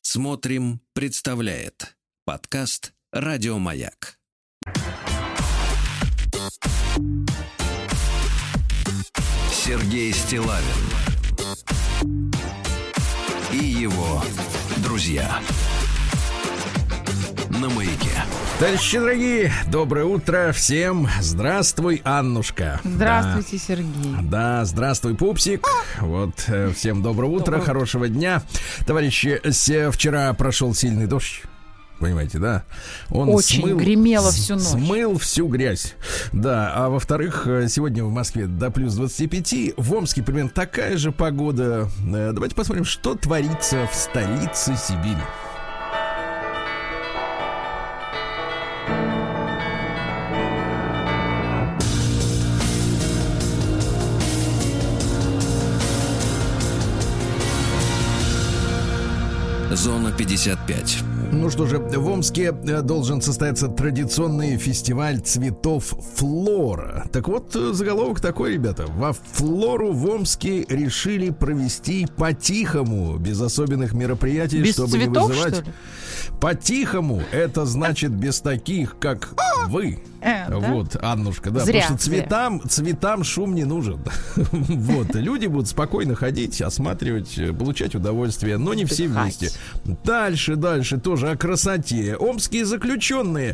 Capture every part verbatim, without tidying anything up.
Смотрим, представляет подкаст «Радиомаяк». Сергей Стиллавин и его друзья на Маяке. Товарищи дорогие, доброе утро всем. Здравствуй, Аннушка. Здравствуйте, да. Сергей. Да, здравствуй, Пупсик. Вот, всем доброе утро, доброе. Хорошего дня. Товарищи, вчера прошел сильный дождь. Понимаете, да? Он очень смыл, гремело всю ночь. Смыл всю грязь. Да, а во-вторых, сегодня в Москве до плюс двадцати пяти. В Омске примерно такая же погода. Давайте посмотрим, что творится в столице Сибири. Зона пятьдесят пять. Ну что же, в Омске должен состояться традиционный фестиваль цветов «Флора». Так вот, заголовок такой, ребята. Во «Флору» в Омске решили провести по-тихому, без особенных мероприятий, без чтобы цветов, не вызывать. Что ли? По-тихому, это значит без таких, как вы. Э, вот, да? Аннушка, да. Зря, потому что цветам, цветам шум не нужен. Вот, люди будут спокойно ходить, осматривать, получать удовольствие, но не все вместе. Дальше, дальше тоже о красоте. Омские заключенные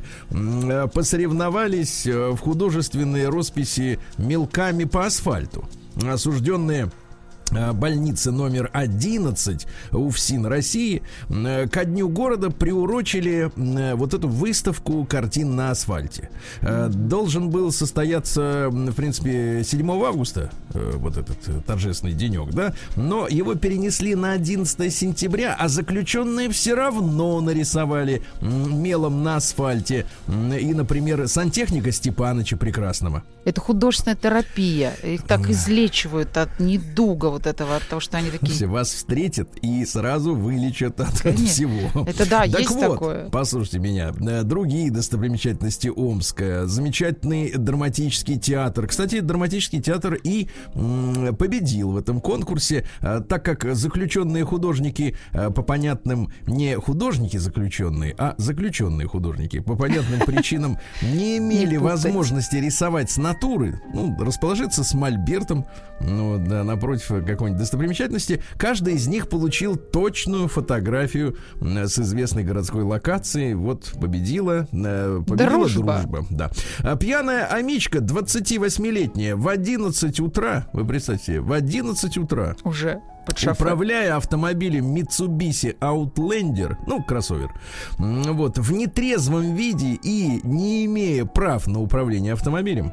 посоревновались в художественной росписи мелками по асфальту. Осужденные больницы номер одиннадцать УФСИН России ко дню города приурочили вот эту выставку картин на асфальте. Должен был состояться, в принципе, седьмого августа, вот этот торжественный денек, да, но его перенесли на одиннадцатое сентября, а заключенные все равно нарисовали мелом на асфальте и, например, сантехника Степаныча Прекрасного. Это художественная терапия. Их так излечивают от недуга вот этого, от того, что они такие... Вас встретят и сразу вылечат от Конечно. всего. Это да, так есть вот, такое. Послушайте меня. Другие достопримечательности Омска. Замечательный драматический театр. Кстати, драматический театр и м, победил в этом конкурсе, так как заключенные художники по понятным... Не художники заключенные, а заключенные художники по понятным причинам не имели возможности рисовать с натуры, ну, расположиться с мольбертом, ну, да, напротив какой-нибудь достопримечательности. Каждый из них получил точную фотографию с известной городской локации. Вот победила, победила дружба. дружба да. А пьяная амичка, двадцативосьмилетняя, в одиннадцать утра, вы представьте, в одиннадцать утра уже управляя автомобилем Mitsubishi Outlander, ну, кроссовер, вот, в нетрезвом виде и не имея прав на управление автомобилем,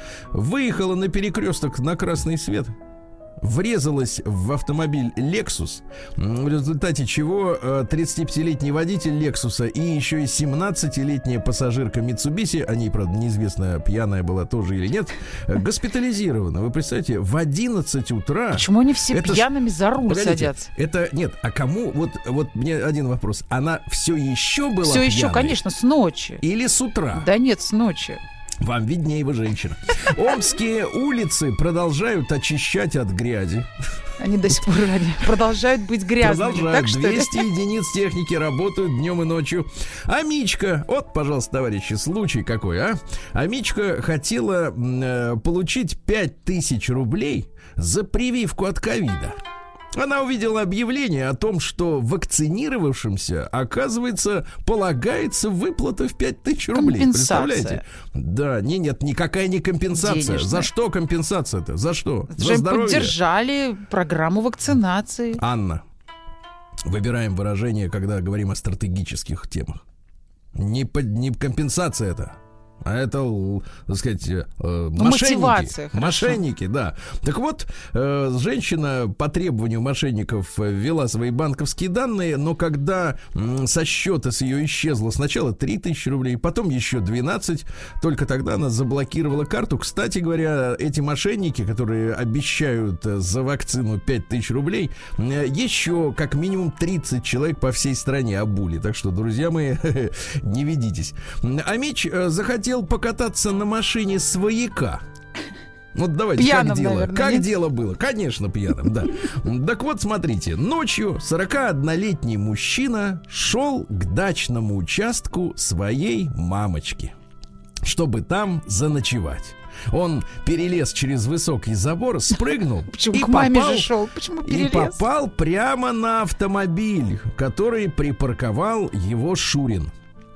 выехала на перекресток на красный свет, врезалась в автомобиль Lexus, в результате чего тридцатипятилетний водитель Lexus и еще и семнадцатилетняя пассажирка Mitsubishi, о ней, правда, неизвестно, пьяная была тоже или нет, госпитализирована. Вы представляете, в одиннадцать утра... Почему они все это пьяными ж... за руль Погодите, садятся? Это, нет, а кому... Вот, вот мне один вопрос. Она все еще была Все пьяной? еще, конечно, с ночи. Или с утра? Да нет, с ночи. Вам виднее, вы женщина. Омские улицы продолжают очищать от грязи. Они до сих пор продолжают быть грязными. Продолжают. Так, что двести единиц техники работают днем и ночью. Амичка, вот, пожалуйста, товарищи, случай какой, а? Амичка хотела э, получить пять тысяч рублей за прививку от ковида. Она увидела объявление о том, что вакцинировавшимся, оказывается, полагается выплата в пять тысяч рублей. Компенсация. Представляете? Да, не, нет, никакая не компенсация. Денежная. За что компенсация-то? За что? Это За же здоровье? поддержали программу вакцинации. Анна, выбираем выражение, когда говорим о стратегических темах. Не, под, не компенсация это. А это, так сказать, э, мошенники. Мошенники, да. Так вот, э, женщина по требованию мошенников ввела свои банковские данные, но когда м, со счета с ее исчезло сначала три тысячи рублей, потом еще двенадцать, только тогда она заблокировала карту. Кстати говоря, эти мошенники, которые обещают за вакцину пять тысяч рублей, э, еще как минимум тридцать человек по всей стране обули. Так что, друзья мои, не ведитесь. Амич захотел покататься на машине свояка. Вот давайте, пьяным, как дело? Наверное, как нет? дело было? Конечно, пьяным, да. Так вот, смотрите, ночью сорокаоднолетний мужчина шел к дачному участку своей мамочки, чтобы там заночевать. Он перелез через высокий забор, спрыгнул Почему и к маме попал, же шел? Почему и перелез? попал прямо на автомобиль, который припарковал его Шурин.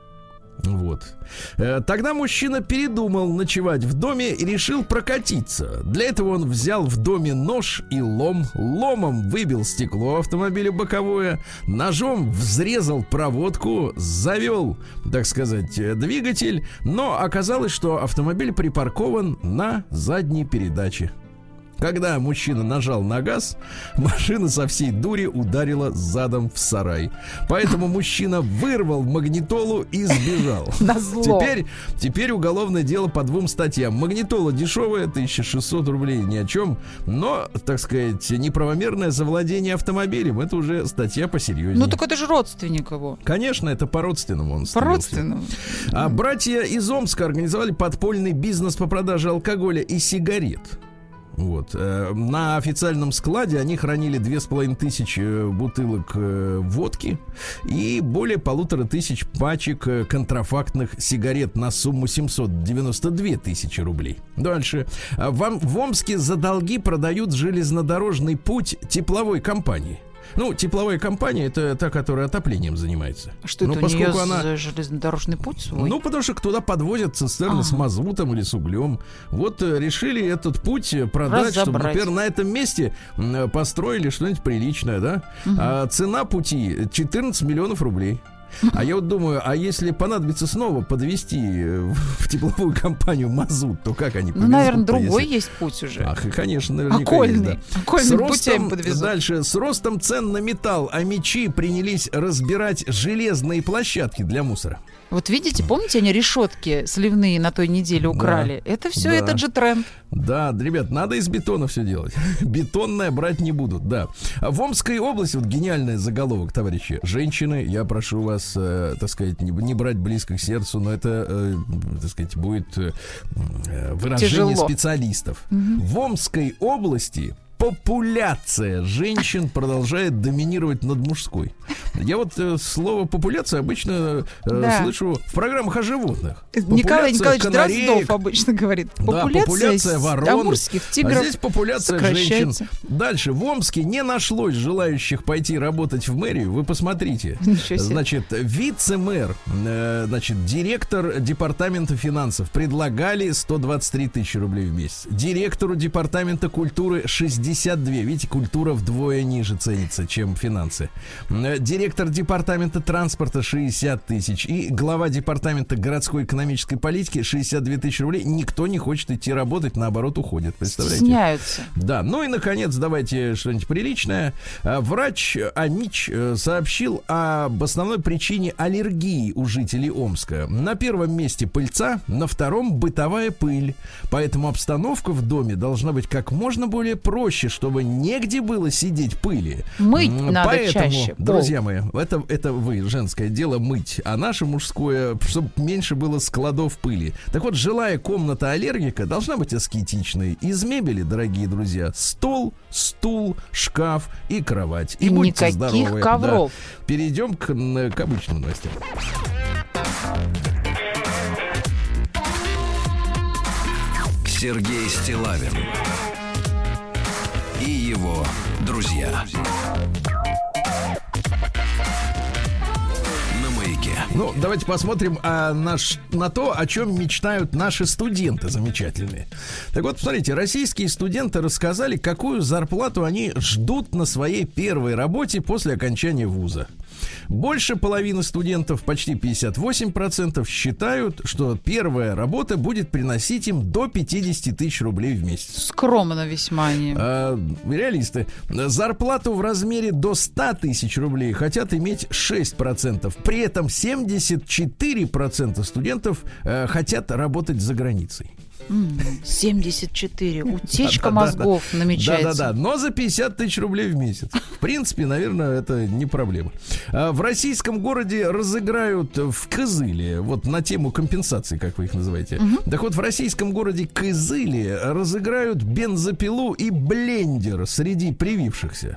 Вот. Э, Тогда мужчина передумал ночевать в доме и решил прокатиться. Для этого он взял в доме нож и лом. Ломом выбил стекло автомобиля боковое. Ножом взрезал проводку. Завел, так сказать, э, двигатель. Но оказалось, что автомобиль припаркован на задней передаче. Когда мужчина нажал на газ, машина со всей дури ударила задом в сарай. Поэтому мужчина вырвал магнитолу и сбежал. Назло. Теперь, теперь уголовное дело по двум статьям. Магнитола дешевая, тысяча шестьсот рублей, ни о чем. Но, так сказать, неправомерное завладение автомобилем — это уже статья посерьезнее. Ну так это же родственник его. Конечно, это по-родственному он стрелся. По-родственному. А братья из Омска организовали подпольный бизнес по продаже алкоголя и сигарет. Вот. На официальном складе они хранили две с половиной тысячи бутылок водки и более полутора тысяч пачек контрафактных сигарет на сумму семьсот девяносто две тысячи рублей. Дальше. В, в Омске за долги продают железнодорожный путь тепловой компании. Ну, тепловая компания — это та, которая отоплением занимается. А что ну, это у нее она... за железнодорожный путь свой? Ну, потому что туда подвозят цистерны ага. с мазутом или с углем. Вот решили этот путь продать, разобрать. Чтобы, например, на этом месте построили что-нибудь приличное, да? Угу. А цена пути четырнадцать миллионов рублей. А я вот думаю, а если понадобится снова подвести в тепловую компанию мазут, то как они повезут? Ну, наверное, другой если... есть путь уже. Ах, и, конечно, наверняка окольный. есть, да. Окольный с ростом, путем подвезут. Дальше, с ростом цен на металл, а мечи принялись разбирать железные площадки для мусора. Вот видите, помните, они решетки сливные на той неделе украли? Да, это все да. этот же тренд. Да, ребят, надо из бетона все делать. Бетонное брать не будут, да. В Омской области, вот гениальный заголовок, товарищи. Женщины, я прошу вас, э, так сказать, не, не брать близко к сердцу, но это, э, так сказать, будет э, выражение Тяжело. специалистов. Угу. В Омской области популяция женщин продолжает доминировать над мужской. Я вот э, слово популяция обычно э, да. слышу в программах о животных. Николай Николаевич Дроздов обычно говорит. Популяция, да, популяция ворон, амурских тигров. А здесь популяция женщин. Дальше. В Омске не нашлось желающих пойти работать в мэрию. Вы посмотрите. Значит, вице-мэр, э, значит, директор департамента финансов предлагали сто двадцать три тысячи рублей в месяц. Директору департамента культуры шестьдесят две. Видите, культура вдвое ниже ценится, чем финансы. Директор департамента транспорта шестьдесят тысяч. И глава департамента городской экономической политики шестьдесят две тысячи рублей. Никто не хочет идти работать, наоборот, уходит. Представляете? Стесняются. Да. Ну и, наконец, давайте что-нибудь приличное. Врач АМИЧ сообщил об основной причине аллергии у жителей Омска. На первом месте пыльца, на втором бытовая пыль. Поэтому обстановка в доме должна быть как можно более проще, чтобы негде было сидеть пыли. Мыть надо Поэтому, чаще. Друзья мои, это, это вы, женское дело, мыть, а наше мужское, чтобы меньше было складов пыли. Так вот, жилая комната аллергика должна быть аскетичной. Из мебели, дорогие друзья, стол, стул, шкаф и кровать. И, и будьте никаких здоровы. ковров. Да. Перейдем к, к обычным новостям. Сергей Стиллавин и его друзья. На Маяке. Ну, давайте посмотрим а, наш, на то, о чем мечтают наши студенты замечательные. Так вот, посмотрите, российские студенты рассказали, какую зарплату они ждут на своей первой работе после окончания вуза. Больше половины студентов, почти пятьдесят восемь процентов, считают, что первая работа будет приносить им до пятьдесят тысяч рублей в месяц. Скромно весьма они. А, реалисты. Зарплату в размере до ста тысяч рублей хотят иметь шесть процентов. При этом семьдесят четыре процента студентов э, хотят работать за границей. семьдесят четыре. Утечка мозгов намечается. Да-да-да, но за пятьдесят тысяч рублей в месяц. В принципе, наверное, это не проблема. В российском городе разыграют в Кызыле, вот на тему компенсации, как вы их называете. Угу. Так вот, в российском городе Кызыле разыграют бензопилу и блендер среди привившихся.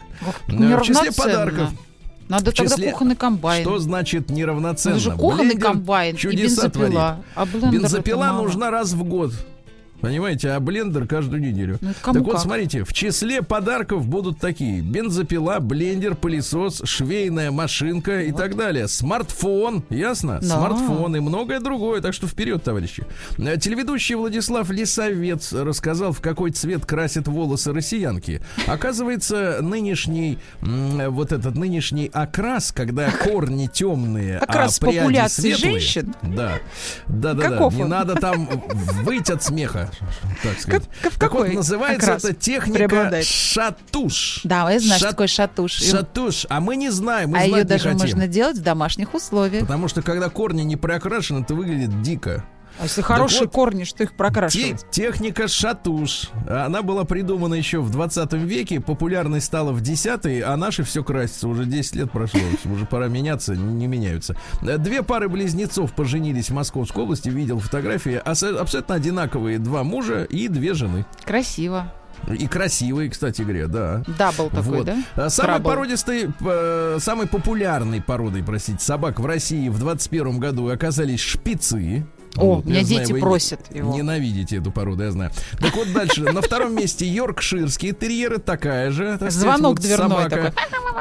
В числе подарков. Надо тогда кухонный комбайн. Что значит неравноценно? Это же кухонный блендер, комбайн и бензопила. А бензопила нужна раз в год. Понимаете, а блендер каждую неделю. Ну, так вот, как? смотрите, в числе подарков будут такие: бензопила, блендер, пылесос, швейная машинка вот. И так далее. Смартфон, ясно? Да. Смартфон и многое другое. Так что вперед, товарищи. Телеведущий Владислав Лисовец рассказал, в какой цвет красят волосы россиянки. Оказывается, нынешний вот этот нынешний окрас, когда корни темные, окрас а пряди светлые. Женщин? Да, да, да, да. Не надо там выть от смеха. Так сказать. Как, так вот, называется эта техника шатуш. Да, я знаю, Шат... что такое шатуш. Шатуш, а мы не знаем, мы а знать ее даже не хотим. Можно делать в домашних условиях. Потому что, когда корни не прокрашены, это выглядит дико. А если хорошие вот, корни, что их прокрашивать? Те, техника шатуш. Она была придумана еще в двадцатом веке, популярной стала в десятые, а наши все красятся. Уже десять лет прошло, уже пора меняться, не меняются. Две пары близнецов поженились в Московской области, видел фотографии. Абсолютно одинаковые два мужа и две жены. Красиво. И красивые, кстати говоря, да. Дабл такой, вот. Да? Самой породистой, э, самой популярной породой, простите, собак в России в двадцать первом году оказались шпицы. О, вот, меня знаю, дети просят его. Ненавидите эту породу, я знаю. Так вот дальше. На втором месте йоркширские терьеры, такая же. Звонок дверной такой.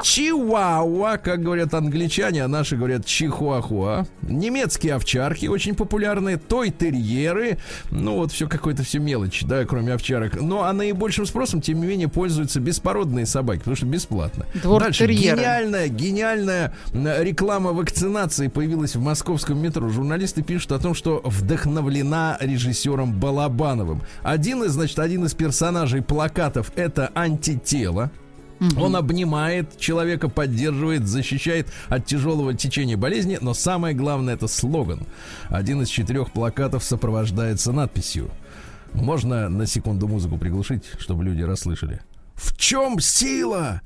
Чихуахуа, как говорят англичане, а наши говорят чихуахуа. Немецкие овчарки очень популярные. Той-терьеры. Ну вот все какое-то все мелочь, да, кроме овчарок. Ну а наибольшим спросом, тем не менее, пользуются беспородные собаки, потому что бесплатно. Дальше. Гениальная, гениальная реклама вакцинации появилась в московском метро. Журналисты пишут о том, что вдохновлена режиссером Балабановым. Один из, значит, один из персонажей плакатов — это антитело. Угу. Он обнимает человека, поддерживает, защищает от тяжелого течения болезни. Но самое главное — это слоган. Один из четырех плакатов сопровождается надписью. Можно на секунду музыку приглушить, чтобы люди расслышали? В чем сила,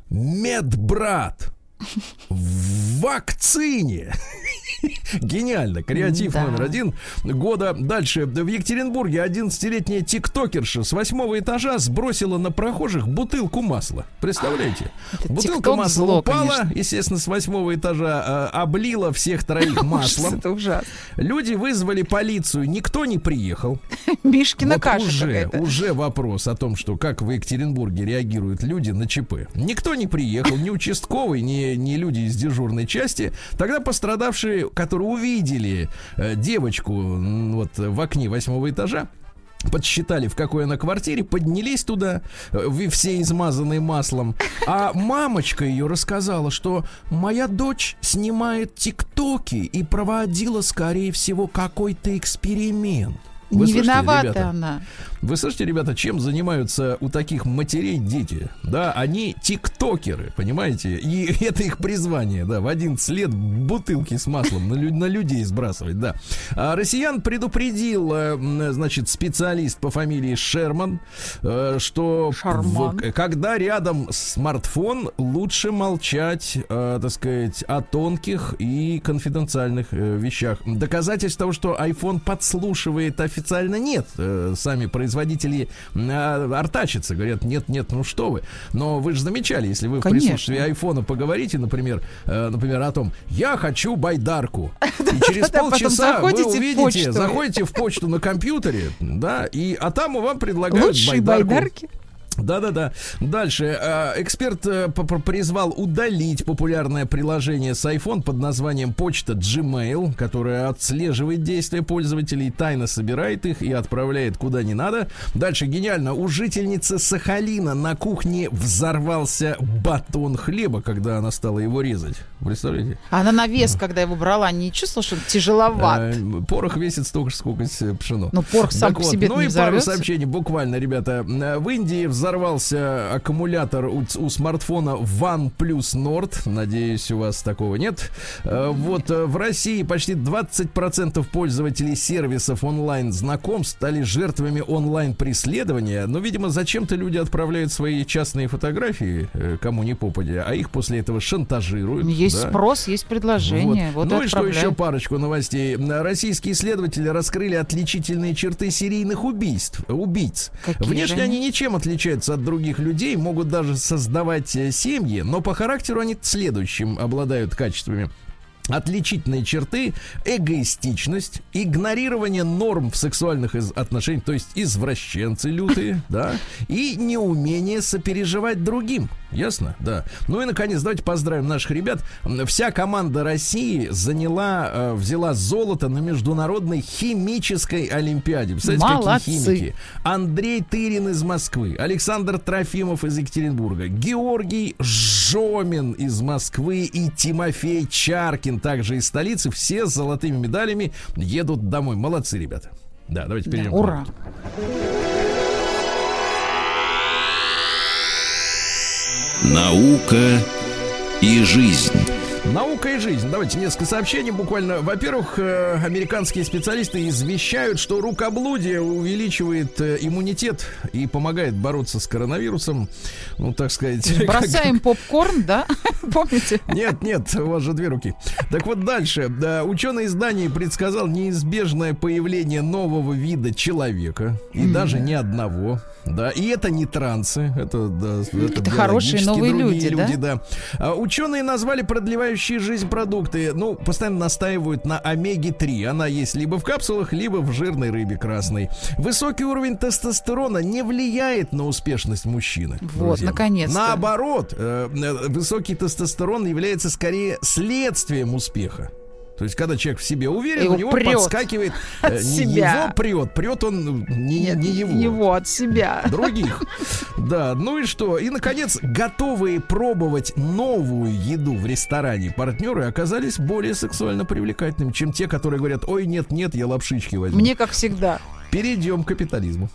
медбрат? В вакцине. Гениально. Креатив да. номер один года. Дальше. В Екатеринбурге одиннадцатилетняя тиктокерша с восьмого этажа сбросила на прохожих бутылку масла. Представляете? Это бутылка масла зло, упала, конечно. Естественно, с восьмого этажа э, облила всех троих маслом. Это ужасно. Люди вызвали полицию, никто не приехал. Мишкина вот каша уже, какая-то. Уже вопрос о том, что как в Екатеринбурге реагируют люди на ЧП. Никто не приехал, ни участковый, ни, ни люди из дежурной части. Тогда пострадавшие, которые увидели э, девочку вот в окне восьмого этажа, подсчитали, в какой она квартире, поднялись туда, э, все измазанные маслом. А мамочка ее рассказала, что моя дочь снимает тиктоки и проводила, скорее всего, какой-то эксперимент. Вы не слышите, виновата ребята? она. Вы слышите, ребята, чем занимаются у таких матерей дети? Да, они тиктокеры, понимаете? И это их призвание, да, в одиннадцать лет бутылки с маслом на, лю- на людей сбрасывать, да. А россиян предупредил, значит, специалист по фамилии Шерман, что в, когда рядом смартфон, лучше молчать, так сказать, о тонких и конфиденциальных вещах. Доказательств того, что iPhone подслушивает, официально нет. Сами производители артачатся, говорят, нет, нет, ну что вы. Но вы же замечали, если вы Конечно. в присутствии айфона поговорите, например, например, о том, я хочу байдарку. И через полчаса вы увидите, заходите в почту на компьютере, да, и а там вам предлагают лучшие байдарку. байдарки. Да-да-да. Дальше. Эксперт призвал удалить популярное приложение с iPhone под названием почта Gmail, которое отслеживает действия пользователей, тайно собирает их и отправляет куда не надо. Дальше гениально. У жительницы Сахалина на кухне взорвался батон хлеба, когда она стала его резать. Представляете? Она на вес, когда его брала, не чувствовала, что он тяжеловат. Порох весит столько же, сколько пшено. Ну, порох сам по себе не взорвется. Ну и пару сообщений, буквально, ребята. В Индии в взорвался аккумулятор у, у смартфона OnePlus Nord. Надеюсь, у вас такого нет. Вот в России почти двадцать процентов пользователей сервисов онлайн-знакомств стали жертвами онлайн-преследования. Но, видимо, зачем-то люди отправляют свои частные фотографии, кому ни попадя, а их после этого шантажируют. Есть да? спрос, есть предложение. Вот. Вот ну и что еще парочку новостей. Российские исследователи раскрыли отличительные черты серийных убийств, убийц. Какие Внешне же они ничем отличаются от других людей, могут даже создавать семьи, но по характеру они следующим обладают качествами. Отличительные черты: эгоистичность, игнорирование норм в сексуальных из- отношениях, то есть извращенцы лютые, да, и неумение сопереживать другим. Ясно? Да. Ну и, наконец, давайте поздравим наших ребят. Вся команда России заняла, э, взяла золото на международной химической олимпиаде. Представляете, молодцы. Какие химики? Андрей Тырин из Москвы, Александр Трофимов из Екатеринбурга, Георгий Жомин из Москвы и Тимофей Чаркин также из столицы. Все с золотыми медалями едут домой. Молодцы, ребята. Да, давайте перейдем. Да, ура. Наука и жизнь. Наука и жизнь. Давайте несколько сообщений буквально. Во-первых, э, американские специалисты извещают, что рукоблудие увеличивает э, иммунитет и помогает бороться с коронавирусом. Ну, так сказать. Бросаем попкорн, да? Помните? Нет, нет, у вас же две руки. Так вот дальше. Да, ученый из Дании предсказал неизбежное появление нового вида человека. И mm-hmm. даже не одного. Да, и это не трансы, это, да, это, это хорошие новые люди, люди, да? да. А, ученые назвали продлевающие жизнь продукты. Ну, постоянно настаивают на омеге три. Она есть либо в капсулах, либо в жирной рыбе красной. Высокий уровень тестостерона не влияет на успешность мужчины. Вот, друзья. наконец-то. Наоборот, э, высокий тестостерон является скорее следствием успеха. То есть, когда человек в себе уверен, его у него прет подскакивает от э, не себя. Его прет, прет он не, Нет, не его. Его от себя. Других. Да, ну и что? И, наконец, готовые пробовать новую еду в ресторане партнеры оказались более сексуально привлекательными, чем те, которые говорят: ой, нет-нет, я лапшички возьму. Мне как всегда. Перейдем к капитализму.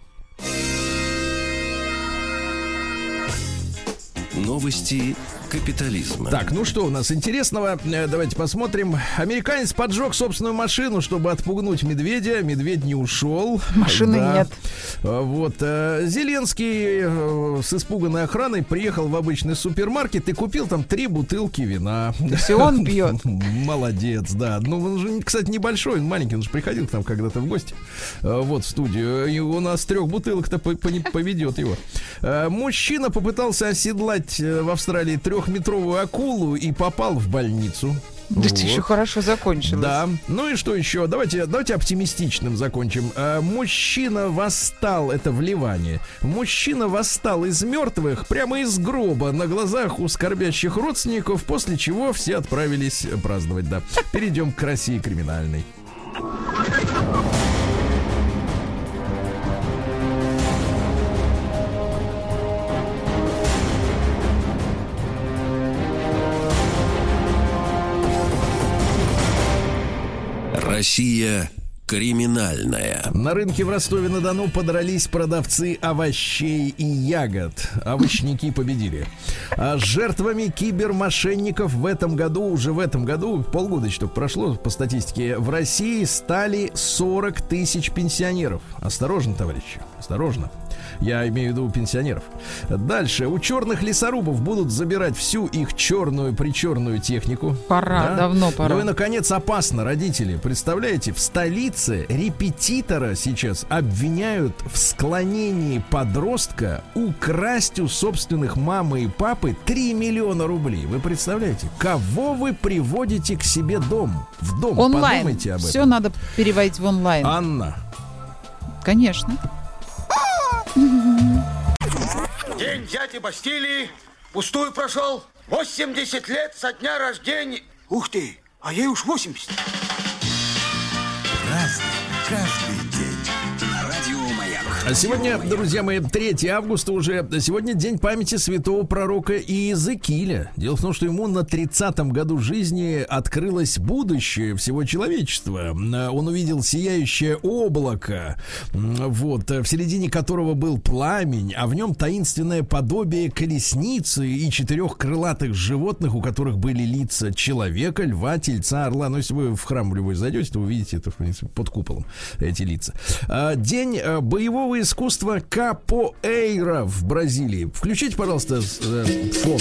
Новости капитализма. Так, ну что у нас интересного? Давайте посмотрим. Американец поджег собственную машину, чтобы отпугнуть медведя. Медведь не ушел. Машины да. нет. Вот. Зеленский с испуганной охраной приехал в обычный супермаркет и купил там три бутылки вина. Все он пьет. Молодец, да. Ну, он же, кстати, небольшой, он маленький. Он же приходил к нам когда-то в гости. Вот, в студию. И у нас трех бутылок-то поведет его. Мужчина попытался оседлать в Австралии трехметровую акулу и попал в больницу. Да вот. Это еще хорошо закончилось. Да. Ну и что еще? Давайте, давайте оптимистичным закончим. А, мужчина восстал, это в Ливане. Мужчина восстал из мертвых прямо из гроба на глазах у скорбящих родственников, после чего все отправились праздновать. Да. Перейдем к России криминальной. Россия криминальная. На рынке в Ростове-на-Дону подрались продавцы овощей и ягод. Овощники победили. А жертвами кибермошенников в этом году, уже в этом году, полгода еще только прошло по статистике, в России стали сорок тысяч пенсионеров. Осторожно, товарищи, осторожно. Я имею в виду пенсионеров. Дальше. У черных лесорубов будут забирать всю их черную причерную технику. Пора, да? Давно пора. Ну и, наконец, опасно, родители. Представляете, в столице репетитора сейчас обвиняют в склонении подростка украсть у собственных мамы и папы три миллиона рублей. Вы представляете? Кого вы приводите к себе дом? В дом. Онлайн. Подумайте об этом. Все надо переводить в онлайн. Анна. Конечно. День дяди Бастилии пустую прошел. восемьдесят лет со дня рождения. Ух ты, а ей уж восемьдесят. Разный каждый день. Радио Маяк. Сегодня, друзья мои, третьего августа уже. Сегодня день памяти святого пророка Иезекииля. Дело в том, что ему на тридцатом году жизни открылось будущее всего человечества. Он увидел сияющее облако, вот, в середине которого был пламень, а в нем таинственное подобие колесницы и четырех крылатых животных, у которых были лица человека, льва, тельца, орла. Но если вы в храм любой зайдете, то вы увидите это, в принципе, под куполом, эти лица. День боевого искусства капоэйра в Бразилии. Включите, пожалуйста, фон.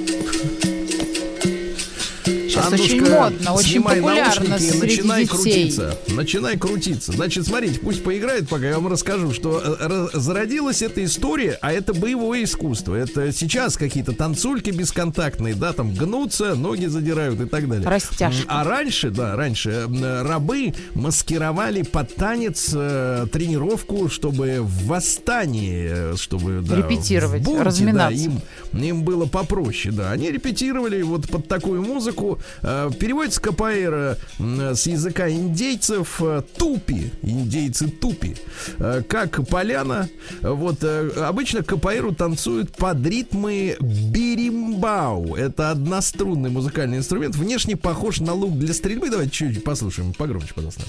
Сейчас Аннушка, очень модно, очень популярно наушники, среди начинай детей. крутиться. Начинай крутиться. Значит, смотрите, пусть поиграет, пока я вам расскажу, что зародилась эта история, а это боевое искусство. Это сейчас какие-то танцульки бесконтактные, да, там гнутся, ноги задирают и так далее. Растяжка. А раньше, да, раньше рабы маскировали под танец э, тренировку, чтобы в восстании, чтобы, да, репетировать, в бунте, разминаться. Да, им, им было попроще, да. Они репетировали вот под такую музыку. Переводится капоэйра с языка индейцев тупи, индейцы тупи, как поляна. Вот обычно капоэйру танцуют под ритмы биримбау. Это однострунный музыкальный инструмент, внешне похож на лук для стрельбы. Давайте чуть-чуть послушаем, погромче, пожалуйста.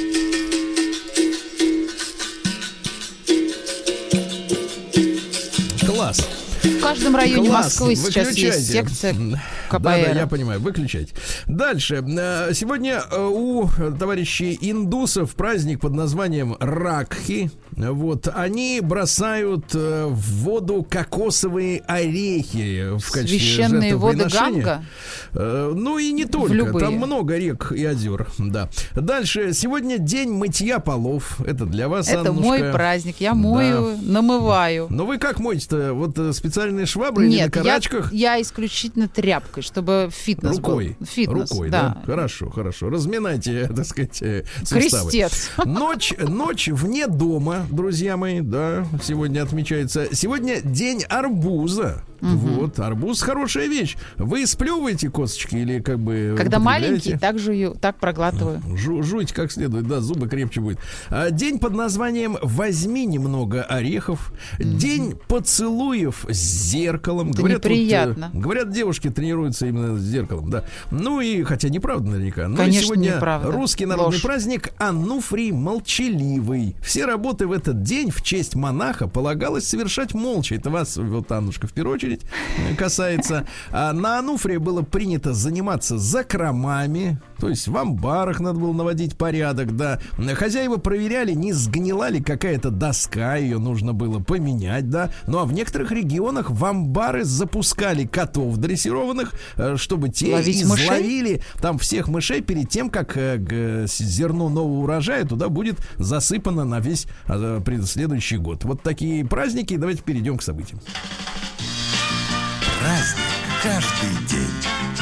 Класс. В каждом районе Класс. Москвы сейчас Выключайте. есть секция КПР. Да, да, я понимаю, выключайте. Дальше. Сегодня у товарищей индусов праздник под названием Ракхи. Вот, они бросают в воду кокосовые орехи в качестве священные воды жертвоприношения. Ганга? Ну и не только, там много рек и озер, да. Дальше, сегодня день мытья полов. Это для вас, Это Аннушка. мой праздник, я мою, да. намываю. Но вы как моете-то? Вот специальные швабры или на карачках? Я, я исключительно тряпкой, чтобы фитнес рукой, был. Фитнес, рукой, да. да. Хорошо, хорошо. Разминайте, так сказать, суставы. Крестец. Ночь, ночь вне дома, друзья мои, да, сегодня отмечается. Сегодня день арбуза. Угу. Вот, арбуз хорошая вещь. Вы сплевываете косточки или как бы... Когда маленький, так жую, так проглатываю. Жу, жуйте как следует, да, зубы крепче будет. День под названием «Возьми немного орехов». Угу. День поцелуев с зеркалом. Это говорят, неприятно. Вот, говорят, девушки тренируются именно с зеркалом, да. Ну и, хотя неправда наверняка. Но Конечно, сегодня неправда. русский народный Ложь. праздник Ануфрий Молчаливый. Все работы в этот день в честь монаха полагалось совершать молча. Это вас, вот, Аннушка, в первую очередь касается. А на Ануфрия было принято заниматься закромами, то есть в амбарах надо было наводить порядок, да. Хозяева проверяли, не сгнила ли какая-то доска, ее нужно было поменять, да. Ну а в некоторых регионах в амбары запускали котов дрессированных, чтобы те Ловить изловили мышей? Там всех мышей перед тем, как э, зерно нового урожая туда будет засыпано на весь э, следующий год. Вот такие праздники. Давайте перейдем к событиям. Праздник каждый день.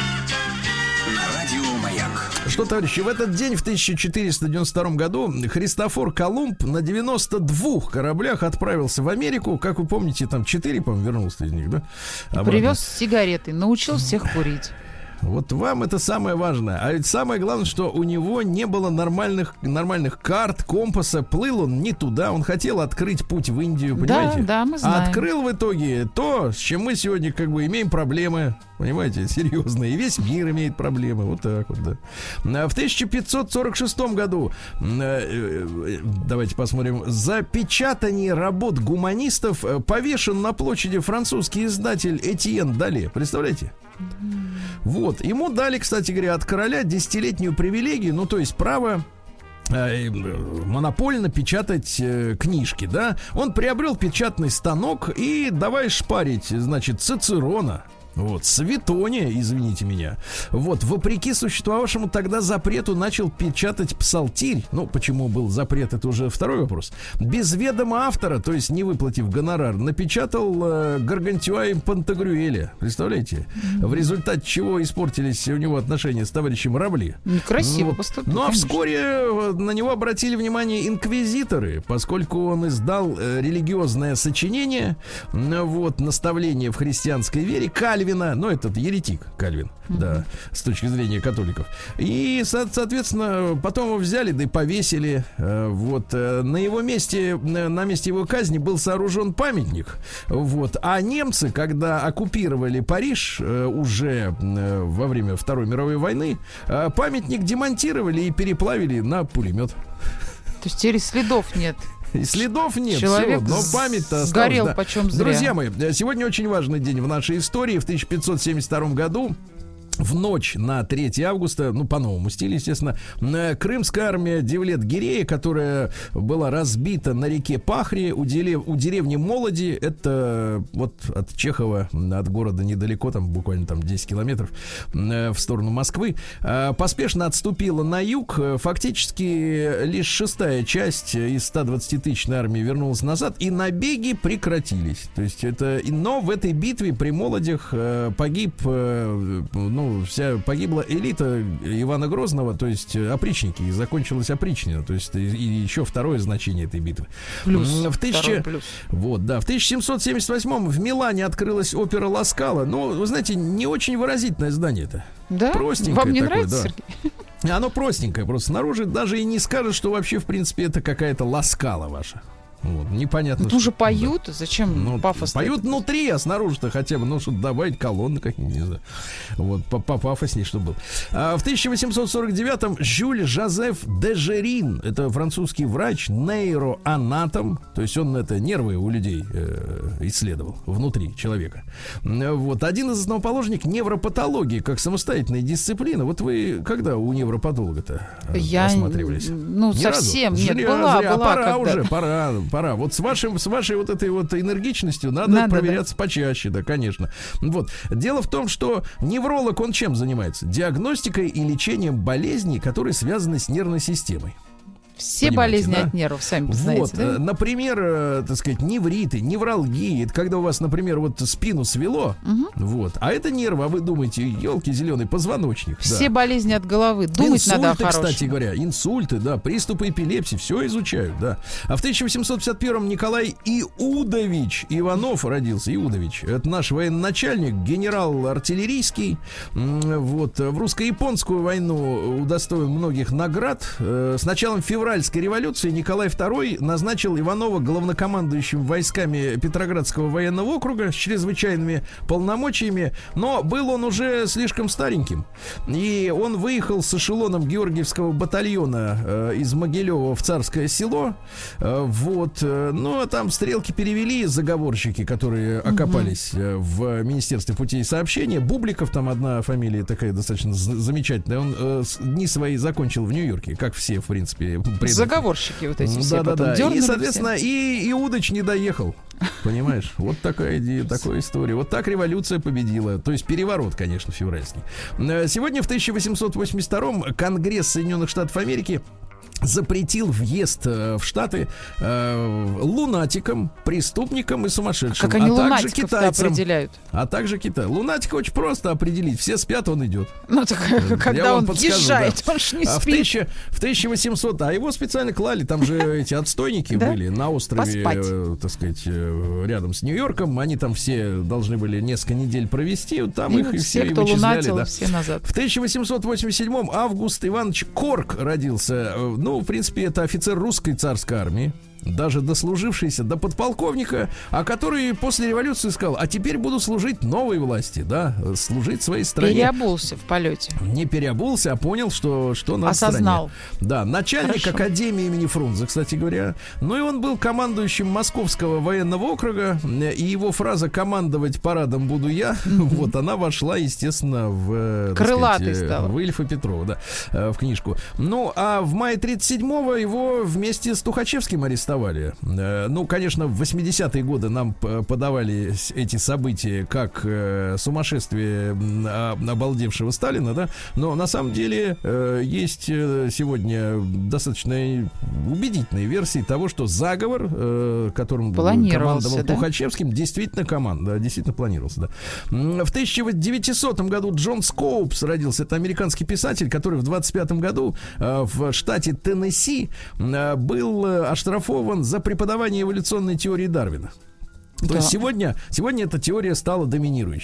Радио Маяк. Что, товарищи, в этот день, в тысяча четыреста девяносто втором году, Христофор Колумб на девяноста двух кораблях отправился в Америку. Как вы помните, там четыре, по-моему, вернулся из них, да? Обратно. Привез сигареты, научил всех курить. Вот вам это самое важное. А ведь самое главное, что у него не было нормальных, нормальных карт, компаса. Плыл он не туда. Он хотел открыть путь в Индию, понимаете? Да, да, мы знаем. А открыл в итоге то, с чем мы сегодня как бы имеем проблемы. Понимаете, серьезные. И весь мир имеет проблемы. Вот так вот, да. В тысяча пятьсот сорок шестом году, давайте посмотрим, за печатание работ гуманистов повешен на площади французский издатель Этьен Дале. Представляете? Вот, ему дали, кстати говоря, от короля десятилетнюю привилегию, ну, то есть право э, монопольно печатать э, книжки, да. Он приобрел печатный станок и давай шпарить, значит, Цицерона. Вот, Светония, извините меня. Вот, вопреки существовавшему тогда запрету, начал печатать псалтирь. Ну, почему был запрет, это уже второй вопрос. Без ведома автора, то есть не выплатив гонорар, напечатал э, Гаргантюа и Пантагрюэля. Представляете? Mm-hmm. В результате чего испортились у него отношения с товарищем Рабли. Некрасиво ну, поступил. Ну, а конечно. вскоре на него обратили внимание инквизиторы, поскольку он издал э, религиозное сочинение, э, вот, наставление в христианской вере. Кальвин Кальвина, ну, этот еретик Кальвин, mm-hmm. да, с точки зрения католиков. И, соответственно, потом его взяли, да и повесили. Вот. На его месте, на месте его казни был сооружен памятник. Вот. А немцы, когда оккупировали Париж уже во время Второй мировой войны, памятник демонтировали и переплавили на пулемет. То есть теперь следов нет. И следов нет, человек все, но память-то осталась. Сгорел Да. почем зря. Друзья мои, сегодня очень важный день в нашей истории. В тысяча пятьсот семьдесят втором году, в ночь на третье августа, ну, по новому стилю, естественно, крымская армия Девлет-Гирея, которая была разбита на реке Пахре у, дерев, у деревни Молоди, это вот от Чехова, от города недалеко, там буквально там десять километров в сторону Москвы, поспешно отступила на юг. Фактически лишь шестая часть из ста двадцатитысячной армии вернулась назад, и набеги прекратились. То есть это, но в этой битве при Молодях погиб, ну, вся погибла элита Ивана Грозного, то есть опричники, и закончилась опричнина, то есть и, и еще второе значение этой битвы. Плюс, в тысяча... плюс. Вот, да, в тысяча семьсот семьдесят восьмом в Милане открылась опера Ла Скала. Ну, вы знаете, не очень выразительное здание-то. Да? Простенькое. Вам не такое, нравится, да. Сергей? Оно простенькое, просто снаружи даже и не скажет, что вообще, в принципе, это какая-то Ла Скала ваша. Вот, непонятно. Ну, же поют, да. Зачем ну, пафос? Поют внутри, а снаружи-то хотя бы, ну, что добавить колонны какие-нибудь, не знаю. Вот, попафоснее, что был. А в тысяча восемьсот сорок девятом Жюль Жозеф де Жерин, это французский врач, нейроанатом, то есть он это нервы у людей э, исследовал внутри человека. Вот, один из основоположников невропатологии, как самостоятельная дисциплина. Вот вы когда у невропатолога-то Я, осматривались? ну, Ни совсем разу? нет, Зря, была, зря. была Пора когда. уже, пора. Пора. Вот с, вашим, с вашей вот этой вот энергичностью надо, надо проверяться, да, почаще, да, конечно. Вот. Дело в том, что невролог, он чем занимается? Диагностикой и лечением болезней, которые связаны с нервной системой. Все Понимаете, болезни, да, от нервов, сами вот, знаете, да? Например, э, так сказать, невриты, невралгии. Это когда у вас, например, вот спину свело, угу. вот, а это нервы, а вы думаете, елки зеленый, позвоночник. Все да. болезни от головы. Думать инсульты, надо о хорошем. кстати говоря, инсульты, да, приступы эпилепсии, все изучают, да. А в тысяча восемьсот пятьдесят первом Николай Иудович Иванов родился. Иудович, это наш военачальник, генерал артиллерийский. Вот, в русско-японскую войну удостоен многих наград. С началом февраля Февральской революции Николай второй назначил Иванова главнокомандующим войсками Петроградского военного округа с чрезвычайными полномочиями, но был он уже слишком стареньким, и он выехал с эшелоном Георгиевского батальона э, из Могилева в Царское Село, э, вот, э, ну, а там стрелки перевели заговорщики, которые окопались э, в Министерстве путей сообщения. Бубликов, там одна фамилия такая достаточно замечательная, он э, дни свои закончил в Нью-Йорке, как все, в принципе, предки. Заговорщики вот эти все. Да, да, да. И, соответственно, все. и Иудыч не доехал. Понимаешь? Вот такая идея, такая история. Вот так революция победила. То есть переворот, конечно, февральский. Сегодня в тысяча восемьсот восемьдесят втором Конгресс Соединенных Штатов Америки запретил въезд в Штаты э, лунатикам, преступникам и сумасшедшим, как они а также китайцам определяют? А также Китай. Лунатика очень просто определить. Все спят, он идет. Ну, так когда он въезжает, он ж не спит. А в, тысяча, в тысяча восемьсотом, а его специально клали, там же эти отстойники были на острове, так сказать, рядом с Нью-Йорком. Они там все должны были несколько недель провести. Там их и все кто вычисляли. Все назад. В тысяча восемьсот восемьдесят седьмом Август Иванович Корк родился. Ну, в принципе, это офицер русской царской армии, даже дослужившийся до подполковника, а который после революции сказал: а теперь буду служить новой власти, да, служить своей стране. Переобулся в полете. Не переобулся, а понял, что, что надо осознал. Стране. Да, начальник Хорошо. Академии имени Фрунзе, кстати говоря. Ну и он был командующим Московского военного округа, и его фраза «командовать парадом буду я», mm-hmm. вот она вошла, естественно, в, крылатый сказать, стал. в Ильфа Петрова, да, в книжку. Ну, а в мае тридцать седьмого его вместе с Тухачевским арестовали. Ну, конечно, в восьмидесятые годы нам подавали эти события как э, сумасшествие обалдевшего Сталина, да, но на самом деле э, есть сегодня достаточно убедительные версии того, что заговор, э, которым командовал да? Тухачевским, действительно команда, да, действительно планировался, да. В тысяча девятисотом году Джон Скоупс родился. Это американский писатель, который в двадцать пятом году э, в штате Теннесси э, был оштрафован за преподавание эволюционной теории Дарвина. То да. есть сегодня, сегодня эта теория стала доминирующей.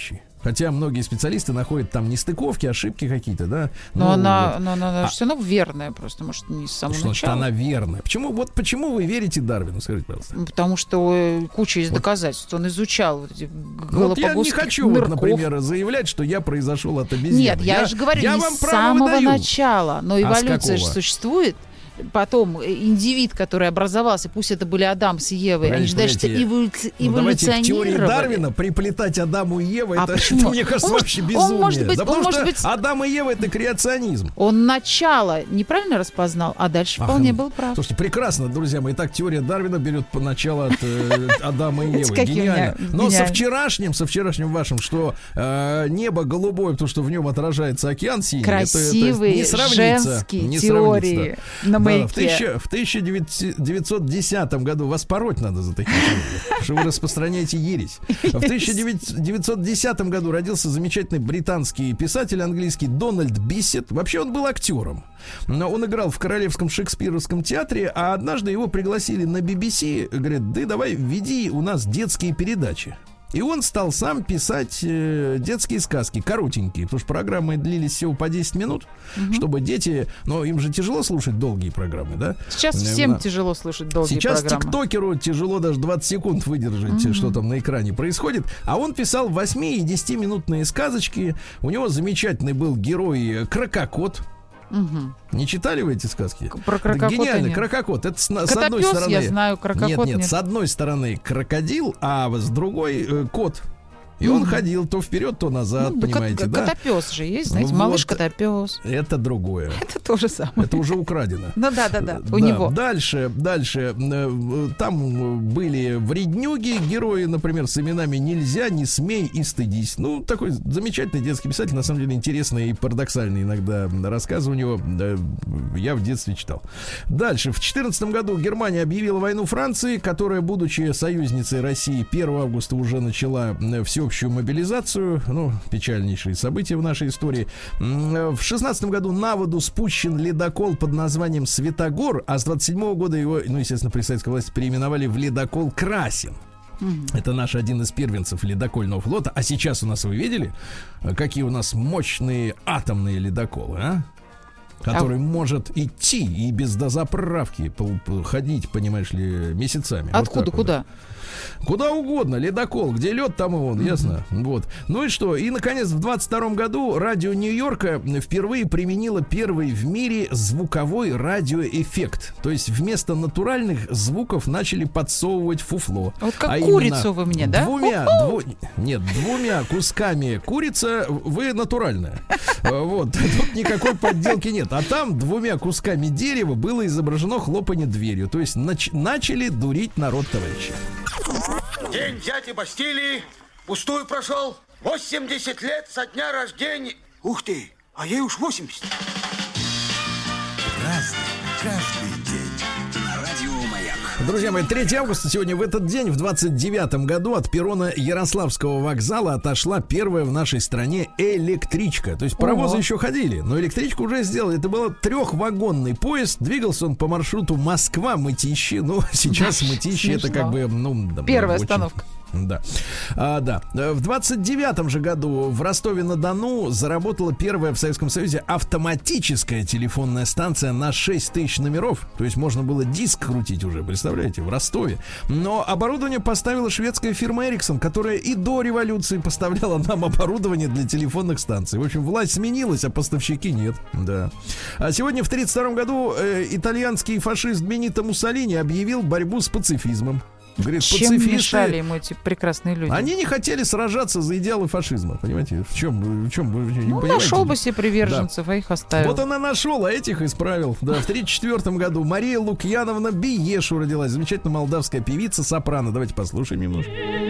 Хотя многие специалисты находят там нестыковки, ошибки какие-то, да. Но ну, она, вот. но она, она а, все равно верная просто, может, не с самого что начала. Что она верная. Почему, вот почему вы верите Дарвину, скажите, пожалуйста? Потому что куча есть вот. доказательств. Он изучал вот эти галапагосских вот я не хочу, вот, например, заявлять, что я произошел от обезьяны. Нет, я, я же говорю, я не вам с самого выдаю. начала. Но эволюция а же существует. Потом индивид, который образовался, пусть это были Адам с Евой, они же дальше эволюци- ну, эволюционировали. Давайте к теории Дарвина приплетать Адаму и Еву, а это, это, мне кажется, он вообще безумие. Он может быть, да потому он что может быть... Адам и Ева — это креационизм. Он начало неправильно распознал, а дальше Ах, вполне был прав. Слушайте, прекрасно, друзья мои. Итак, теория Дарвина берет по началу от э, Адама и Евы. Гениально. Но со вчерашним, со вчерашним вашим, что э, небо голубое, потому что в нем отражается океан синий. Красивые это, это не женские не теории на маяке. Да, в тысяча девятьсот десятом году вас пороть надо за такие теории, что вы распространяете ересь. В тысяча девятьсот десятом году родился замечательный британский писатель английский Дональд Биссет. Вообще он был актером. Но он играл в Королевском Шекспировском театре, а однажды его пригласили на би би си. Говорят, да давай веди у нас детские передачи. И он стал сам писать э, детские сказки, коротенькие, потому что программы длились всего по десять минут, угу. чтобы дети... Но им же тяжело слушать долгие программы, да? Сейчас всем на... тяжело слушать долгие Сейчас программы. Сейчас тиктокеру тяжело даже двадцать секунд выдержать, угу. что там на экране происходит. А он писал восьми- и десятиминутные сказочки. У него замечательный был герой Крококот. Угу. Не читали вы эти сказки? Про крококота гениально, нет. Крококот. Это с, с одной Котопёс, стороны. Я знаю, крококот нет, нет, нет. С одной стороны крокодил, а с другой э, кот. И он mm-hmm. ходил то вперед, то назад, ну, понимаете, кот, да? Котопёс же есть, знаете, вот. Малыш Котопёс. Это другое. Это то же самое. Это уже украдено. Ну да, да, да, у него. Дальше, дальше. Там были вреднюги, герои, например, с именами «Нельзя», «Не смей» и «Стыдись». Ну, такой замечательный детский писатель, на самом деле интересный и парадоксальный иногда рассказы у него. Я в детстве читал. Дальше. В четырнадцатом году Германия объявила войну Франции, которая, будучи союзницей России, первого августа уже начала все общую мобилизацию, ну, печальнейшие события в нашей истории. В шестнадцатом году на воду спущен ледокол под названием «Светогор», а с двадцать седьмого года его, ну, естественно, при советской власти переименовали в ледокол «Красин». Mm-hmm. Это наш один из первенцев ледокольного флота. А сейчас у нас, вы видели, какие у нас мощные атомные ледоколы, а? Который а... может идти и без дозаправки ходить, понимаешь ли, месяцами. Откуда, вот куда? Вот. Куда угодно, ледокол, где лед, там и он, mm-hmm. ясно? Вот. Ну и что? И, наконец, в двадцать втором году радио Нью-Йорка впервые применило первый в мире звуковой радиоэффект. То есть вместо натуральных звуков начали подсовывать фуфло. Вот как а курицу вы мне, да? Двумя, дво... Нет, двумя кусками курица вы натуральная. Вот. Тут никакой подделки нет. А там двумя кусками дерева было изображено хлопанье дверью. То есть нач- начали дурить народ, товарищи. День дяди Бастилии пустую прошел. восемьдесят лет со дня рождения. Ух ты, а ей уж восемьдесят. Разный, каждый день. Друзья мои, третьего августа сегодня в этот день, в двадцать девятом году, от перрона Ярославского вокзала отошла первая в нашей стране электричка. То есть паровозы Ого. еще ходили, но электричку уже сделали. Это был трехвагонный поезд. Двигался он по маршруту Москва-Мытищи. Ну, сейчас Мытищи это как бы... ну Первая очень... остановка. Да. А, да. В двадцать девятом же году в Ростове-на-Дону заработала первая в Советском Союзе автоматическая телефонная станция на шесть тысяч номеров. То есть можно было диск крутить уже, представляете, в Ростове. Но оборудование поставила шведская фирма Ericsson, которая и до революции поставляла нам оборудование для телефонных станций. В общем, власть сменилась, а поставщики нет. Да. А сегодня в тридцать втором году э, итальянский фашист Бенито Муссолини объявил борьбу с пацифизмом. Говорит, чем мешали ему эти прекрасные люди? Они не хотели сражаться за идеалы фашизма, понимаете? В чем, в чем вы не ну, понимаете? Нашел бы себе приверженцев, да. а их оставил. Вот она нашел, а этих исправил. Да, в тридцать четвертом году Мария Лукьяновна Биешу родилась. Замечательная молдавская певица, сопрано. Давайте послушаем немножко.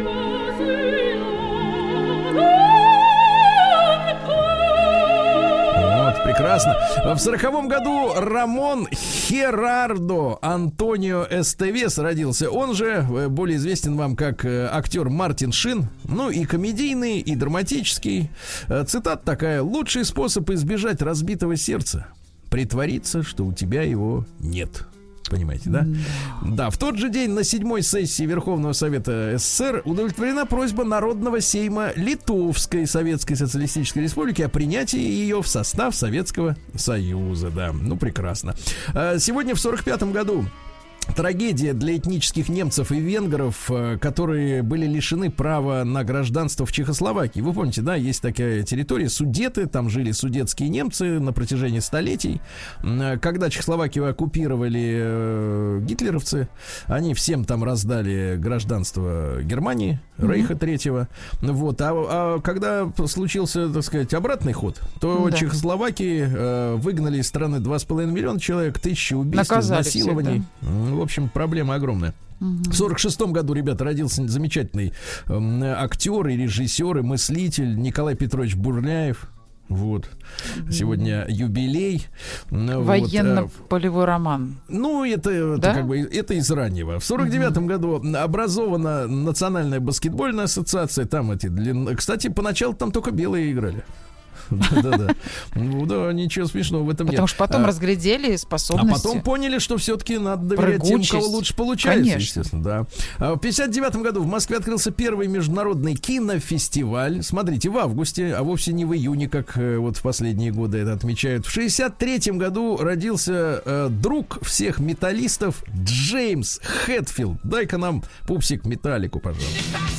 Прекрасно. В сороковом году Рамон Херардо Антонио Эстевес родился. Он же более известен вам как актер Мартин Шин. Ну и комедийный, и драматический. Цитата такая: лучший способ избежать разбитого сердца — притвориться, что у тебя его нет. Понимаете, да? Mm. Да, в тот же день на седьмой сессии Верховного Совета СССР удовлетворена просьба Народного Сейма Литовской Советской Социалистической Республики о принятии ее в состав Советского Союза. Да, ну прекрасно. Сегодня в сорок пятом году трагедия для этнических немцев и венгров, которые были лишены права на гражданство в Чехословакии. Вы помните, да, есть такая территория Судеты, там жили судетские немцы на протяжении столетий. Когда Чехословакию оккупировали э, гитлеровцы, они всем там раздали гражданство Германии, mm-hmm. Рейха Третьего. Вот. А, а когда случился, так сказать, обратный ход, то да. Чехословакии э, выгнали из страны два с половиной миллиона человек, тысячи убийств, изнасилований. В общем, проблема огромная. Угу. В сорок шестом году, ребята, родился замечательный э, актер и режиссер, и мыслитель Николай Петрович Бурляев. Вот. Угу. Сегодня юбилей. Военно-полевой вот. роман. Ну, это, да? это как бы это из раннего. В сорок девятом угу. году образована Национальная баскетбольная ассоциация. Там эти длин... Кстати, поначалу там только белые играли. Да-да-да. Ну да, ничего смешного в этом нет. Потому что потом разглядели способности. А потом поняли, что все-таки надо доверять тем, у кого лучше получается. Естественно, да. В пятьдесят девятом году в Москве открылся первый международный кинофестиваль. Смотрите, в августе, а вовсе не в июне, как вот в последние годы это отмечают. В шестьдесят третьем году родился э, друг всех металлистов Джеймс Хэтфилд. Дай-ка нам, пупсик, металлику, пожалуйста.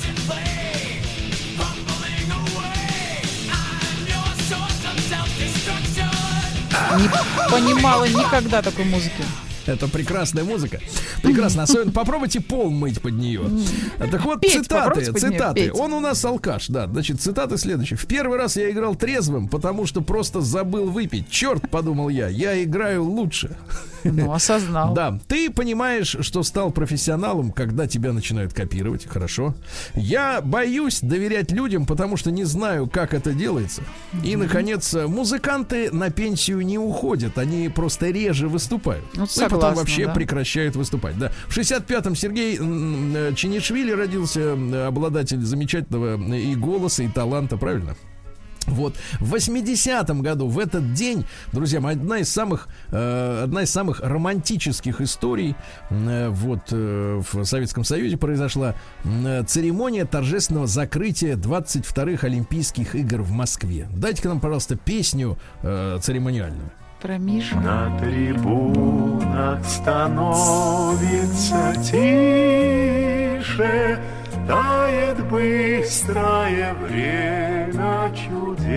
Не понимала никогда такой музыки. Это прекрасная музыка. Прекрасно. Особенно попробуйте пол мыть под нее. Так вот, петь, цитаты, цитаты. Он у нас алкаш, да. Значит, цитаты следующие. В первый раз я играл трезвым, потому что просто забыл выпить. Черт, подумал я, я играю лучше. Ну, осознал. Да, ты понимаешь, что стал профессионалом, когда тебя начинают копировать. Хорошо. Я боюсь доверять людям, потому что не знаю, как это делается. И, наконец, музыканты на пенсию не уходят. Они просто реже выступают. Ну, согласна, потом вообще да. прекращают выступать. Да. В шестьдесят пятом Сергей Чинишвили родился, обладатель замечательного и голоса, и таланта, правильно? Вот. В восьмидесятом году, в этот день, друзья мои, одна из самых, э, одна из самых романтических историй э, вот, э, в Советском Союзе произошла э, церемония торжественного закрытия двадцать вторых Олимпийских игр в Москве. Дайте-ка нам, пожалуйста, песню э, церемониальную. Про Мишу. На трибунах становится тише, тает быстрое время чудес.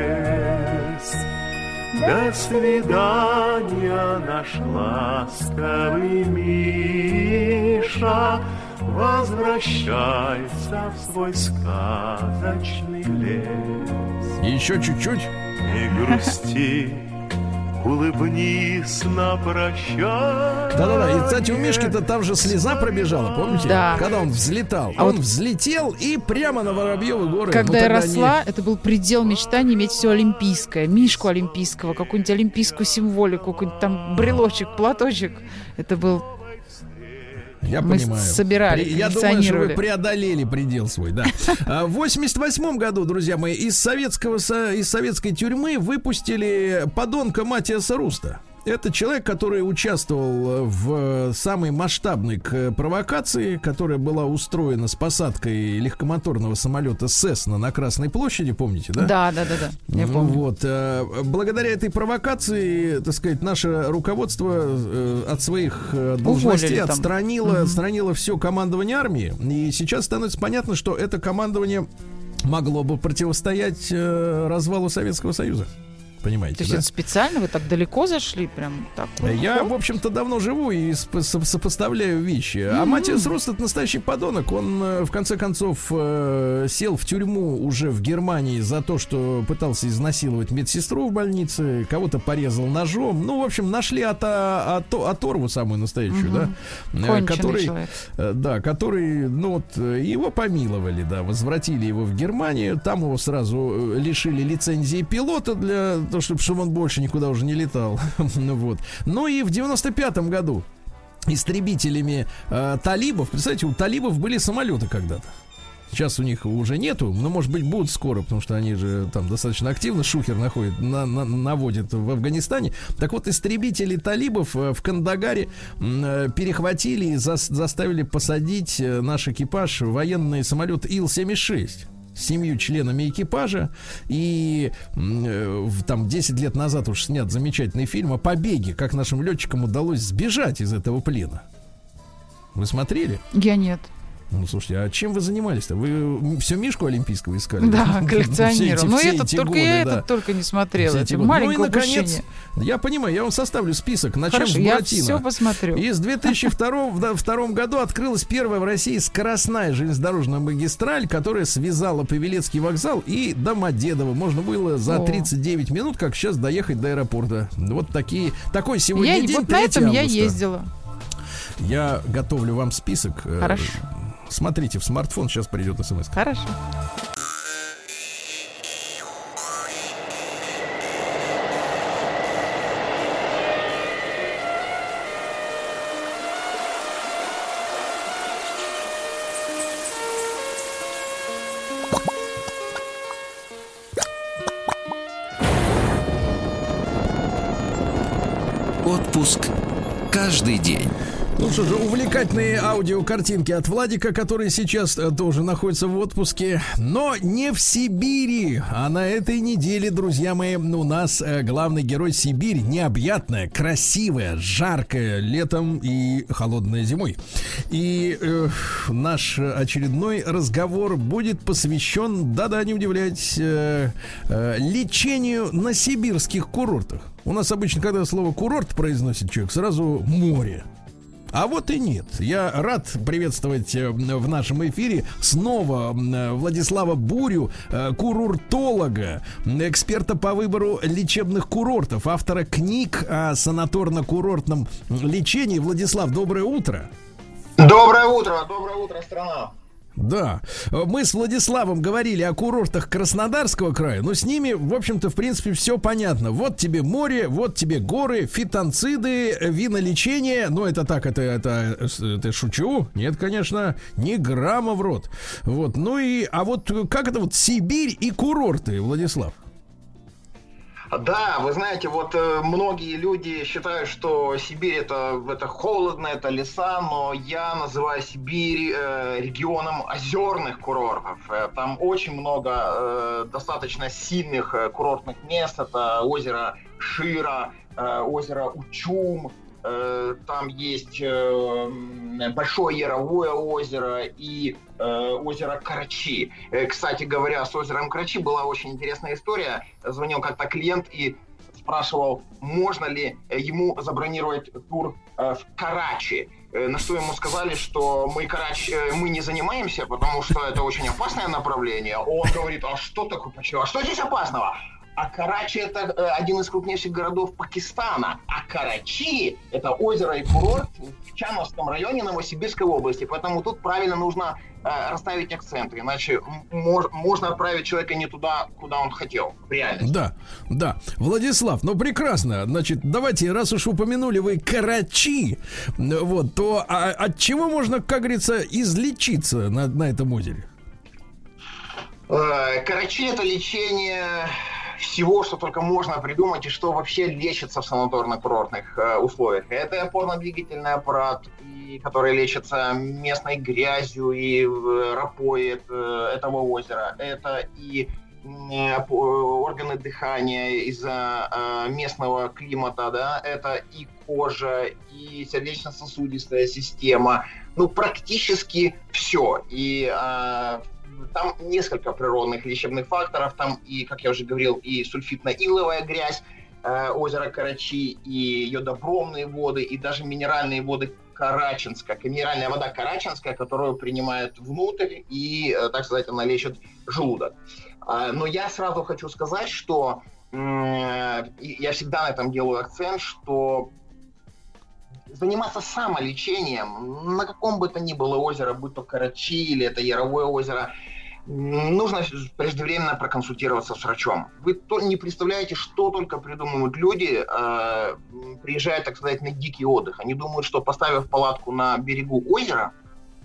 До свидания, наш ласковый Миша, возвращается в свой сказочный лес. Еще чуть-чуть. Не грусти, улыбнись на прощание. Да-да-да, и, кстати, у Мишки-то там же слеза пробежала, помните? Да. Когда он взлетал. А он вот взлетел и прямо на Воробьевы горы. Когда ну, я росла, не... это был предел мечтаний иметь все олимпийское. Мишку олимпийского, какую-нибудь олимпийскую символику, какой-нибудь там брелочек, платочек. Это был... Я Мы понимаю. собирали, При, я думаю, что вы преодолели предел свой, да. В восемьдесят восьмом году, друзья мои, из советского из советской тюрьмы выпустили подонка Матиаса Руста. Это человек, который участвовал в самой масштабной провокации, которая была устроена с посадкой легкомоторного самолета Сесна на Красной площади, помните, да? Да, да, да, да. Я помню. Вот. Благодаря этой провокации, так сказать, наше руководство от своих должностей Уволили отстранило, там. отстранило все командование армии. И сейчас становится понятно, что это командование могло бы противостоять развалу Советского Союза. Понимаете, То есть да? это специально? Вы так далеко зашли? Прям так? Я, в общем-то, давно живу и сопоставляю вещи. Mm-hmm. А Матиас Руст — это настоящий подонок. Он, в конце концов, сел в тюрьму уже в Германии за то, что пытался изнасиловать медсестру в больнице, кого-то порезал ножом. Ну, в общем, нашли от, от, оторву самую настоящую, mm-hmm. да? Конченый который, человек. Да, который, ну вот, его помиловали, да, возвратили его в Германию. Там его сразу лишили лицензии пилота для то, чтобы, чтобы он больше никуда уже не летал. Вот. Ну и в девяносто пятом году истребителями э, талибов, представляете, у талибов были самолеты когда-то. Сейчас у них уже нету, но, может быть, будут скоро, потому что они же там достаточно активно шухер находят, на, на, наводят в Афганистане. Так вот, истребители талибов в Кандагаре перехватили и за, заставили посадить наш экипаж в военный самолет Ил семьдесят шесть. С семью членами экипажа. И э, там десять лет назад уж снят замечательный фильм о побеге, как нашим летчикам удалось сбежать из этого плена. Вы смотрели? Я нет. Ну, слушайте, а чем вы занимались-то? Вы все Мишку Олимпийского искали? Да, коллекционером. Но этот только годы, я да. этот только не смотрел. Это маленькое ну и, наконец, я понимаю, я вам составлю список. Начнем Хорошо, с Буратино. Я все посмотрю. И в две тысячи втором году открылась первая в России скоростная железнодорожная магистраль, которая связала Павелецкий вокзал и Домодедово. Можно было за тридцать девять минут, как сейчас, доехать до аэропорта. Вот такие, такой сегодня я, день, вот на этом августа. Я ездила. Я готовлю вам список. Хорошо. Смотрите в смартфон, сейчас придет смс. Хорошо. Отпуск каждый день. Ну что же, увлекательные аудиокартинки от Владика, который сейчас тоже находится в отпуске, но не в Сибири, а на этой неделе, друзья мои, у нас главный герой Сибирь, необъятная, красивая, жаркая летом и холодная зимой. И э, наш очередной разговор будет посвящен, да-да, не удивляйтесь, э, э, лечению на сибирских курортах. У нас обычно, когда слово «курорт» произносит человек, сразу море. А вот и нет. Я рад приветствовать в нашем эфире снова Владислава Бурю, курортолога, эксперта по выбору лечебных курортов, автора книг о санаторно-курортном лечении. Владислав, доброе утро. Доброе утро, доброе утро, страна. Да, мы с Владиславом говорили о курортах Краснодарского края, но с ними, в общем-то, в принципе, все понятно. Вот тебе море, вот тебе горы, фитонциды, винолечение. Ну, это так, это, это, это шучу. Нет, конечно, ни грамма в рот. Вот, ну и, а вот как это вот Сибирь и курорты, Владислав? Да, вы знаете, вот э, многие люди считают, что Сибирь это, это холодно, это леса, но я называю Сибирь э, регионом озерных курортов. Э, там очень много э, достаточно сильных э, курортных мест. Это озеро Шира, э, озеро Учум. Там есть Большое Яровое озеро и озеро Карачи. Кстати говоря, с озером Карачи была очень интересная история. Звонил как-то клиент и спрашивал, можно ли ему забронировать тур в Карачи. На что ему сказали, что мы Карач мы не занимаемся, потому что это очень опасное направление. Он говорит, а что такое, почему? А что здесь опасного? А Карачи это один из крупнейших городов Пакистана. А Карачи это озеро и курорт в Чановском районе Новосибирской области. Поэтому тут правильно нужно э, расставить акценты. Иначе мож, можно отправить человека не туда, куда он хотел. В реальности. Да, да. Владислав, ну прекрасно. Значит, давайте, раз уж упомянули вы Карачи, вот, то а, от чего можно, как говорится, излечиться на, на этом озере? Э, Карачи это лечение всего, что только можно придумать и что вообще лечится в санаторно-курортных э, условиях. Это опорно-двигательный аппарат, и, который лечится местной грязью и э, ропой э, этого озера. Это и э, органы дыхания из-за э, местного климата, да, это и кожа, и сердечно-сосудистая система. Ну, практически все. И э, там несколько природных лечебных факторов. Там и, как я уже говорил, и сульфитно-иловая грязь э, озера Карачи, и йодопромные воды, и даже минеральные воды Карачинска. Минеральная вода Карачинская, которую принимают внутрь, и, э, так сказать, она лечит желудок. Э, но я сразу хочу сказать, что э, я всегда на этом делаю акцент, что заниматься самолечением на каком бы то ни было озеро, будь то Карачи или это Яровое озеро, нужно преждевременно проконсультироваться с врачом. Вы то не представляете, что только придумывают люди, э, приезжая, так сказать, на дикий отдых. Они думают, что поставив палатку на берегу озера,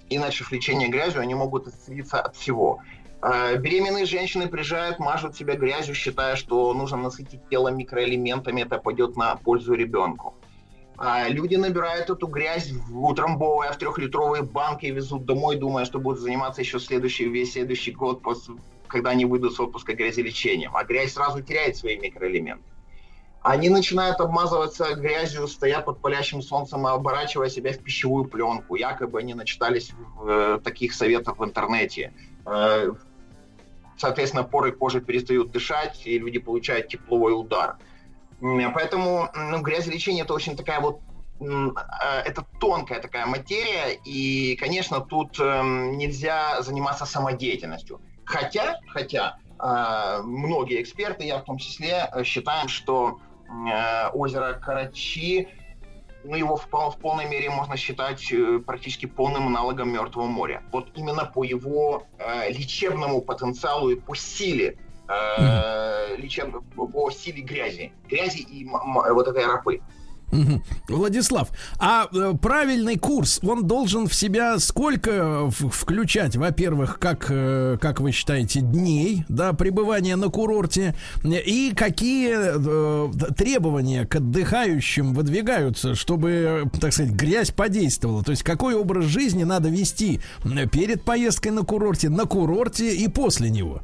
и начав лечение грязью, они могут исцелиться от всего. Беременные женщины приезжают, мажут себя грязью, считая, что нужно насытить тело микроэлементами, это пойдет на пользу ребенку. Люди набирают эту грязь утрамбовывая в трехлитровые банки и везут домой, думая, что будут заниматься еще следующий, весь следующий год, после, когда они выйдут с отпуска грязелечением. А грязь сразу теряет свои микроэлементы. Они начинают обмазываться грязью, стоят под палящим солнцем, оборачивая себя в пищевую пленку. Якобы они начитались в, таких советов в интернете. Соответственно, поры кожи перестают дышать, и люди получают тепловой удар. Поэтому ну, грязелечение – это очень такая вот, это тонкая такая материя, и, конечно, тут нельзя заниматься самодеятельностью. Хотя, хотя многие эксперты, я в том числе, считаем, что озеро Карачи, ну, его в, в полной мере можно считать практически полным аналогом Мертвого моря. Вот именно по его э, лечебному потенциалу и по силе, э, лечеб... по силе грязи, грязи и м- м- вот этой ропы. Угу. Владислав, а э, правильный курс, он должен в себя сколько в- включать, во-первых, как, э, как вы считаете, дней, да, пребывания на курорте, и какие э, требования к отдыхающим выдвигаются, чтобы, так сказать, грязь подействовала, то есть какой образ жизни надо вести перед поездкой на курорте, на курорте и после него?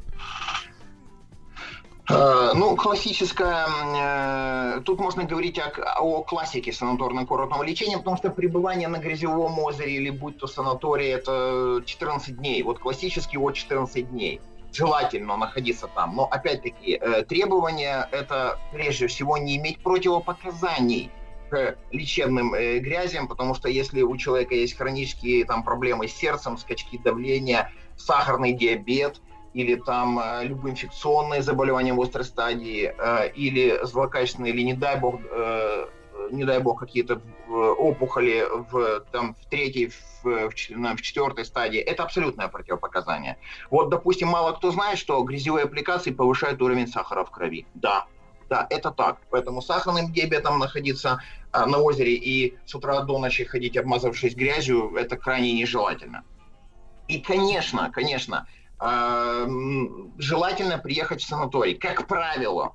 Ну, классическая, э, тут можно говорить о, о классике санаторно-курортного лечения, потому что пребывание на грязевом озере или будь то санаторий, это четырнадцать дней. Вот классически от четырнадцать дней. Желательно находиться там. Но, опять-таки, э, требования это, прежде всего, не иметь противопоказаний к лечебным э, грязям, потому что если у человека есть хронические там, проблемы с сердцем, скачки давления, сахарный диабет, или там э, любые инфекционные заболевания в острой стадии, э, или злокачественные, или не дай бог, э, не дай бог какие-то э, опухоли в, там, в третьей, в, в, в четвертой стадии, это абсолютное противопоказание. Вот, допустим, мало кто знает, что грязевые аппликации повышают уровень сахара в крови. Да, да, это так. Поэтому сахарным диабетом находиться э, на озере и с утра до ночи ходить, обмазавшись грязью, это крайне нежелательно. И, конечно, конечно, желательно приехать в санаторий. Как правило,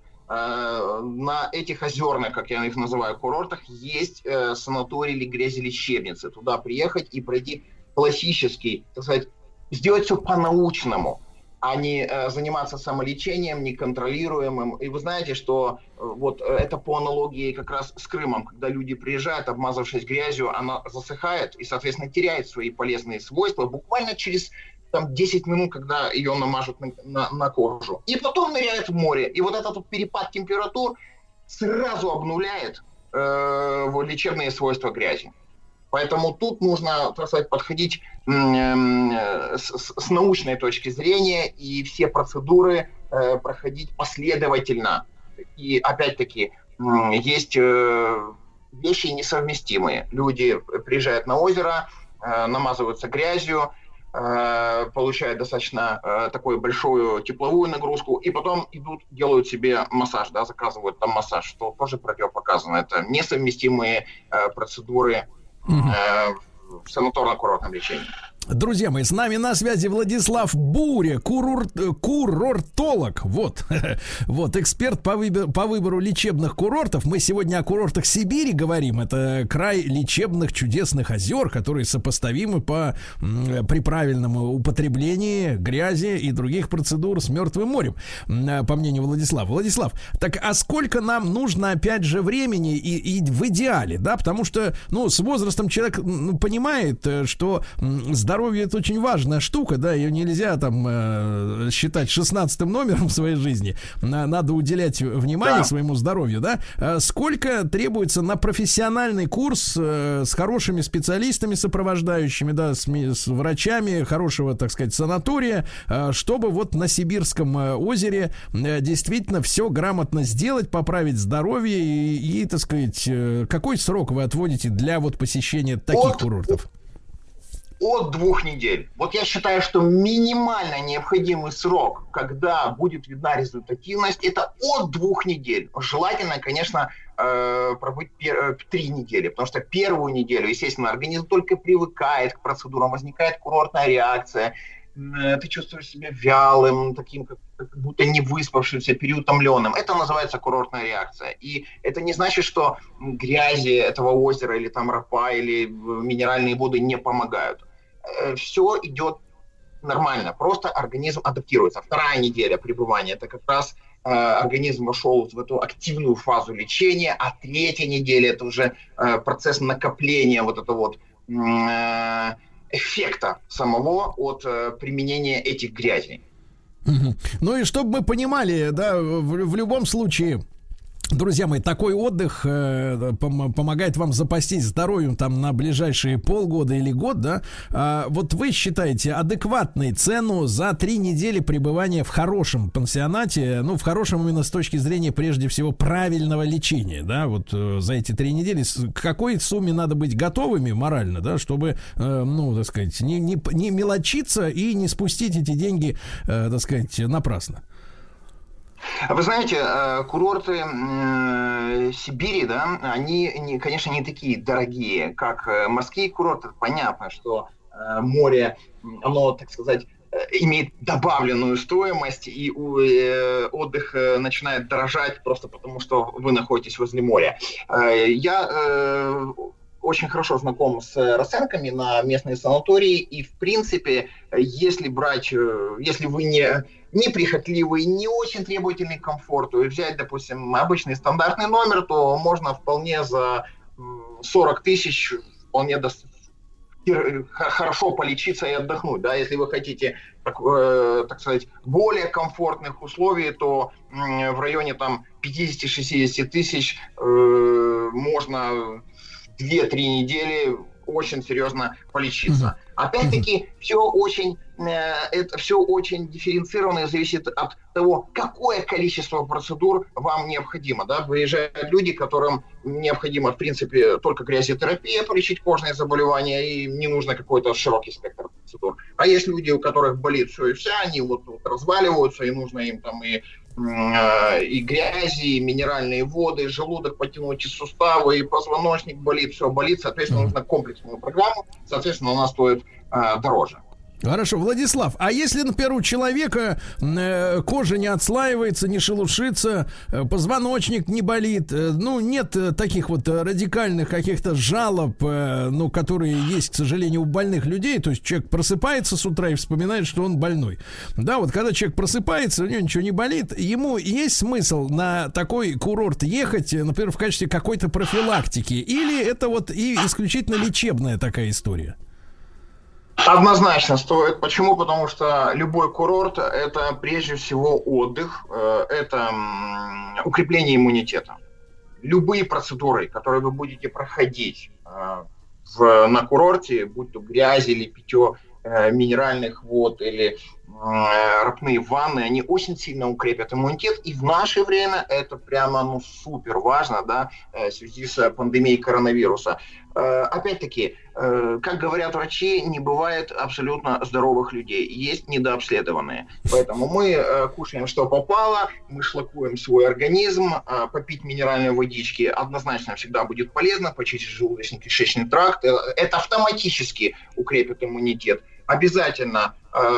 на этих озерных, как я их называю, курортах, есть санатории или грязелечебницы. Туда приехать и пройти классический, так сказать, сделать все по-научному, а не заниматься самолечением, неконтролируемым. И вы знаете, что вот это по аналогии как раз с Крымом, когда люди приезжают, обмазавшись грязью, она засыхает и, соответственно, теряет свои полезные свойства буквально через там десять минут, когда ее намажут на, на, на кожу. И потом ныряет в море. И вот этот вот перепад температур сразу обнуляет э, лечебные свойства грязи. Поэтому тут нужно, так сказать, подходить э, э, с, с научной точки зрения и все процедуры э, проходить последовательно. И опять-таки э, есть э, вещи несовместимые. Люди приезжают на озеро, э, намазываются грязью, получают достаточно э, такую большую тепловую нагрузку, и потом идут, делают себе массаж, да, заказывают там массаж, что тоже противопоказано. Это несовместимые э, процедуры э, в санаторно-курортном лечении. Друзья мои, с нами на связи Владислав Буря, курорт, курортолог. Вот, вот эксперт по выбору, по выбору лечебных курортов. Мы сегодня о курортах Сибири говорим. Это край лечебных чудесных озер, которые сопоставимы по, при правильном употреблении грязи и других процедур с Мертвым морем, по мнению Владислава. Владислав, так а сколько нам нужно, опять же, времени и, и в идеале, да? Потому что, ну, с возрастом человек ну, понимает, что здоровье — это очень важная штука, да, ее нельзя там э, считать шестнадцатым номером в своей жизни. Надо уделять внимание да. своему здоровью, да. А сколько требуется на профессиональный курс э, с хорошими специалистами, сопровождающими, да, с, с врачами хорошего, так сказать, санатория, э, чтобы вот на Сибирском э, озере э, действительно все грамотно сделать, поправить здоровье и, и так сказать, э, какой срок вы отводите для вот посещения таких от, курортов? от двух недель. Вот я считаю, что минимально необходимый срок, когда будет видна результативность, это от двух недель. Желательно, конечно, пробыть три недели, потому что первую неделю, естественно, организм только привыкает к процедурам, возникает курортная реакция, ты чувствуешь себя вялым, таким, как, как будто не выспавшимся, переутомленным. Это называется курортная реакция. И это не значит, что грязи этого озера или там ропа или минеральные воды не помогают. Все идет нормально, просто организм адаптируется. Вторая неделя пребывания – это как раз э, организм вошел в эту активную фазу лечения, а третья неделя – это уже э, процесс накопления вот этого вот э, эффекта самого от э, применения этих грязей. Ну и чтобы мы понимали, да, в, в любом случае, друзья мои, такой отдых э, пом- помогает вам запастись здоровьем там на ближайшие полгода или год, да? А, вот вы считаете адекватной цену за три недели пребывания в хорошем пансионате, ну, в хорошем именно с точки зрения, прежде всего, правильного лечения, да? Вот э, за эти три недели к какой сумме надо быть готовыми морально, да, чтобы, э, ну, так сказать, не, не, не мелочиться и не спустить эти деньги, э, так сказать, напрасно? Вы знаете, курорты Сибири, да, они, конечно, не такие дорогие, как морские курорты. Понятно, что море, оно, так сказать, имеет добавленную стоимость, и отдых начинает дорожать просто потому, что вы находитесь возле моря. Я очень хорошо знаком с расценками на местные санатории, и, в принципе, если брать, если вы не, не прихотливый, не очень требовательный к комфорту, и взять, допустим, обычный стандартный номер, то можно вполне за сорок тысяч вполне до... хорошо полечиться и отдохнуть. Да? Если вы хотите, так, э, так сказать, более комфортных условий, то э, в районе там пятьдесят-шестьдесят тысяч э, можно две-три недели очень серьезно полечиться. Опять-таки, все очень, э, это все очень дифференцировано и зависит от того, какое количество процедур вам необходимо. Да? Выезжают люди, которым необходимо, в принципе, только грязетерапия, полечить кожные заболевания, и не нужно какой-то широкий спектр процедур. А есть люди, у которых болит все и вся, они вот, вот разваливаются, и нужно им там и и грязи, и минеральные воды, и желудок потянуть, и суставы, и позвоночник болит, все болит, соответственно, нужно комплексную программу, соответственно, она стоит э, дороже. Хорошо, Владислав, а если, например, у человека э, кожа не отслаивается, не шелушится, э, позвоночник не болит, э, ну, нет э, таких вот радикальных каких-то жалоб, э, ну, которые есть, к сожалению, у больных людей, то есть человек просыпается с утра и вспоминает, что он больной. Да, вот когда человек просыпается, у него ничего не болит, ему есть смысл на такой курорт ехать, например, в качестве какой-то профилактики, или это вот и исключительно лечебная такая история? Однозначно стоит. Почему? Потому что любой курорт – это прежде всего отдых, это укрепление иммунитета. Любые процедуры, которые вы будете проходить в, на курорте, будь то грязь или питье минеральных вод или ропные ванны, они очень сильно укрепят иммунитет, и в наше время это прямо ну, супер важно, да, в связи с пандемией коронавируса. Опять-таки, как говорят врачи, не бывает абсолютно здоровых людей, есть недообследованные. Поэтому мы кушаем, что попало, мы шлакуем свой организм, попить минеральной водички однозначно всегда будет полезно, почистить желудочно-кишечный тракт, это автоматически укрепит иммунитет. Обязательно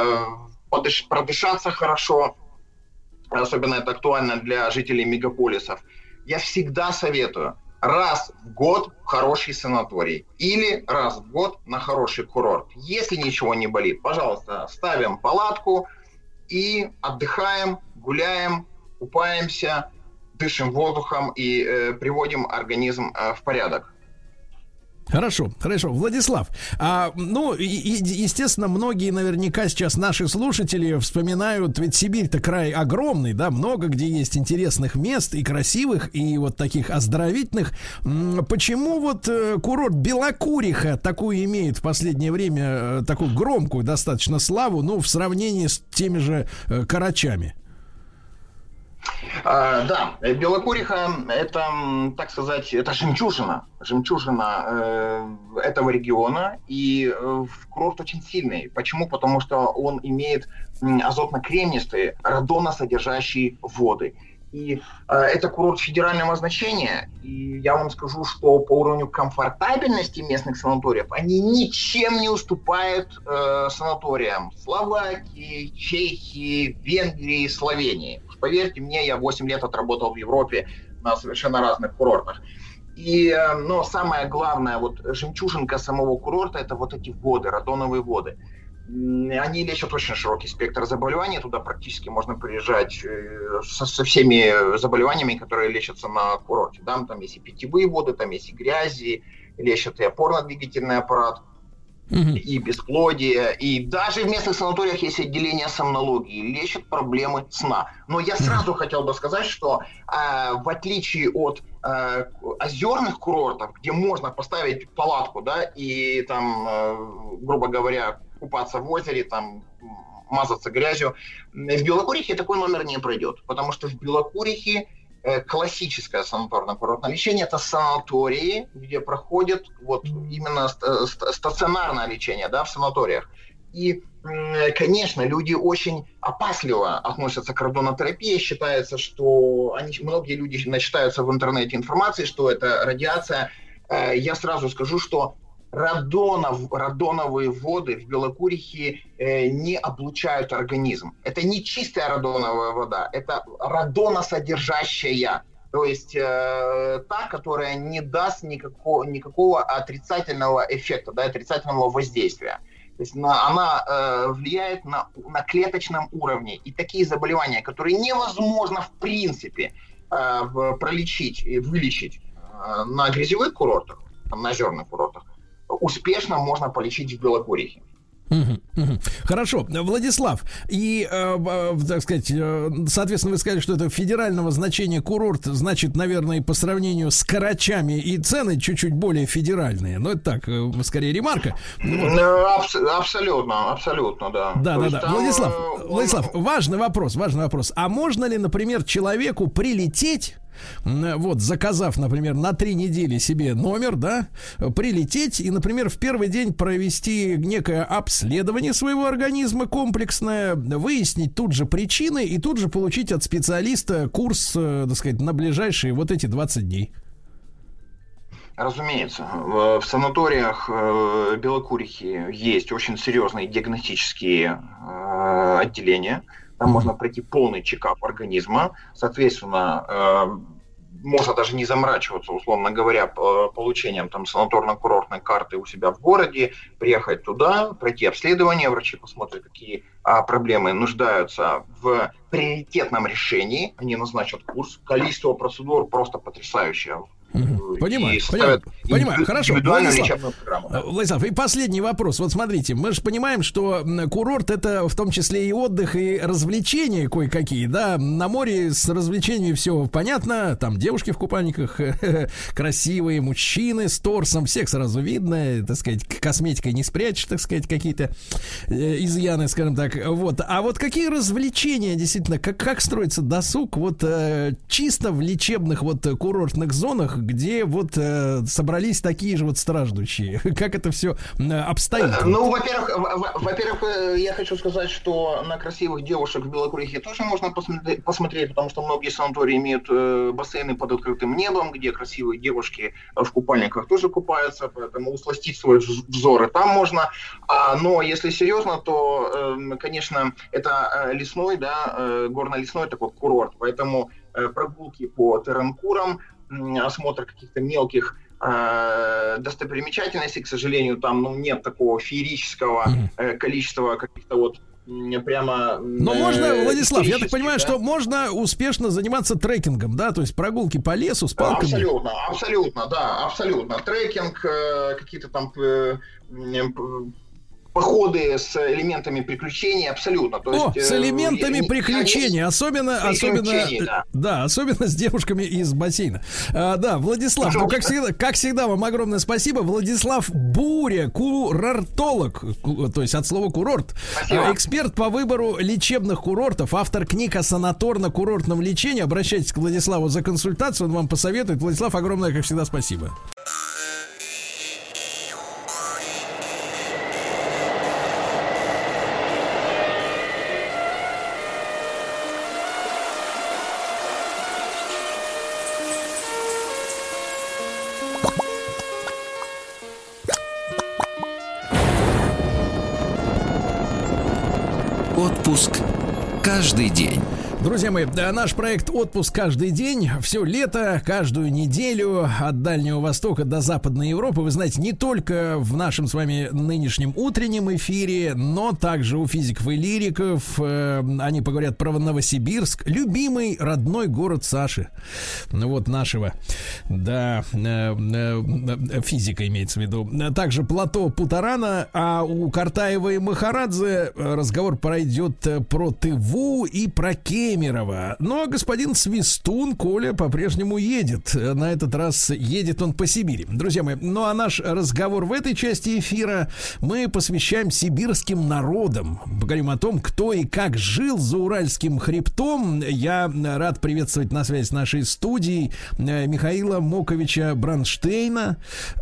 подыш, продышаться хорошо, особенно это актуально для жителей мегаполисов. Я всегда советую раз в год в хороший санаторий или раз в год на хороший курорт. Если ничего не болит, пожалуйста, ставим палатку и отдыхаем, гуляем, купаемся, дышим воздухом и э, приводим организм э, в порядок. Хорошо, хорошо. Владислав, а, ну, и, и, естественно, многие наверняка сейчас наши слушатели вспоминают, ведь Сибирь-то край огромный, да, много где есть интересных мест и красивых, и вот таких оздоровительных. Почему вот э, курорт Белокуриха такую имеет в последнее время, э, такую громкую достаточно славу, ну, в сравнении с теми же э, Карачами? А, да, Белокуриха – это, так сказать, это жемчужина, жемчужина э, этого региона, и э, курорт очень сильный. Почему? Потому что он имеет азотно-кремнистые, радоносодержащие воды. И э, это курорт федерального значения, и я вам скажу, что по уровню комфортабельности местных санаториев они ничем не уступают э, санаториям Словакии, Чехии, Венгрии, Словении. Поверьте мне, я восемь лет отработал в Европе на совершенно разных курортах. И, но самое главное, вот жемчужинка самого курорта – это вот эти воды, радоновые воды. Они лечат очень широкий спектр заболеваний. Туда практически можно приезжать со, со всеми заболеваниями, которые лечатся на курорте. Да? Там есть и питьевые воды, там есть и грязи, лечат и опорно-двигательный аппарат, mm-hmm. и бесплодие. И даже в местных санаториях есть отделение сомнологии, лечат проблемы сна. Но я сразу mm-hmm. хотел бы сказать, что э, в отличие от э, озерных курортов, где можно поставить палатку, да, и там, э, грубо говоря, купаться в озере, там, мазаться грязью, в Белокурихе такой номер не пройдет, потому что в Белокурихе э, классическое санаторно-курортное лечение – это санатории, где проходит вот именно ст- ст- стационарное лечение, да, в санаториях. И, э, конечно, люди очень опасливо относятся к радонотерапии. Считается, что они, многие люди начитаются в интернете информации, что это радиация. Э, я сразу скажу, что Радонов, радоновые воды в Белокурихе э, не облучают организм. Это не чистая радоновая вода, это радоносодержащая. То есть э, та, которая не даст никакого, никакого отрицательного эффекта, да, отрицательного воздействия. То есть на, она э, влияет на, на клеточном уровне. И такие заболевания, которые невозможно в принципе э, пролечить и вылечить э, на грязевых курортах, там, на озерных курортах, успешно можно полечить в Белокурихе. Хорошо, Владислав, и, э, так сказать, э, соответственно, вы сказали, что это федерального значения курорт, значит, наверное, по сравнению с Карачами и цены чуть-чуть более федеральные, но это так, э, скорее ремарка. Вот. Абс- абсолютно, абсолютно, да. Да, То да, да. там, Владислав, он... Владислав, важный вопрос, важный вопрос. А можно ли, например, человеку прилететь, вот, заказав, например, на три недели себе номер, да, прилететь и, например, в первый день провести некое обследование своего организма комплексное, выяснить тут же причины и тут же получить от специалиста курс, так сказать, на ближайшие вот эти двадцать дней? Разумеется. В санаториях Белокурихи есть очень серьезные диагностические отделения. Там можно пройти полный чекап организма. Соответственно, э, можно даже не заморачиваться, условно говоря, получением там санаторно-курортной карты у себя в городе, приехать туда, пройти обследование, врачи посмотрят, какие а, проблемы нуждаются в приоритетном решении, они назначат курс. Количество процедур просто потрясающее. Понимаю, понимаю, понимаю. Хорошо, Владислав, Владислав, и последний вопрос. Вот смотрите, мы же понимаем, что курорт — это в том числе и отдых, и развлечения кое-какие, да, на море с развлечениями все понятно, там девушки в купальниках, красивые мужчины с торсом, всех сразу видно, так сказать, косметикой не спрячешь, так сказать, какие-то изъяны, скажем так, вот. А вот какие развлечения, действительно, как, как строится досуг вот чисто в лечебных вот курортных зонах, где вот э, собрались такие же вот страждущие? Как это все э, обстоит? Ну, во-первых, во-первых, я хочу сказать, что на красивых девушек в Белокурихе тоже можно посмотреть, посмотреть, потому что многие санатории имеют э, бассейны под открытым небом, где красивые девушки в купальниках тоже купаются, поэтому усластить свой взор и там можно. А, но если серьезно, то, э, конечно, это лесной, да, э, горно-лесной такой курорт, поэтому э, прогулки по терренкурам, осмотр каких-то мелких э, достопримечательностей, к сожалению, там ну, нет такого феерического э, количества каких-то вот прямо... Но э, можно, Владислав, я так понимаю, да? Что можно успешно заниматься трекингом, да, то есть прогулки по лесу с палками. Абсолютно, абсолютно, да, абсолютно. Трекинг, э, какие-то там... Э, походы с элементами приключений абсолютно. То О, есть, с элементами э, приключений, я, особенно, приключений, особенно, да. да, особенно с девушками из бассейна. А, да, Владислав, ну, как всегда, как всегда, вам огромное спасибо. Владислав Буря, курортолог, то есть от слова курорт, спасибо. Эксперт по выбору лечебных курортов, автор книг о санаторно-курортном лечении. Обращайтесь к Владиславу за консультацию, он вам посоветует. Владислав, огромное, как всегда, спасибо. Отпуск каждый день. Друзья мои, наш проект «Отпуск каждый день». Все лето, каждую неделю от Дальнего Востока до Западной Европы. Вы знаете, не только в нашем с вами нынешнем утреннем эфире, но также у физиков и лириков. Э, они поговорят про Новосибирск, любимый родной город Саши. Ну вот нашего, да, э, э, физика имеется в виду. Также плато Путарана, а у Картаева и Махарадзе разговор пройдет про Тыву и про Кемерово. Но господин Свистун, Коля, по-прежнему едет. На этот раз едет он по Сибири. Друзья мои, ну а наш разговор в этой части эфира мы посвящаем сибирским народам. Поговорим о том, кто и как жил за Уральским хребтом. Я рад приветствовать на связи с нашей студией Михаила Моковича Бранштейна,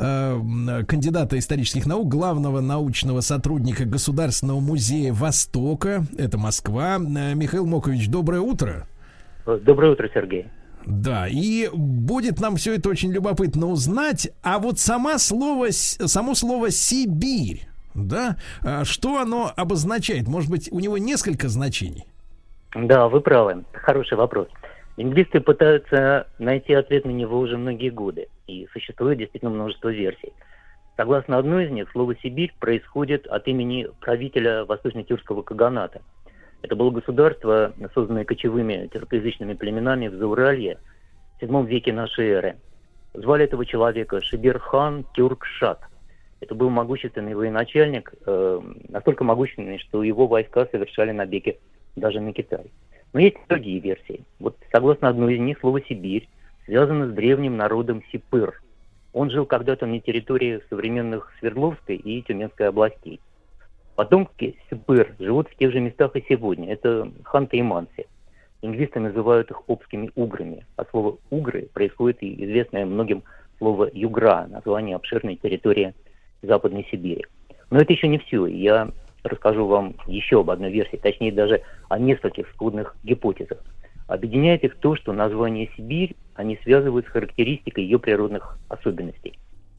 кандидата исторических наук, главного научного сотрудника Государственного музея Востока. Это Москва. Михаил Мокович, доброе утро. Доброе утро, Сергей. Да, и будет нам все это очень любопытно узнать. А вот сама слово, само слово «Сибирь», да, что оно обозначает? Может быть, у него несколько значений? Да, вы правы. Хороший вопрос. Лингвисты пытаются найти ответ на него уже многие годы. И существует действительно множество версий. Согласно одной из них, слово «Сибирь» происходит от имени правителя восточно-тюркского каганата. Это было государство, созданное кочевыми тюркоязычными племенами в Зауралье в седьмом веке нашей эры. Звали этого человека Шибир-хан Тюрк-Шат. Это был могущественный военачальник, э, настолько могущественный, что его войска совершали набеги даже на Китай. Но есть другие версии. Вот согласно одной из них, слово «Сибирь» связано с древним народом Сипыр. Он жил когда-то на территории современных Свердловской и Тюменской областей. Потомки Сипыр живут в тех же местах и сегодня. Это Ханты и Манси. Лингвисты называют их обскими уграми. А слово «угры» происходит и известное многим слово «югра», название обширной территории Западной Сибири. Но это еще не все. Я расскажу вам еще об одной версии, точнее даже о нескольких сходных гипотезах. Объединяет их то, что название «Сибирь» они связывают с характеристикой ее природных особенностей.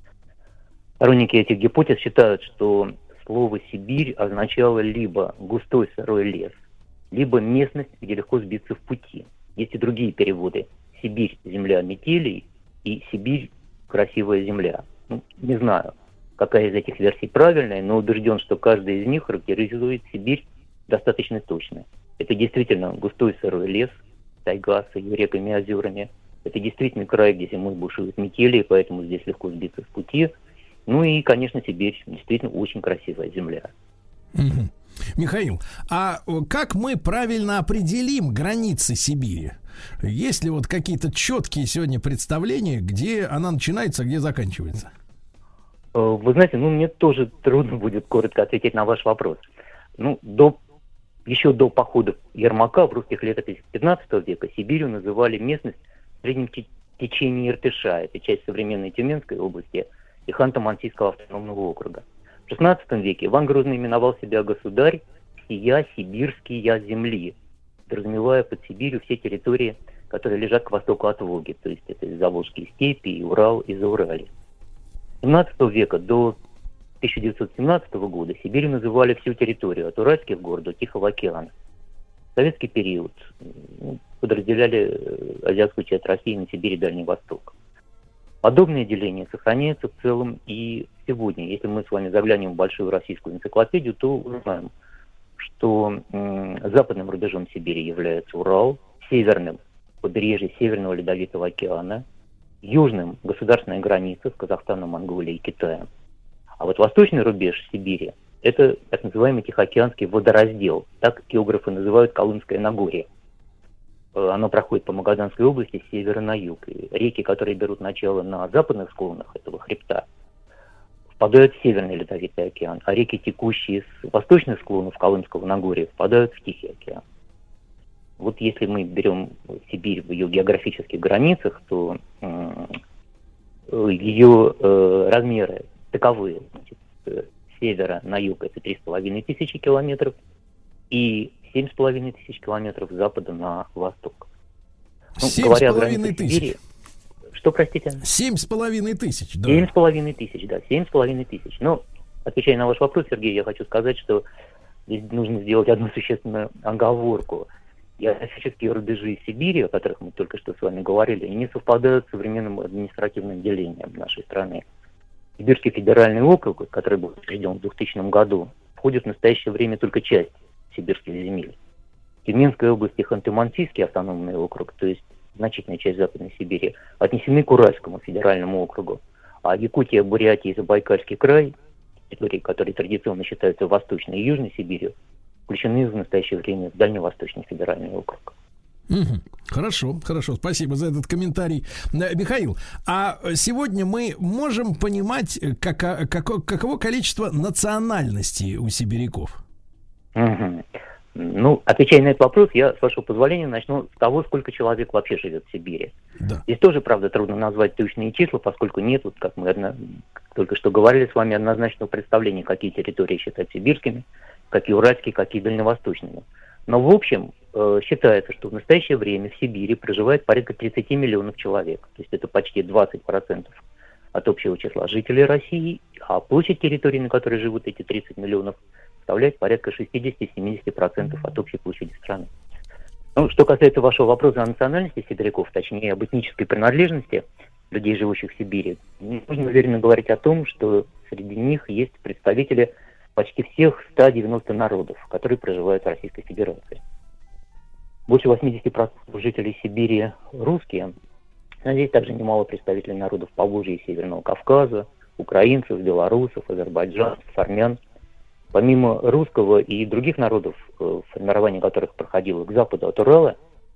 Сторонники этих гипотез считают, что слово «Сибирь» означало либо густой сырой лес, либо местность, где легко сбиться в пути. Есть и другие переводы. Сибирь – земля метелей, и Сибирь – красивая земля. Ну, не знаю, какая из этих версий правильная, но убежден, что каждая из них характеризует Сибирь достаточно точно. Это действительно густой сырой лес, тайга с ее реками и озерами. Это действительно край, где зимой бушуют метели, поэтому здесь легко сбиться с пути. Ну и, конечно, Сибирь действительно очень красивая земля. Угу. Михаил, а как мы правильно определим границы Сибири? Есть ли вот какие-то четкие сегодня представления, где она начинается, где заканчивается? Вы знаете, ну мне тоже трудно будет коротко ответить на ваш вопрос. Ну, до, еще до похода Ермака в русских летописях пятнадцатого века Сибирью называли местность в среднем течении Иртыша, это часть современной Тюменской области, и Ханты-Мансийского автономного округа. В шестнадцатом веке Иван Грозный именовал себя государь «Сия сибирские земли», подразумевая под Сибирью все территории, которые лежат к востоку от Волги, то есть это Заволжские степи, и Урал, и Зауралье. С семнадцатого века до тысяча девятьсот семнадцатого года Сибирью называли всю территорию от Уральских гор до Тихого океана. В советский период ну, подразделяли азиатскую часть России на Сибирь и Дальний Восток. Подобное деление сохраняется в целом и сегодня. Если мы с вами заглянем в большую российскую энциклопедию, то узнаем, что м, западным рубежом Сибири является Урал, северным побережье Северного Ледовитого океана, южным государственная граница с Казахстаном, Монголией и Китаем. А вот восточный рубеж Сибири Это так называемый Тихоокеанский водораздел. Так географы называют Колымское Нагорье. Оно проходит по Магаданской области с севера на юг. И реки, которые берут начало на западных склонах этого хребта, впадают в Северный Ледовитый океан, а реки, текущие с восточных склонов Колымского Нагорья, впадают в Тихий океан. Вот если мы берем Сибирь в ее географических границах, то э, ее э, размеры таковы. Значит, с севера на юг это три с половиной тысячи километров и семь с половиной тысяч километров с запада на восток. Ну, семь с половиной тысяч. Сибири, что, простите? Семь с половиной тысяч, да. Семь с половиной тысяч, да, семь с половиной тысяч. Но, отвечая на ваш вопрос, Сергей, я хочу сказать, что здесь нужно сделать одну существенную оговорку. Географические рубежи Сибири, о которых мы только что с вами говорили, не совпадают с современным административным делением нашей страны. Сибирский федеральный округ, который был учрежден в двухтысячном году, входит в настоящее время только часть сибирских земель. Тюменская область и Ханты-Мансийский автономный округ, то есть значительная часть Западной Сибири, отнесены к Уральскому федеральному округу. А Якутия, Бурятия и Забайкальский край, территории, которые традиционно считаются Восточной и Южной Сибирью, включены в настоящее время в Дальневосточный федеральный округ. Угу. Хорошо, хорошо, спасибо за этот комментарий. Михаил, а сегодня мы можем понимать, как, как, каково количество национальностей у сибиряков? Угу. Ну, отвечая на этот вопрос, я, с вашего позволения, начну с того, сколько человек вообще живет в Сибири. Да. Здесь тоже, правда, трудно назвать точные числа, поскольку нет, вот, как мы одно, только что говорили с вами, однозначного представления, какие территории считать сибирскими, какие уральские, какие дальневосточными. Но, в общем, э, считается, что в настоящее время в Сибири проживает порядка тридцать миллионов человек. То есть это почти двадцать процентов от общего числа жителей России, а площадь территории, на которой живут эти тридцать миллионов, составляет порядка шестьдесят-семьдесят процентов от общей площади страны. Ну, что касается вашего вопроса о национальности сибиряков, точнее об этнической принадлежности людей, живущих в Сибири, можно уверенно говорить о том, что среди них есть представители почти всех ста девяноста народов, которые проживают в Российской Федерации. Больше восемьдесят процентов жителей Сибири русские, но здесь также немало представителей народов Поволжья и Северного Кавказа, украинцев, белорусов, азербайджанцев, армян. Помимо русского и других народов, формирование которых проходило к западу от Урала,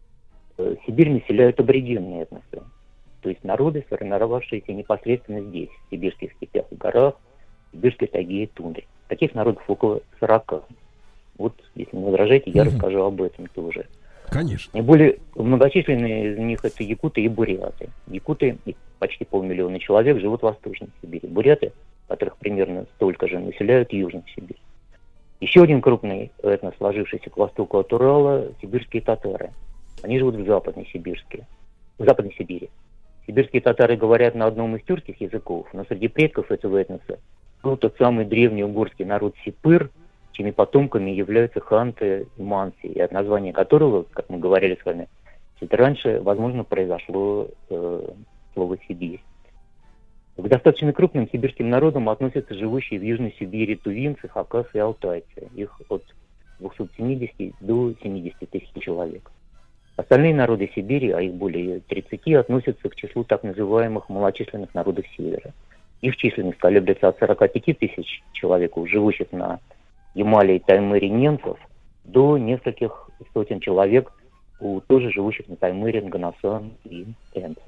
Сибирь населяют аборигенные этносы, то есть народы, сформировавшиеся непосредственно здесь, в сибирских степях и горах, в сибирской тайге и тундре. Таких народов около сорока. Вот, если не возражаете, я угу. расскажу об этом тоже. Конечно. Наиболее многочисленные из них это якуты и буряты. Якуты, почти полмиллиона человек, живут в Восточной Сибири. Буряты, которых примерно столько же, населяют Южную Сибирь. Еще один крупный этнос, сложившийся к востоку от Урала, сибирские татары. Они живут в Западной Сибирской, в Западной Сибири. Сибирские татары говорят на одном из тюркских языков, но среди предков этого этноса был тот самый древний угорский народ Сипыр, чьими потомками являются ханты и манси, и от названия которого, как мы говорили с вами, чуть раньше, возможно, произошло э, слово «Сибирь». К достаточно крупным сибирским народам относятся живущие в Южной Сибири тувинцы, хакасы и алтайцы. Их от двухсот семидесяти до семидесяти тысяч человек. Остальные народы Сибири, а их более тридцати, относятся к числу так называемых малочисленных народов Севера. Их численность колеблется от сорока пяти тысяч человек, живущих на Ямале и Таймыре немцев, до нескольких сотен человек у тоже живущих на Таймыре, Нганасан и Энцев.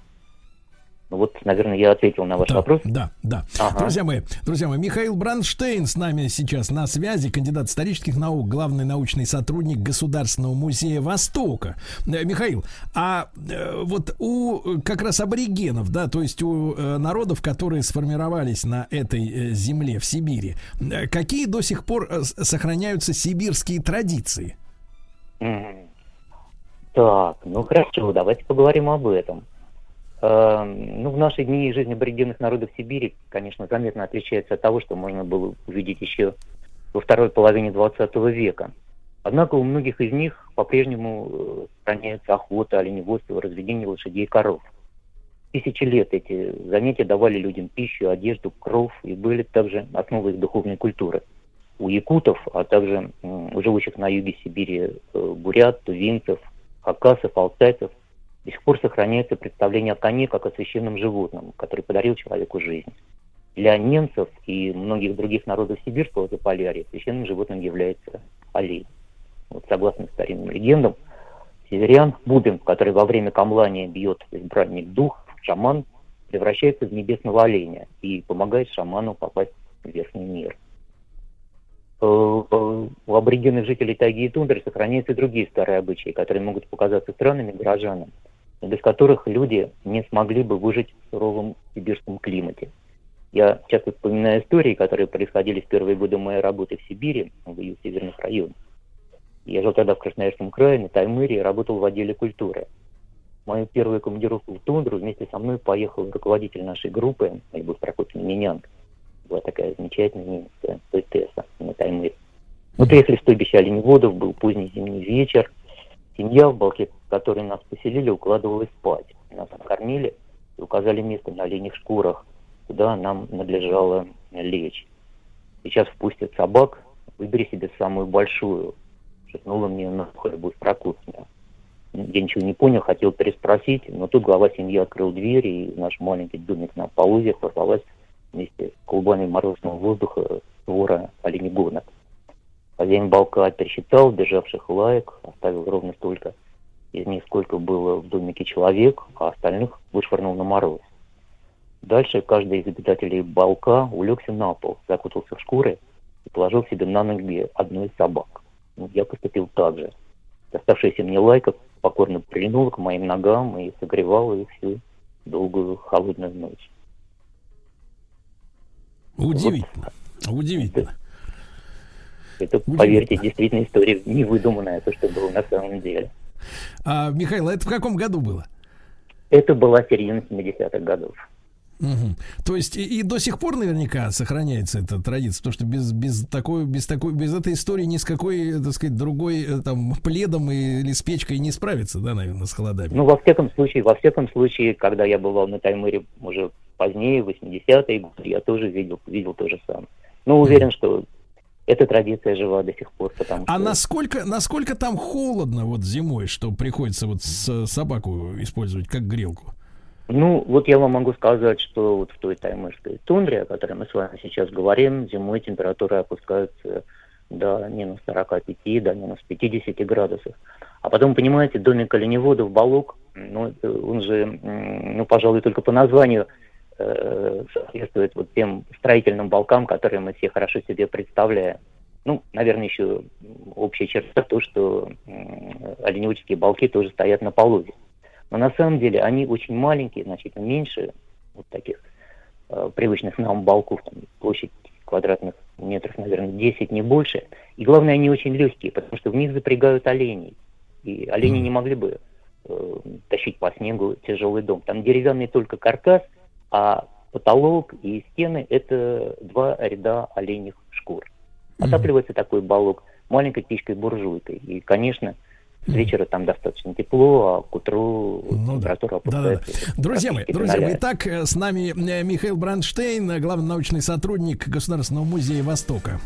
Ну вот, наверное, я ответил на ваш да, вопрос. Да, да. Ага. Друзья мои, друзья мои, Михаил Бранштейн с нами сейчас на связи, кандидат исторических наук, главный научный сотрудник Государственного музея Востока. Михаил, а вот у как раз аборигенов, да, то есть у народов, которые сформировались на этой земле в Сибири, какие до сих пор сохраняются сибирские традиции? Mm. Так, ну хорошо, давайте поговорим об этом. Ну, в наши дни жизнь аборигенных народов Сибири, конечно, заметно отличается от того, что можно было увидеть еще во второй половине двадцатого века. Однако у многих из них по-прежнему сохраняется охота, оленеводство, разведение лошадей и коров. Тысячи лет эти занятия давали людям пищу, одежду, кров и были также основой их духовной культуры. У якутов, а также у живущих на юге Сибири бурят, тувинцев, хакасов, алтайцев, до сих пор сохраняется представление о коне как о священном животном, который подарил человеку жизнь. для немцев и многих других народов сибирского Заполярья священным животным является олень. Вот согласно старинным легендам, северян бубен, который во время камлания бьет избранник дух, шаман, превращается в небесного оленя и помогает шаману попасть в верхний мир. У аборигенных жителей тайги и тундры сохраняются и другие старые обычаи, которые могут показаться странными горожанам, но без которых люди не смогли бы выжить в суровом сибирском климате. Я часто вспоминаю истории, которые происходили в первые годы моей работы в Сибири, в ее северных районах. Я жил тогда в Красноярском крае, на Таймыре, и работал в отделе культуры. В мою первую командировку в тундру вместе со мной поехал руководитель нашей группы, Любовь Прокопьевна Минянка. Была такая замечательная немецкая поэтесса на Таймыре. Мы приехали в стойбище оленеводов, был поздний зимний вечер. Семья, в балке, в которой нас поселили, укладывалась спать. Нас накормили и указали место на оленьих шкурах, куда нам надлежало лечь. Сейчас впустят собак, выбери себе самую большую, шепнула мне на ухо Любовь Прокопьевна. Я ничего не понял, хотел переспросить, но тут глава семьи открыл дверь, и наш маленький домик на полозьях ворвалась вместе с клубами морозного воздуха свора оленегонок. Хозяин балка пересчитал бежавших лаек, оставил ровно столько из них, сколько было в домике человек, а остальных вышвырнул на мороз. Дальше каждый из обитателей балка улегся на пол, закутался в шкуры и положил себе на ноги одну из собак. Я поступил так же. Оставшаяся мне лайка покорно прильнула к моим ногам и согревала их всю долгую холодную ночь. Удивительно. Вот. Удивительно. Это, это поверьте, действительно история невыдуманная, то, что было на самом деле. А, Михаил, а это в каком году было? Это была середина семидесятых годов. Угу. То есть и, и до сих пор наверняка сохраняется эта традиция, потому что без, без такой, без такой, без этой истории ни с какой, так сказать, другой там пледом или с печкой не справится, да, наверное, с холодами. Ну, во всяком случае, во всяком случае, когда я бывал на Таймыре уже позднее, в восьмидесятые годы, я тоже видел, видел то же самое. Но уверен, что эта традиция жива до сих пор, потому а что... насколько, насколько там холодно вот зимой, что приходится вот с, собаку использовать как грелку? Ну, вот я вам могу сказать, что вот в той таймырской тундре, о которой мы с вами сейчас говорим, зимой температуры опускаются до минус сорока пяти, до минус пятидесяти градусов. А потом, понимаете, домик оленеводов, балок, ну, он же, ну, пожалуй, только по названию э, соответствует вот тем строительным балкам, которые мы все хорошо себе представляем. Ну, наверное, еще общая черта то, что э, оленеводческие балки тоже стоят на полозе. Но на самом деле они очень маленькие, значительно меньше вот таких э, привычных нам балков, там, площадь квадратных метров, наверное, десять, не больше. И главное, они очень легкие, потому что в них запрягают оленей. И олени не могли бы э, тащить по снегу тяжелый дом. Там деревянный только каркас, а потолок и стены — это два ряда оленьих шкур. Отапливается такой балок маленькой печкой-буржуйкой. И, конечно, с вечера там достаточно тепло, а к утру ну, температура да. опускается. Да, да. Друзья мои, друзья мои, итак, с нами Михаил Бранштейн, главный научный сотрудник Государственного музея Востока.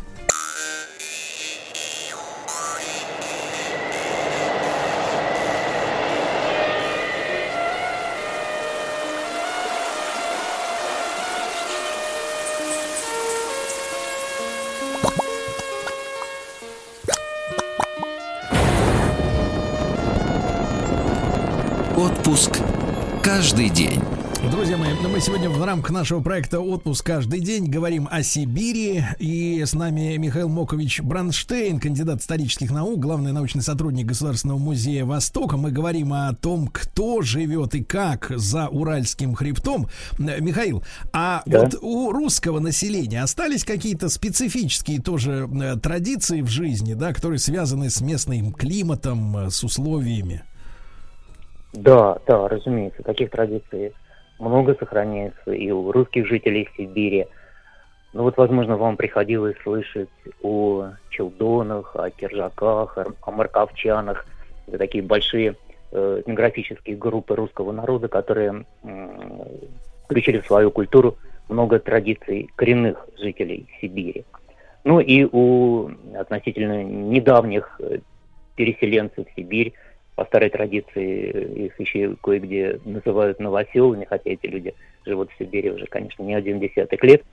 Отпуск каждый день. Друзья мои, мы сегодня в рамках нашего проекта «Отпуск каждый день» говорим о Сибири. И с нами Михаил Мокович Бранштейн, кандидат исторических наук, главный научный сотрудник Государственного музея Востока. Мы говорим о том, кто живет и как за Уральским хребтом. Михаил, а да. вот у русского населения остались какие-то специфические тоже традиции в жизни, да, которые связаны с местным климатом, с условиями? Да, да, разумеется, таких традиций много сохраняется и у русских жителей Сибири. Ну вот, возможно, вам приходилось слышать о челдонах, о киржаках, о марковчанах. Это такие большие э, этнографические группы русского народа, которые э, включили в свою культуру много традиций коренных жителей Сибири. Ну и у относительно недавних переселенцев в Сибирь, по старой традиции, их еще кое-где называют новоселами, хотя эти люди живут в Сибири уже, конечно, не один десяток лет.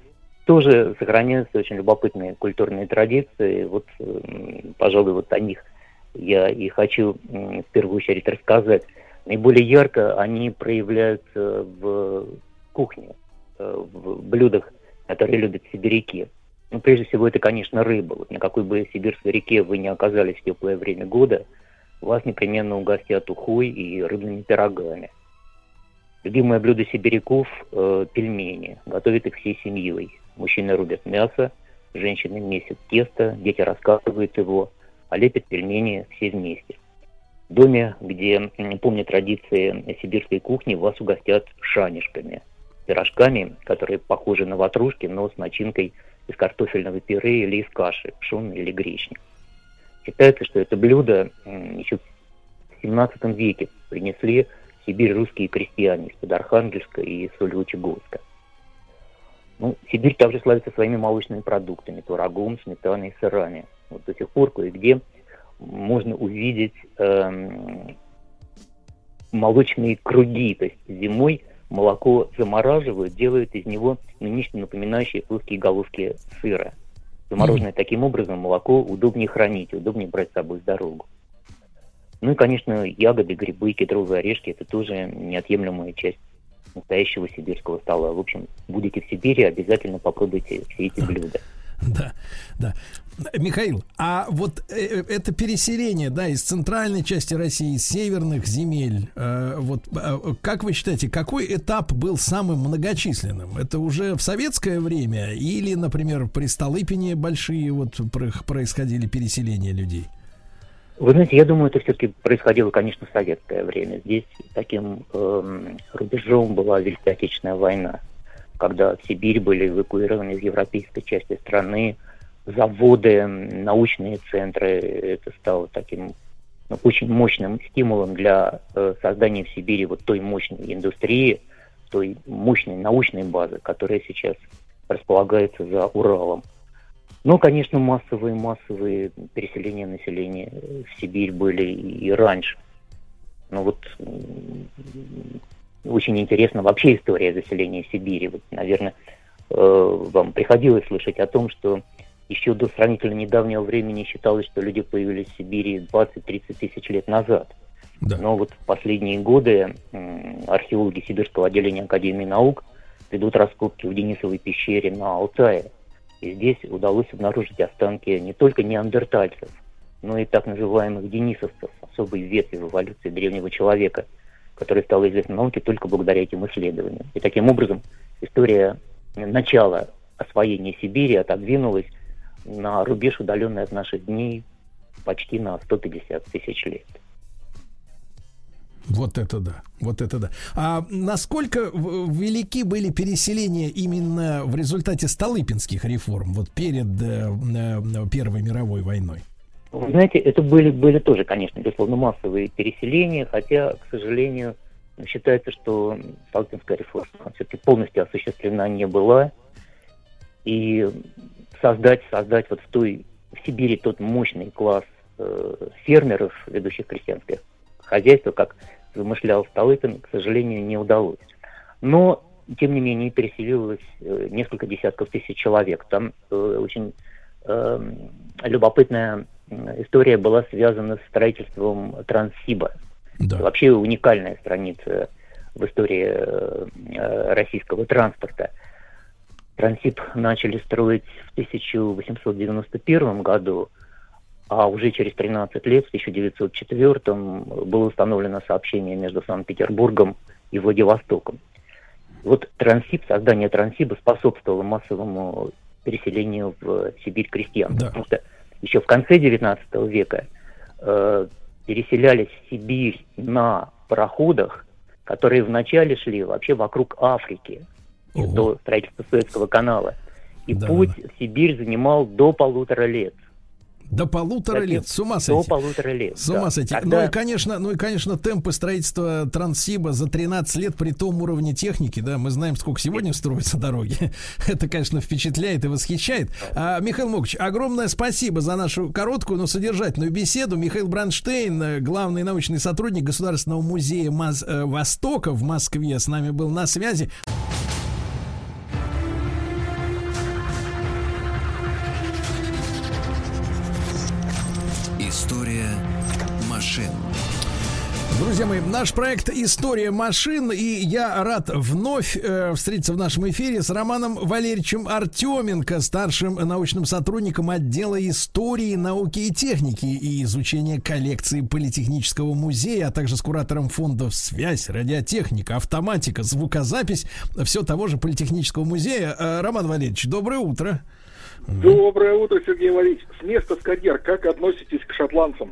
тоже сохраняются очень любопытные культурные традиции. Вот, пожалуй, вот о них я и хочу в первую очередь рассказать. Наиболее ярко они проявляются в кухне, в блюдах, которые любят сибиряки. Ну, прежде всего, это, конечно, рыба. Вот на какой бы сибирской реке вы ни оказались в теплое время года, вас непременно угостят ухой и рыбными пирогами. Любимое блюдо сибиряков э, – пельмени. Готовят их всей семьей. Мужчины рубят мясо, женщины месят тесто, дети раскатывают его, а лепят пельмени все вместе. В доме, где помнят традиции сибирской кухни, вас угостят шанишками, пирожками, которые похожи на ватрушки, но с начинкой из картофельного пюре или из каши, пшенной или гречневой. Считается, что это блюдо еще в семнадцатом веке принесли в Сибирь русские крестьяне из-под Архангельска и Сольвычегодска. Ну, Сибирь также славится своими молочными продуктами, творогом, сметаной и сырами. Вот до сих пор кое-где можно увидеть эм, молочные круги, то есть зимой молоко замораживают, делают из него нечто напоминающее плоские головки сыра. Замороженное mm-hmm. таким образом молоко удобнее хранить, удобнее брать с собой в дорогу. Ну и, конечно, ягоды, грибы, кедровые орешки – это тоже неотъемлемая часть настоящего сибирского стола. В общем, будете в Сибири, обязательно попробуйте все эти блюда. Да, да. Михаил, а вот э, это переселение, да, из центральной части России, из северных земель, э, вот э, как вы считаете, какой этап был самым многочисленным? Это уже в советское время или, например, при Столыпине большие вот происходили переселения людей? Вы знаете, я думаю, это все-таки происходило, конечно, в советское время. Здесь таким э, рубежом была Великая Отечественная война, когда в Сибирь были эвакуированы из европейской части страны заводы, научные центры. Это стало таким ну, очень мощным стимулом для э, создания в Сибири вот той мощной индустрии, той мощной научной базы, которая сейчас располагается за Уралом. Ну, конечно, массовые-массовые переселения населения в Сибирь были и раньше. Ну вот очень интересна вообще история заселения Сибири. Вот, наверное, вам приходилось слышать о том, что еще до сравнительно недавнего времени считалось, что люди появились в Сибири двадцать-тридцать тысяч лет назад. Да. Но вот в последние годы археологи Сибирского отделения Академии наук ведут раскопки в Денисовой пещере на Алтае. И здесь удалось обнаружить останки не только неандертальцев, но и так называемых денисовцев, особой ветви в эволюции древнего человека, которая стала известна науке только благодаря этим исследованиям. И таким образом история начала освоения Сибири отодвинулась на рубеж, удаленный от наших дней, почти на сто пятьдесят тысяч лет. Вот это да, вот это да. А насколько велики были переселения именно в результате столыпинских реформ, вот перед э, э, Первой мировой войной? Вы знаете, это были, были тоже, конечно, безусловно, массовые переселения, хотя, к сожалению, считается, что столыпинская реформа все-таки полностью осуществлена не была. И создать, создать вот в той, в Сибири тот мощный класс э, фермеров, ведущих крестьянское хозяйство, как замышлял Столыпин, к сожалению, не удалось. Но, тем не менее, переселилось э, несколько десятков тысяч человек. Там э, очень э, любопытная история была связана с строительством Транссиба. Да. Вообще уникальная страница в истории э, российского транспорта. Транссиб начали строить в тысяча восемьсот девяносто первом году, а уже через тринадцать лет, в тысяча девятьсот четвёртом, было установлено сообщение между Санкт-Петербургом и Владивостоком. Вот Транссиб, создание Транссиба способствовало массовому переселению в Сибирь крестьян. Да. Потому что еще в конце девятнадцатого века э, переселялись в Сибирь на пароходах, которые вначале шли вообще вокруг Африки, Ого. до строительства Суэцкого канала. И да, путь да. в Сибирь занимал до полутора лет. До полутора Таким, лет, с ума сойти. До полутора лет. С ума да. сойти. Тогда... Ну и, конечно, ну и, конечно, темпы строительства Транссиба за тринадцать лет при том уровне техники, да, мы знаем, сколько сегодня строятся дороги. Это, конечно, впечатляет и восхищает. А, Михаил Мокович, огромное спасибо за нашу короткую, но содержательную беседу. Михаил Бранштейн, главный научный сотрудник Государственного музея Маз... Востока в Москве, с нами был на связи. История машин. Друзья мои, наш проект «История машин», и я рад вновь э, встретиться в нашем эфире с Романом Валерьевичем Артеменко, старшим научным сотрудником отдела истории, науки и техники и изучения коллекции Политехнического музея, а также с куратором фондов «Связь», «Радиотехника», «Автоматика», «Звукозапись» все того же Политехнического музея. Э, Роман Валерьевич, доброе утро. Доброе утро, Сергей Валерьевич. С места в карьер, как относитесь к шотландцам?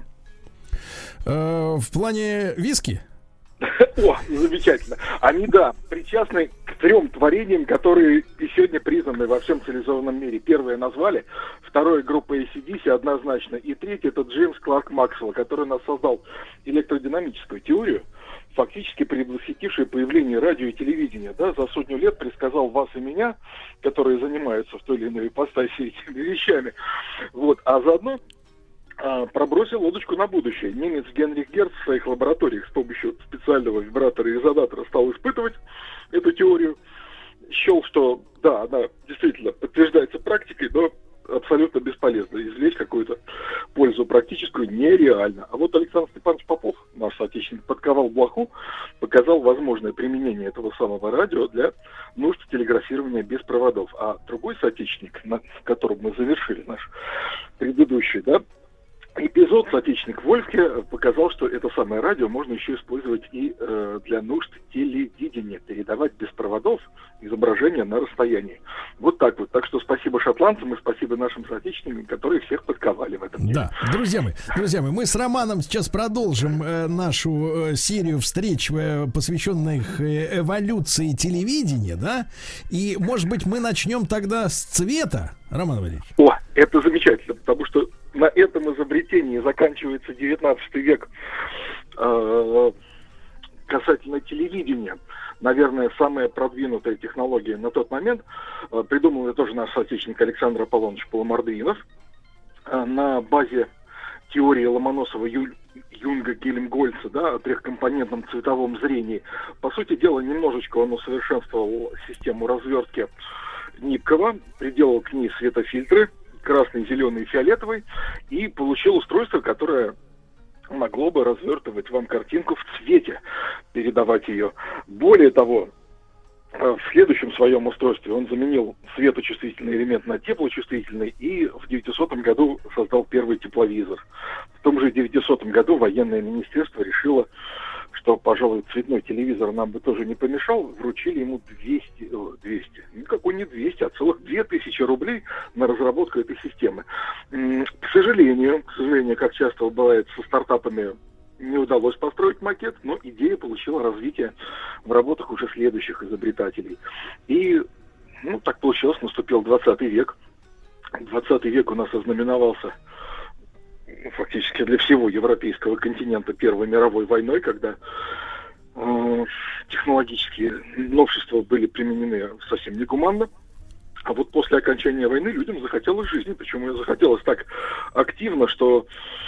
Э, в плане виски? О, замечательно. Они, да, причастны к трем творениям, которые и сегодня признаны во всем цивилизованном мире. Первое назвали, второе группа эй си ди си однозначно, и третье это Джеймс Кларк Максвелл, который у нас создал электродинамическую теорию, фактически предвосхитившее появление радио и телевидения, да, за сотню лет предсказал вас и меня, которые занимаются в той или иной ипостаси этими вещами, вот, а заодно а, пробросил лодочку на будущее. Немец Генрих Герц в своих лабораториях с помощью специального вибратора и изодатора стал испытывать эту теорию, счел, что, да, она действительно подтверждается практикой, но абсолютно бесполезно. Извлечь какую-то пользу практическую нереально. А вот Александр Степанович Попов, наш соотечественник, подковал блоху, показал возможное применение этого самого радио для нужд телеграфирования без проводов. А другой соотечественник, на котором мы завершили наш предыдущий, да, эпизод, соотечественник Вольфке, показал, что это самое радио можно еще использовать и э, для нужд телевидения, передавать без проводов изображения на расстоянии. Вот так вот. Так что спасибо шотландцам и спасибо нашим соотечественникам, которые всех подковали в этом деле. Да, друзья мои, друзья мои, мы с Романом сейчас продолжим э, нашу э, серию встреч, э, посвященных э, эволюции телевидения, да? И, может быть, мы начнем тогда с цвета, Роман Валерьевич? О, это замечательно, потому что на этом изобретении заканчивается девятнадцатый век э, касательно телевидения. Наверное, самая продвинутая технология на тот момент, э, придумал ее тоже наш соотечественник Александр Аполлоныч Поломардыинов, э, на базе теории Ломоносова, Юль, Юнга, Гельмгольца, да, о трехкомпонентном цветовом зрении. По сути дела, немножечко он усовершенствовал систему развертки Нипкова, приделал к ней светофильтры, красный, зеленый, фиолетовый, и получил устройство, которое могло бы развертывать вам картинку в цвете, передавать ее. Более того, в следующем своем устройстве он заменил светочувствительный элемент на теплочувствительный и в девятисотом году создал первый тепловизор. В том же девятисотом году военное министерство решило, что, пожалуй, цветной телевизор нам бы тоже не помешал, вручили ему двести, двести, никакой не двести, а целых две тысячи рублей на разработку этой системы. К сожалению, к сожалению, как часто бывает со стартапами, не удалось построить макет, но идея получила развитие в работах уже следующих изобретателей. И, ну, так получилось, наступил двадцатый век. двадцатый век у нас ознаменовался фактически для всего европейского континента Первой мировой войной, когда э, технологические новшества были применены совсем негуманно. А вот после окончания войны людям захотелось жизни, причем ее захотелось так активно, что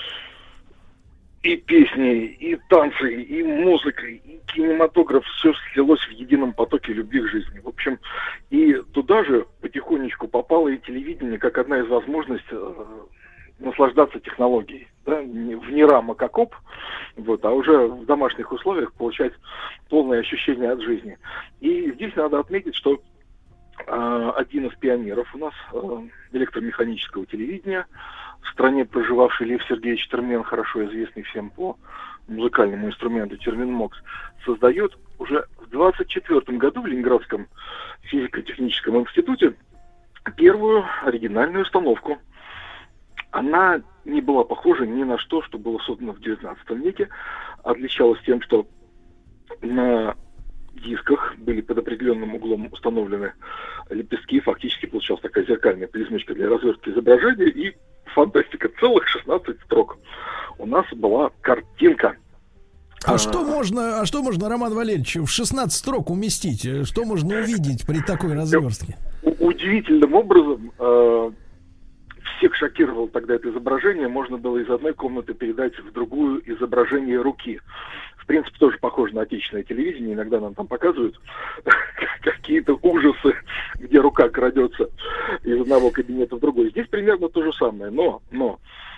и песни, и танцы, и музыка, и кинематограф, все слилось в едином потоке любви к жизни. В общем, и туда же потихонечку попало и телевидение как одна из возможностей э, наслаждаться технологией, да, в не рамококоп, вот, а уже в домашних условиях получать полное ощущение от жизни. И здесь надо отметить, что э, один из пионеров у нас э, электромеханического телевидения, в стране проживавший Лев Сергеевич Термен, хорошо известный всем по музыкальному инструменту Терминмокс, создает уже в двадцать четвёртом году в Ленинградском физико-техническом институте первую оригинальную установку. Она не была похожа ни на что, что было создано в девятнадцатом веке. Отличалась тем, что на дисках были под определенным углом установлены лепестки. Фактически получалась такая зеркальная призмочка для развертки изображения. И фантастика, целых шестнадцать строк. У нас была картинка. А, а что можно, а что можно, Роман Валерьевич, в шестнадцать строк уместить? Что можно увидеть при такой развертке? Удивительным образом э, всех шокировало тогда это изображение. Можно было из одной комнаты передать в другую изображение руки. В принципе, тоже похоже на отечественное телевидение. Иногда нам там показывают какие-то ужасы, где рука крадется из одного кабинета в другой. Здесь примерно то же самое. Но, но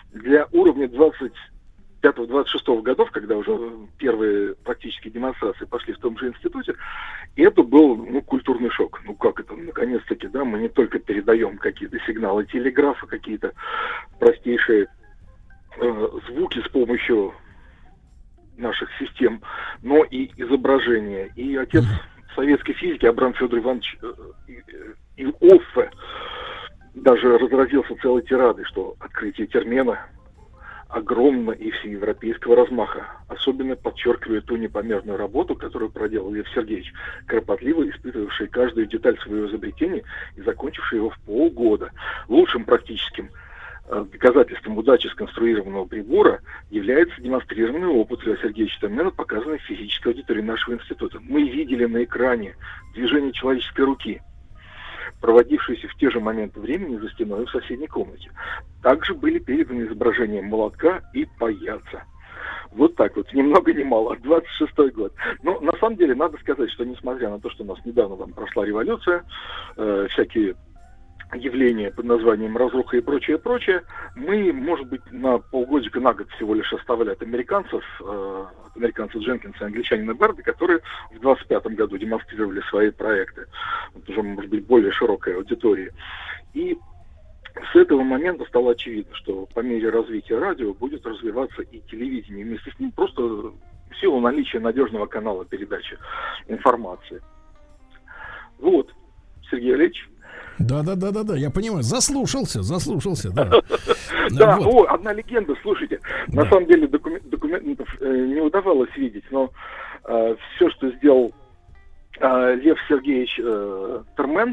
для уровня двадцать пятого двадцать шестого годов, когда уже первые практические демонстрации пошли в том же институте, это был, ну, культурный шок. Ну как это, наконец-таки, да, мы не только передаем какие-то сигналы телеграфа, какие-то простейшие э, звуки с помощью наших систем, но и изображения. И отец советской физики Абрам Федор Иванович Иоффе даже разразился целой тирадой, что открытие термена огромно и всеевропейского размаха, особенно подчеркивая ту непомерную работу, которую проделал Лев Сергеевич, кропотливо испытывавший каждую деталь своего изобретения и закончивший его в полгода. Лучшим практическим э, доказательством удачи сконструированного прибора является демонстрированный опыт Льва Сергеевича Термена, показанный в физической аудитории нашего института. Мы видели на экране движение человеческой руки, проводившиеся в те же моменты времени за стеной в соседней комнате. Также были переданы изображения молотка и паяца. Вот так вот, ни много ни мало, двадцать шестой год. Но на самом деле надо сказать, что несмотря на то, что у нас недавно там прошла революция, э, всякие явления под названием разруха и прочее, прочее, мы, может быть, на полгодика, на год всего лишь оставляли от американцев, э, от американцев Дженкинса и англичанина Берда, которые в двадцать пятом году демонстрировали свои проекты, вот уже, может быть, более широкой аудитории. И с этого момента стало очевидно, что по мере развития радио будет развиваться и телевидение вместе с ним, просто в силу наличия надежного канала передачи информации. Вот, Сергей Олегович. Да, да, да, да, да, я понимаю. Заслушался, заслушался, да. Да, о, одна легенда, слушайте. На самом деле документов не удавалось видеть, но все, что сделал Лев Сергеевич Термен,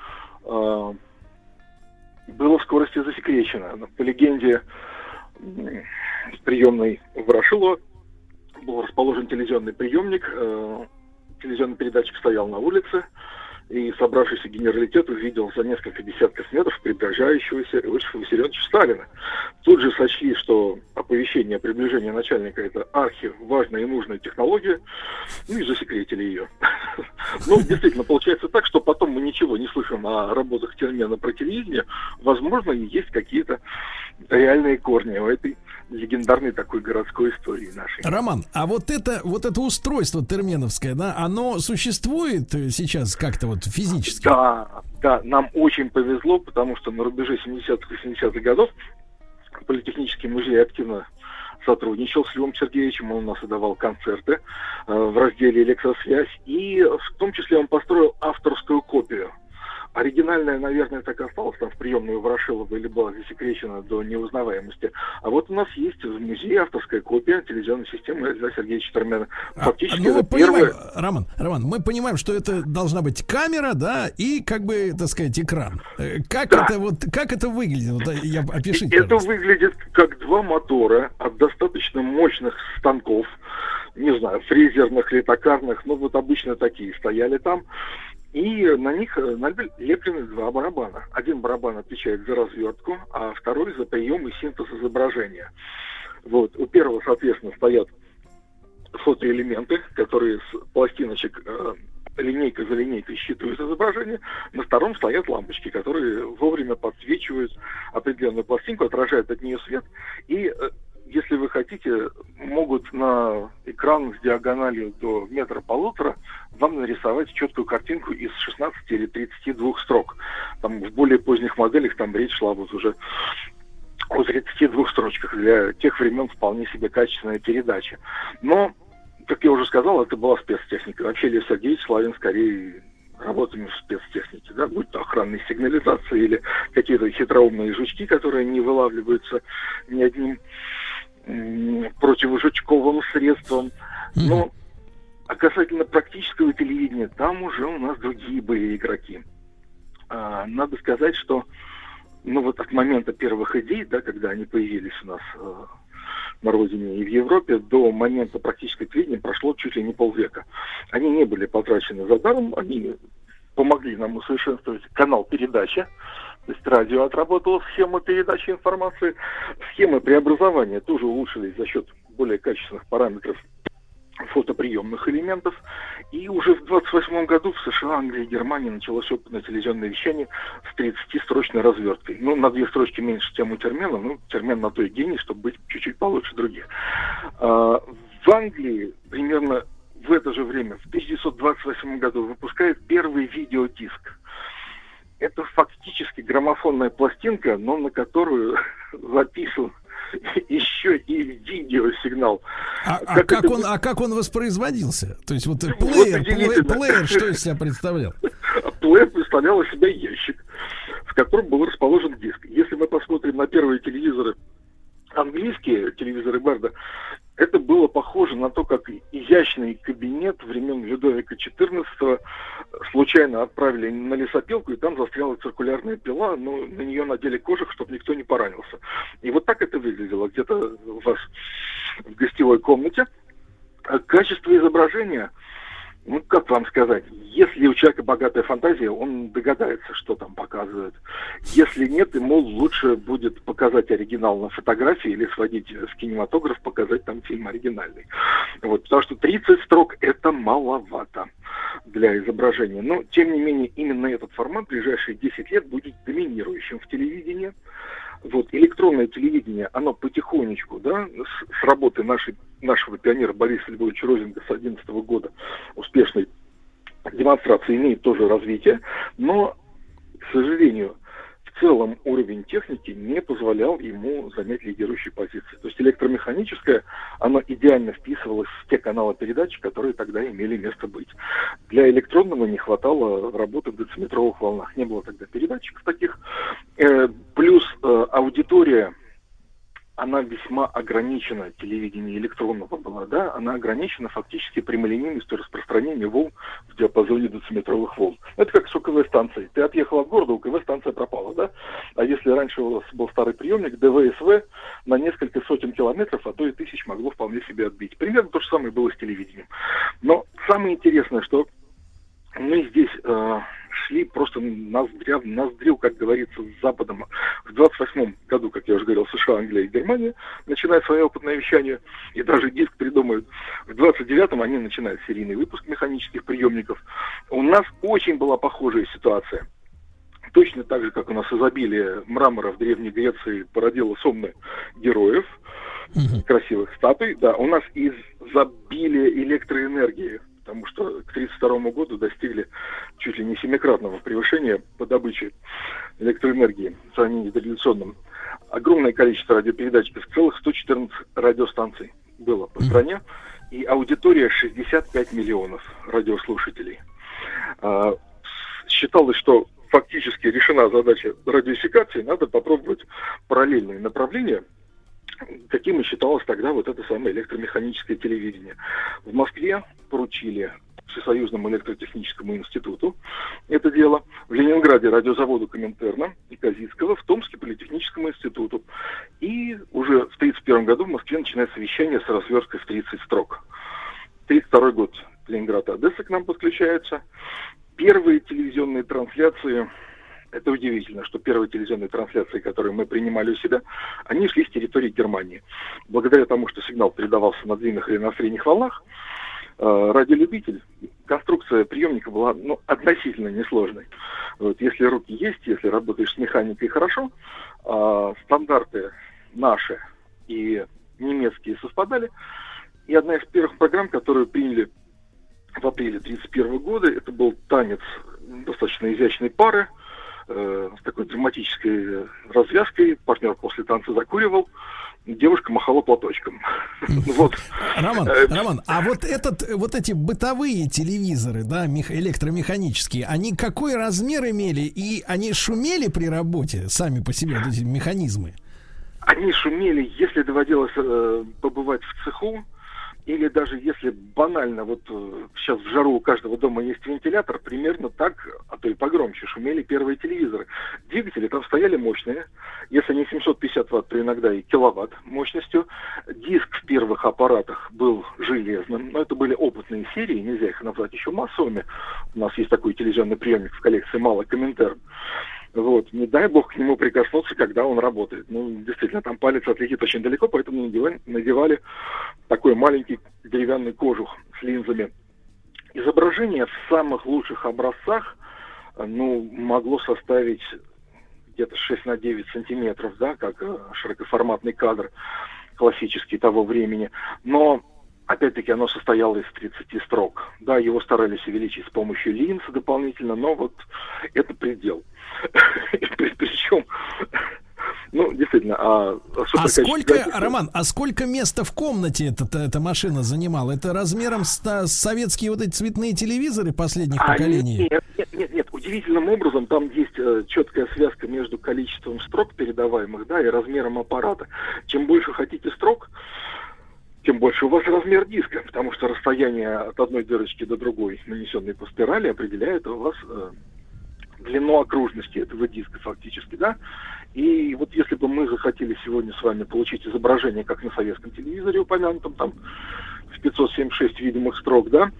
было в скорости засекречено. По легенде, в приемной Ворошилова был расположен телевизионный приемник, телевизионный передатчик стоял на улице, и собравшийся генералитет увидел за несколько десятков метров приближающегося Иосифа Виссарионовича Сталина. Тут же сочли, что оповещение о приближении начальника — это архиважная и нужная технология, ну и засекретили ее. Ну, действительно, получается так, что потом мы ничего не слышим о работах Термена про телевидение. Возможно, и есть какие-то реальные корни у этой легендарной такой городской истории нашей. Роман, а вот это, вот это устройство терменовское, да, оно существует сейчас как-то вот физически? Да, да, нам очень повезло, потому что на рубеже семидесятых и восьмидесятых годов Политехнический музей активно сотрудничал с Львом Сергеевичем, он у нас и давал концерты э, в разделе «Электросвязь», и в том числе он построил авторскую копию. Оригинальная, наверное, так и осталась там в приемной у Ворошилова или была засекречена до неузнаваемости. А вот у нас есть в музее авторская копия телевизионной системы Льва Сергеевича Термена. Фактически а, ну, это первое... Роман, Роман, мы понимаем, что это должна быть камера, да, и, как бы, так сказать, экран. Как, да. это, вот, как это выглядит? Вот, я, опишите, это пожалуйста. Выглядит как два мотора от достаточно мощных станков, не знаю, фрезерных или токарных, но вот обычно такие стояли там. И на них налеплены два барабана. Один барабан отвечает за развертку, а второй за прием и синтез изображения. Вот. У первого, соответственно, стоят фотоэлементы, которые с пластиночек э, линейка за линейкой считывают изображение. На втором стоят лампочки, которые вовремя подсвечивают определенную пластинку, отражают от нее свет и... Э, если вы хотите, могут на экран с диагональю до метра-полутора вам нарисовать четкую картинку из шестнадцати или тридцати двух строк. Там в более поздних моделях там речь шла вот уже о тридцати двух строчках. Для тех времен вполне себе качественная передача. Но, как я уже сказал, это была спецтехника. Вообще Лев Сергеевич славен скорее работами в спецтехнике, да, будь то охранной сигнализации или какие-то хитроумные жучки, которые не вылавливаются ни одним противожучковым средством. Но а касательно практического телевидения, там уже у нас другие были игроки. А, надо сказать, что ну вот от момента первых идей, да, когда они появились у нас э, на родине и в Европе, до момента практического телевидения прошло чуть ли не полвека. Они не были потрачены за даром, они помогли нам усовершенствовать канал передачи. То есть радио отработало схему передачи информации. Схемы преобразования тоже улучшились за счет более качественных параметров фотоприемных элементов. И уже в двадцать восьмом году в США, Англии и Германии началось опытное телевизионное вещание с тридцатистрочной разверткой. Ну, на две строчки меньше, чем у термена, ну, термен на то и гений, чтобы быть чуть-чуть получше других. А, в Англии примерно в это же время, в тысяча девятьсот двадцать восьмом году, выпускают первый видеодиск. Это фактически граммофонная пластинка, но на которую записан еще и видеосигнал. А как, а, как он, а как он воспроизводился? То есть вот плеер, плеер, плеер что из себя представлял? Плеер представлял из себя ящик, в котором был расположен диск. Если мы посмотрим на первые телевизоры, английские телевизоры Берда, это было похоже на то, как изящный кабинет времен Людовика четырнадцатого случайно отправили на лесопилку, и там застряла циркулярная пила, но на нее надели кожух, чтобы никто не поранился. И вот так это выглядело где-то у вас в гостевой комнате. А качество изображения, ну, как вам сказать, если у человека богатая фантазия, он догадается, что там показывают. Если нет, ему лучше будет показать оригинал на фотографии или сводить в кинематограф, показать там фильм оригинальный. Вот, потому что тридцать строк — это маловато для изображения. Но, тем не менее, именно этот формат в ближайшие десять лет будет доминирующим в телевидении. Вот, электронное телевидение, оно потихонечку, да, с, с работы нашей, нашего пионера Бориса Львовича Розинга с две тысячи одиннадцатого года успешной демонстрации имеет тоже развитие, но, к сожалению, в целом уровень техники не позволял ему занять лидирующие позиции. То есть электромеханическое, оно идеально вписывалось в те каналы передач, которые тогда имели место быть. Для электронного не хватало работы в дециметровых волнах. Не было тогда передатчиков таких. Э, плюс э, аудитория, она весьма ограничена, телевидение электронного была, да, она ограничена фактически прямолинейностью распространения волн в диапазоне дециметровых волн. Это как с УКВ станцией. Ты отъехал от города, УКВ станция пропала, да? А если раньше у вас был старый приемник, ДВСВ на несколько сотен километров, а то и тысяч могло вполне себе отбить. Примерно то же самое было с телевидением. Но самое интересное, что мы здесь э, шли просто ноздря в ноздрю, как говорится, с Западом. В двадцать восьмом году, как я уже говорил, США, Англия и Германия начинают свое опытное вещание, и даже диск придумают. В двадцать девятом они начинают серийный выпуск механических приемников. У нас очень была похожая ситуация. Точно так же, как у нас изобилие мрамора в Древней Греции породило сонмы героев, mm-hmm. красивых статуй, да, у нас изобилие электроэнергии, потому что к тысяча девятьсот тридцать второму году достигли чуть ли не семикратного превышения по добыче электроэнергии в сравнении с дореволюционным. Огромное количество радиопередатчиков, целых сто четырнадцать радиостанций было по стране, и аудитория шестьдесят пять миллионов радиослушателей. Считалось, что фактически решена задача радиосекации, надо попробовать параллельные направления, каким и считалось тогда вот это самое электромеханическое телевидение. В Москве поручили Всесоюзному электротехническому институту это дело, в Ленинграде радиозаводу Коминтерна и Козицкого, в Томске политехническому институту. И уже в тридцать первом году в Москве начинается вещание с разверткой в тридцать строк. тридцать второй год Ленинград и Одесса к нам подключаются. Первые телевизионные трансляции, это удивительно, что первые телевизионные трансляции, которые мы принимали у себя, они шли с территории Германии. Благодаря тому, что сигнал передавался на длинных или на средних волнах, э, радиолюбитель, конструкция приемника была, ну, относительно несложной. Вот, если руки есть, если работаешь с механикой хорошо, э, стандарты наши и немецкие совпадали. И одна из первых программ, которую приняли в апреле тридцать первого года, это был танец достаточно изящной пары, э, с такой драматической развязкой. Партнер после танца закуривал, девушка махала платочком. Вот. Роман, Роман, а вот этот, вот эти бытовые телевизоры, да, электромеханические, они какой размер имели и они шумели при работе сами по себе, вот эти механизмы? Они шумели, если доводилось э, побывать в цеху, или даже если банально, вот сейчас в жару у каждого дома есть вентилятор, примерно так, а то и погромче, шумели первые телевизоры. Двигатели там стояли мощные, если не семьсот пятьдесят ватт, то иногда и киловатт мощностью. Диск в первых аппаратах был железным, но это были опытные серии, нельзя их назвать еще массовыми. У нас есть такой телевизионный приемник в коллекции «Мало Коминтерн». Вот. Не дай бог к нему прикоснуться, когда он работает. Ну, действительно, там палец отлетит очень далеко, поэтому надевали, надевали такой маленький деревянный кожух с линзами. Изображение в самых лучших образцах, ну, могло составить где-то шесть на девять сантиметров, да, как широкоформатный кадр классический того времени. Но опять-таки оно состояло из тридцати строк. Да, его старались увеличить с помощью линз дополнительно, но вот это предел. Причем, ну, действительно, а... А сколько, Роман, а сколько места в комнате эта, эта машина занимала? Это размером с, с советские вот эти цветные телевизоры последних а поколений? Нет, нет, нет, нет, удивительным образом там есть э, четкая связка между количеством строк передаваемых, да, и размером аппарата. Чем больше хотите строк, тем больше у вас размер диска, потому что расстояние от одной дырочки до другой, нанесенной по спирали, определяет у вас э, длину окружности этого диска фактически, да. И вот если бы мы захотели сегодня с вами получить изображение, как на советском телевизоре упомянутом, там в пятьсот семьдесят шесть видимых строк, да,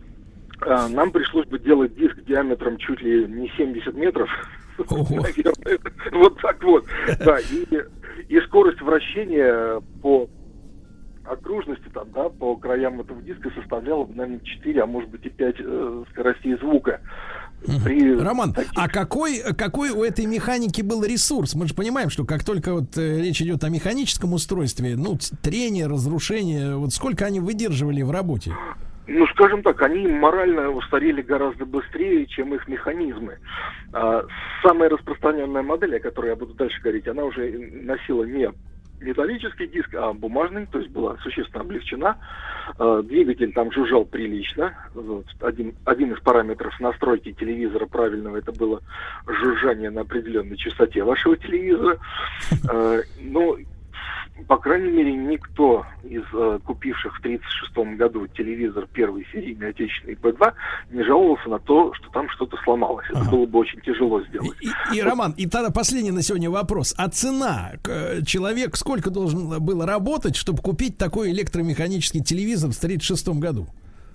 э, нам пришлось бы делать диск диаметром чуть ли не семьдесят метров. Наверное, вот так вот. Да, и, и скорость вращения по окружности там, да, по краям этого диска составляла, наверное, четыре, а может быть и пять э, скоростей звука. При Роман, таких... а какой, какой у этой механики был ресурс? Мы же понимаем, что как только вот э, речь идет о механическом устройстве, ну, трение, разрушение, вот сколько они выдерживали в работе? Ну, скажем так, они морально устарели гораздо быстрее, чем их механизмы. А, самая распространенная модель, о которой я буду дальше говорить, она уже носила не металлический диск, а бумажный, то есть была существенно облегчена. Э, двигатель там жужжал прилично. Вот, один, один из параметров настройки телевизора правильного, это было жужжание на определенной частоте вашего телевизора. Э, ну, по крайней мере, никто из э, купивших в тридцать шестом году телевизор первый серийный отечественный П два не жаловался на то, что там что-то сломалось. Это ага. было бы очень тяжело сделать. И, и, и вот. Роман, и тогда последний на сегодня вопрос. А цена? Человек сколько должен был работать, чтобы купить такой электромеханический телевизор в тридцать шестом году?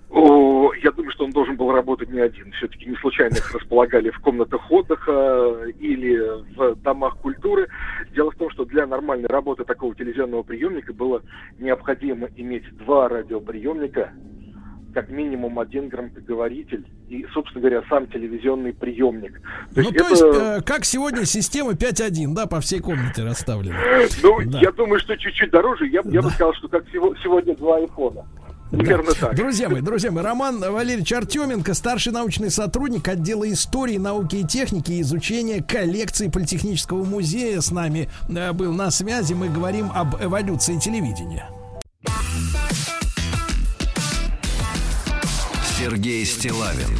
О, я думаю, что он должен был работать не один. Все-таки не случайно их располагали в комнатах отдыха или в домах культуры. Дело в том, что для нормальной работы такого телевизионного приемника было необходимо иметь два радиоприемника, как минимум один громкоговоритель и, собственно говоря, сам телевизионный приемник. То ну, есть то это... есть, э, как сегодня система пять один, да, по всей комнате расставлена? Ну, да. я думаю, что чуть-чуть дороже. Я, я бы сказал, что как сегодня два айфона. Примерно да. так. Друзья мои, друзья мои, Роман Валерьевич Артеменко, старший научный сотрудник отдела истории, науки и техники и изучения коллекции Политехнического музея с нами э, был на связи. Мы говорим об эволюции телевидения. Сергей Стиллавин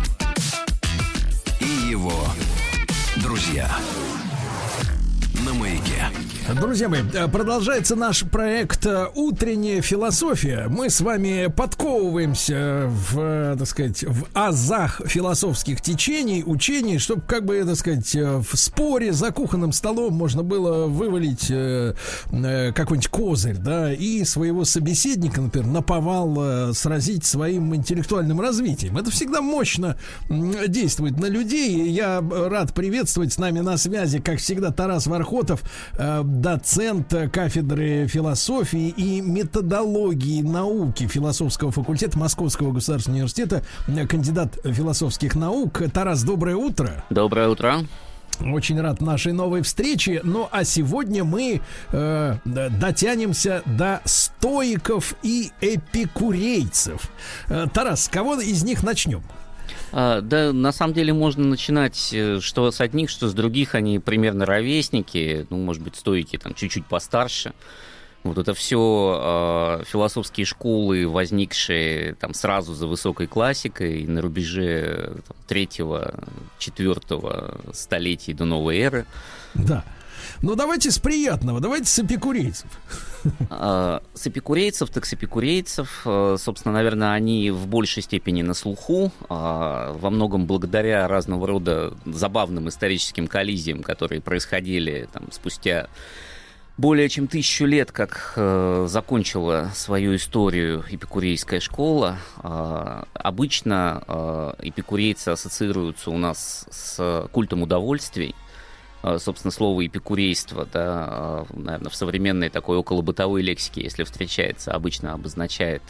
и его друзья на Маяке. Друзья мои, продолжается наш проект «Утренняя философия». Мы с вами подковываемся в, так сказать, в азах философских течений, учений, чтобы, как бы, так сказать, в споре за кухонным столом можно было вывалить э, э, какой-нибудь козырь, да, и своего собеседника, например, наповал э, сразить своим интеллектуальным развитием. Это всегда мощно э, действует на людей. Я рад приветствовать с нами на связи, как всегда, Тарас Вархотов, э, доцент кафедры философии и методологии науки философского факультета Московского государственного университета, кандидат философских наук. Тарас, доброе утро. Доброе утро. Очень рад нашей новой встрече. Ну, а сегодня мы э, дотянемся до стоиков и эпикурейцев. Э, Тарас, с кого из них начнем? А, да, на самом деле можно начинать что с одних, что с других. Они примерно ровесники, ну, может быть, стоики там чуть-чуть постарше. Вот это все э, философские школы, возникшие там сразу за высокой классикой на рубеже там, третьего, четвертого столетий до новой эры. Да. Ну, давайте с приятного, давайте с эпикурейцев. А, с эпикурейцев, так с эпикурейцев, собственно, наверное, они в большей степени на слуху, а, во многом благодаря разного рода забавным историческим коллизиям, которые происходили там спустя более чем тысячу лет, как э, закончила свою историю эпикурейская школа. Э, обычно э, эпикурейцы ассоциируются у нас с культом удовольствий. собственно, слово эпикурейство, да, наверное, в современной такой околобытовой лексике, если встречается, обычно обозначает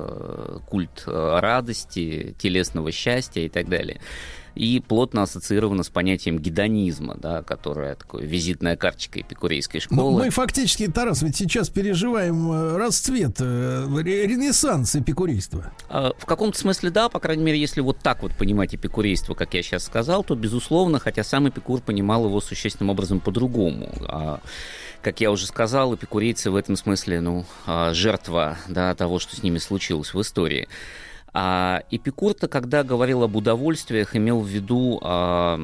культ радости, телесного счастья и так далее. И плотно ассоциировано с понятием гедонизма, да, которое такое визитная карточка эпикурейской школы. Мы фактически, Тарас, ведь сейчас переживаем расцвет, ренессанс эпикурейства. В каком-то смысле да, по крайней мере, если вот так вот понимать эпикурейство, как я сейчас сказал, то, безусловно, хотя сам Эпикур понимал его существенным образом по-другому. Как я уже сказал, эпикурейцы в этом смысле, ну, жертва, да, того, что с ними случилось в истории. А Эпикур-то, когда говорил об удовольствиях, имел в виду а,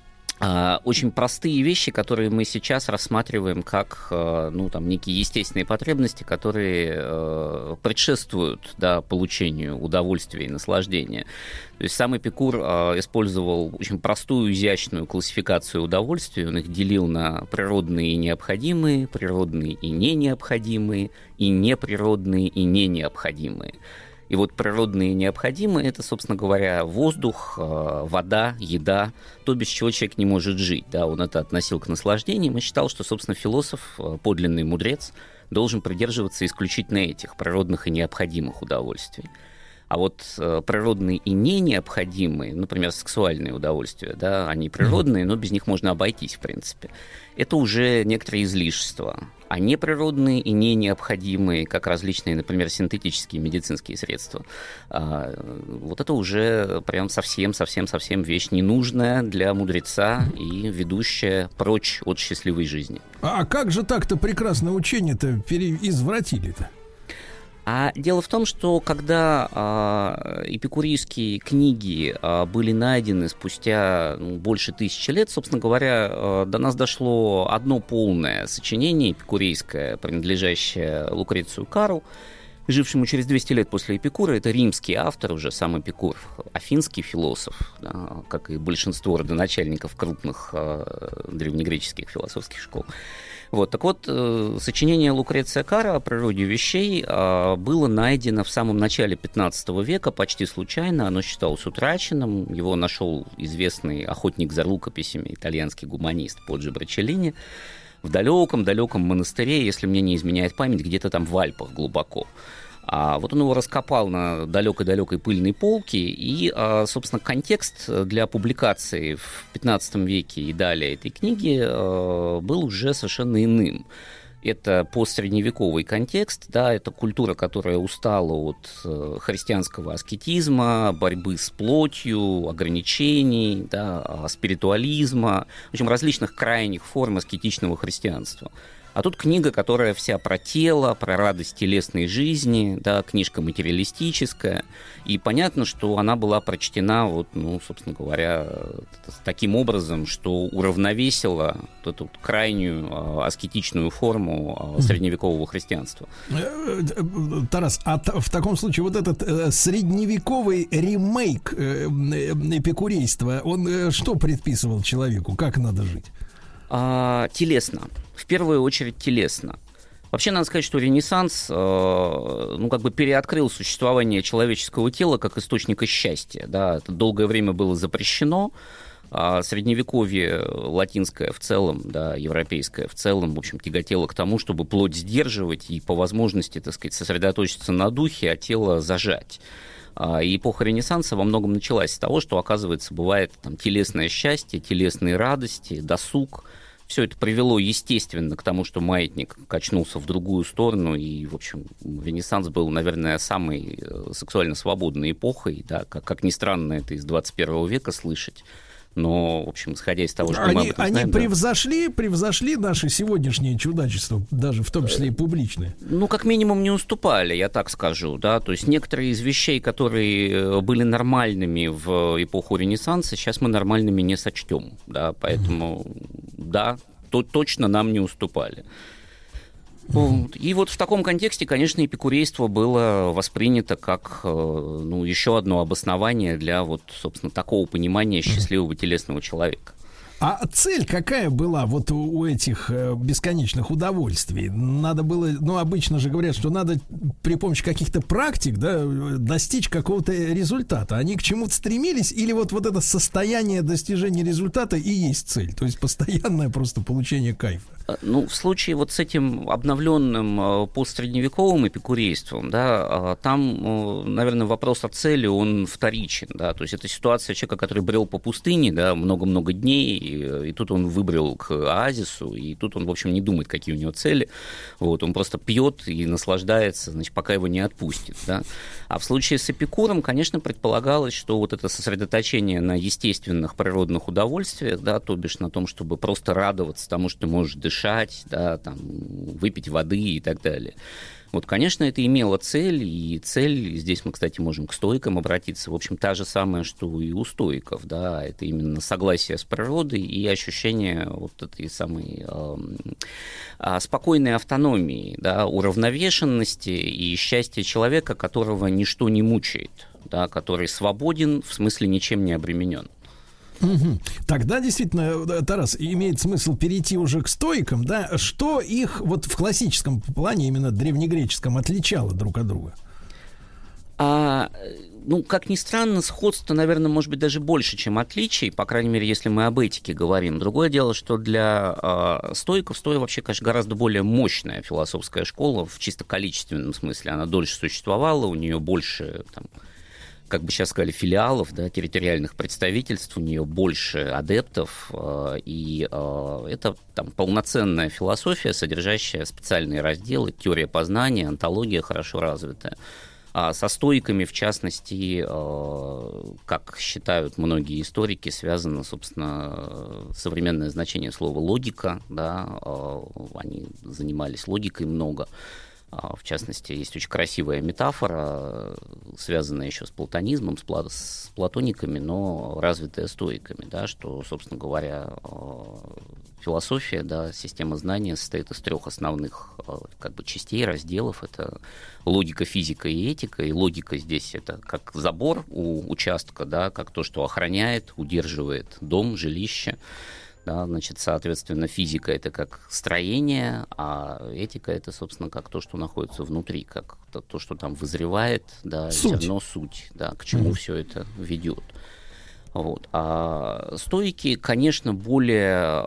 а, очень простые вещи, которые мы сейчас рассматриваем как а, ну, там, некие естественные потребности, которые а, предшествуют, да, получению удовольствия и наслаждения. То есть сам Эпикур а, использовал очень простую, изящную классификацию удовольствий. Он их делил на природные и необходимые, природные и не необходимые, и неприродные и не необходимые. И вот природные необходимые – это, собственно говоря, воздух, вода, еда, то, без чего человек не может жить. Да, он это относил к наслаждениям и считал, что, собственно, философ, подлинный мудрец, должен придерживаться исключительно этих природных и необходимых удовольствий. А вот э, природные и не необходимые, например, сексуальные удовольствия, да, они природные, но без них можно обойтись, в принципе. Это уже некоторые излишества. А неприродные и не необходимые, как различные, например, синтетические медицинские средства, э, вот это уже прям совсем-совсем-совсем вещь ненужная для мудреца и ведущая прочь от счастливой жизни. А как же так-то прекрасное учение-то переизвратили-то? А дело в том, что когда а, эпикурейские книги а, были найдены спустя ну, больше тысячи лет, собственно говоря, а, до нас дошло одно полное сочинение эпикурейское, принадлежащее Лукрецию Кару, жившему через двести лет после Эпикура. Это римский автор, уже сам Эпикур, афинский философ, да, как и большинство родоначальников крупных а, древнегреческих философских школ. Вот, так вот, э, сочинение Лукреция Кара о природе вещей э, было найдено в самом начале пятнадцатого века, почти случайно. Оно считалось утраченным. Его нашел известный охотник за рукописями, итальянский гуманист Поджо Брачеллини, в далеком-далеком монастыре, если мне не изменяет память, где-то там в Альпах глубоко. А вот он его раскопал на далекой-далекой пыльной полке, и, собственно, контекст для публикации в пятнадцатом веке и далее этой книги был уже совершенно иным. Это постсредневековый контекст, да, это культура, которая устала от христианского аскетизма, борьбы с плотью, ограничений, да, спиритуализма, в общем, различных крайних форм аскетичного христианства. А тут книга, которая вся про тело, про радость телесной жизни, да, книжка материалистическая. И понятно, что она была прочтена, вот, ну, собственно говоря, таким образом, что уравновесила вот эту крайнюю аскетичную форму средневекового христианства. Тарас, а в таком случае вот этот средневековый ремейк эпикурейства, он что предписывал человеку? Как надо жить? А, телесно. В первую очередь телесно. Вообще, надо сказать, что Ренессанс э, ну, как бы переоткрыл существование человеческого тела как источника счастья. Да? Это долгое время было запрещено. А Средневековье латинское в целом, да, европейское в целом, в общем, тяготело к тому, чтобы плоть сдерживать и по возможности, так сказать, сосредоточиться на духе, а тело зажать. И эпоха Ренессанса во многом началась с того, что, оказывается, бывает там телесное счастье, телесные радости, досуг. Все это привело, естественно, к тому, что маятник качнулся в другую сторону, и, в общем, Ренессанс был, наверное, самой сексуально свободной эпохой, да, как, как ни странно это из двадцать первого века слышать. Но, в общем, исходя из того, что они, мы об этом они знаем... превзошли, да. превзошли наши сегодняшние чудачества, даже в том числе и публичные. Ну, как минимум, не уступали, я так скажу, да. То есть некоторые из вещей, которые были нормальными в эпоху Ренессанса, сейчас мы нормальными не сочтем, да. Поэтому, mm-hmm. да, то, точно нам не уступали. Вот. И вот в таком контексте, конечно, эпикурейство было воспринято как ну, еще одно обоснование для вот, собственно, такого понимания счастливого телесного человека. А цель какая была вот у, у этих э, бесконечных удовольствий? Надо было, ну, обычно же говорят, что надо при помощи каких-то практик, да, достичь какого-то результата. Они к чему-то стремились? Или вот, вот это состояние достижения результата и есть цель? То есть постоянное просто получение кайфа? Ну, в случае вот с этим обновленным постсредневековым эпикурейством, да, там, наверное, вопрос о цели, он вторичен, да, то есть это ситуация человека, который брел по пустыне, да, много-много дней, и, и тут он выбрел к оазису, и тут он, в общем, не думает, какие у него цели, вот, он просто пьет и наслаждается, значит, пока его не отпустит, да. А в случае с Эпикуром, конечно, предполагалось, что вот это сосредоточение на естественных природных удовольствиях, да, то бишь на том, чтобы просто радоваться тому, что ты можешь дышать, да, там, выпить воды и так далее. Вот, конечно, это имело цель, и цель, здесь мы, кстати, можем к стоикам обратиться, в общем, та же самая, что и у стоиков, да, это именно согласие с природой и ощущение вот этой самой э, э, спокойной автономии, да, уравновешенности и счастья человека, которого ничто не мучает, да, который свободен, в смысле ничем не обременен. Угу. Тогда действительно, Тарас, имеет смысл перейти уже к стоикам, да? Что их вот в классическом плане, именно древнегреческом, отличало друг от друга? А, ну, как ни странно, сходство, наверное, может быть даже больше, чем отличий, по крайней мере, если мы об этике говорим. Другое дело, что для а, стоиков стоя вообще, конечно, гораздо более мощная философская школа в чисто количественном смысле. Она дольше существовала, у нее больше, там, как бы сейчас сказали, филиалов, да, территориальных представительств, у нее больше адептов, э, и э, это там полноценная философия, содержащая специальные разделы, теория познания, онтология хорошо развитая. А со стоиками, в частности, э, как считают многие историки, связано, собственно, современное значение слова «логика», да, э, они занимались логикой много. В частности, есть очень красивая метафора, связанная еще с платонизмом, с, пла- с платониками, но развитая стоиками, да, что, собственно говоря, философия, да, система знания состоит из трех основных как бы, частей, разделов. Это логика, физика и этика. И логика здесь это как забор у участка, да, как то, что охраняет, удерживает дом, жилище. Да, значит, соответственно, физика — это как строение, а этика — это, собственно, как то, что находится внутри, как то, то что там вызревает, да, все равно суть, да, к чему mm-hmm. все это ведет. Вот. А стоики, конечно, более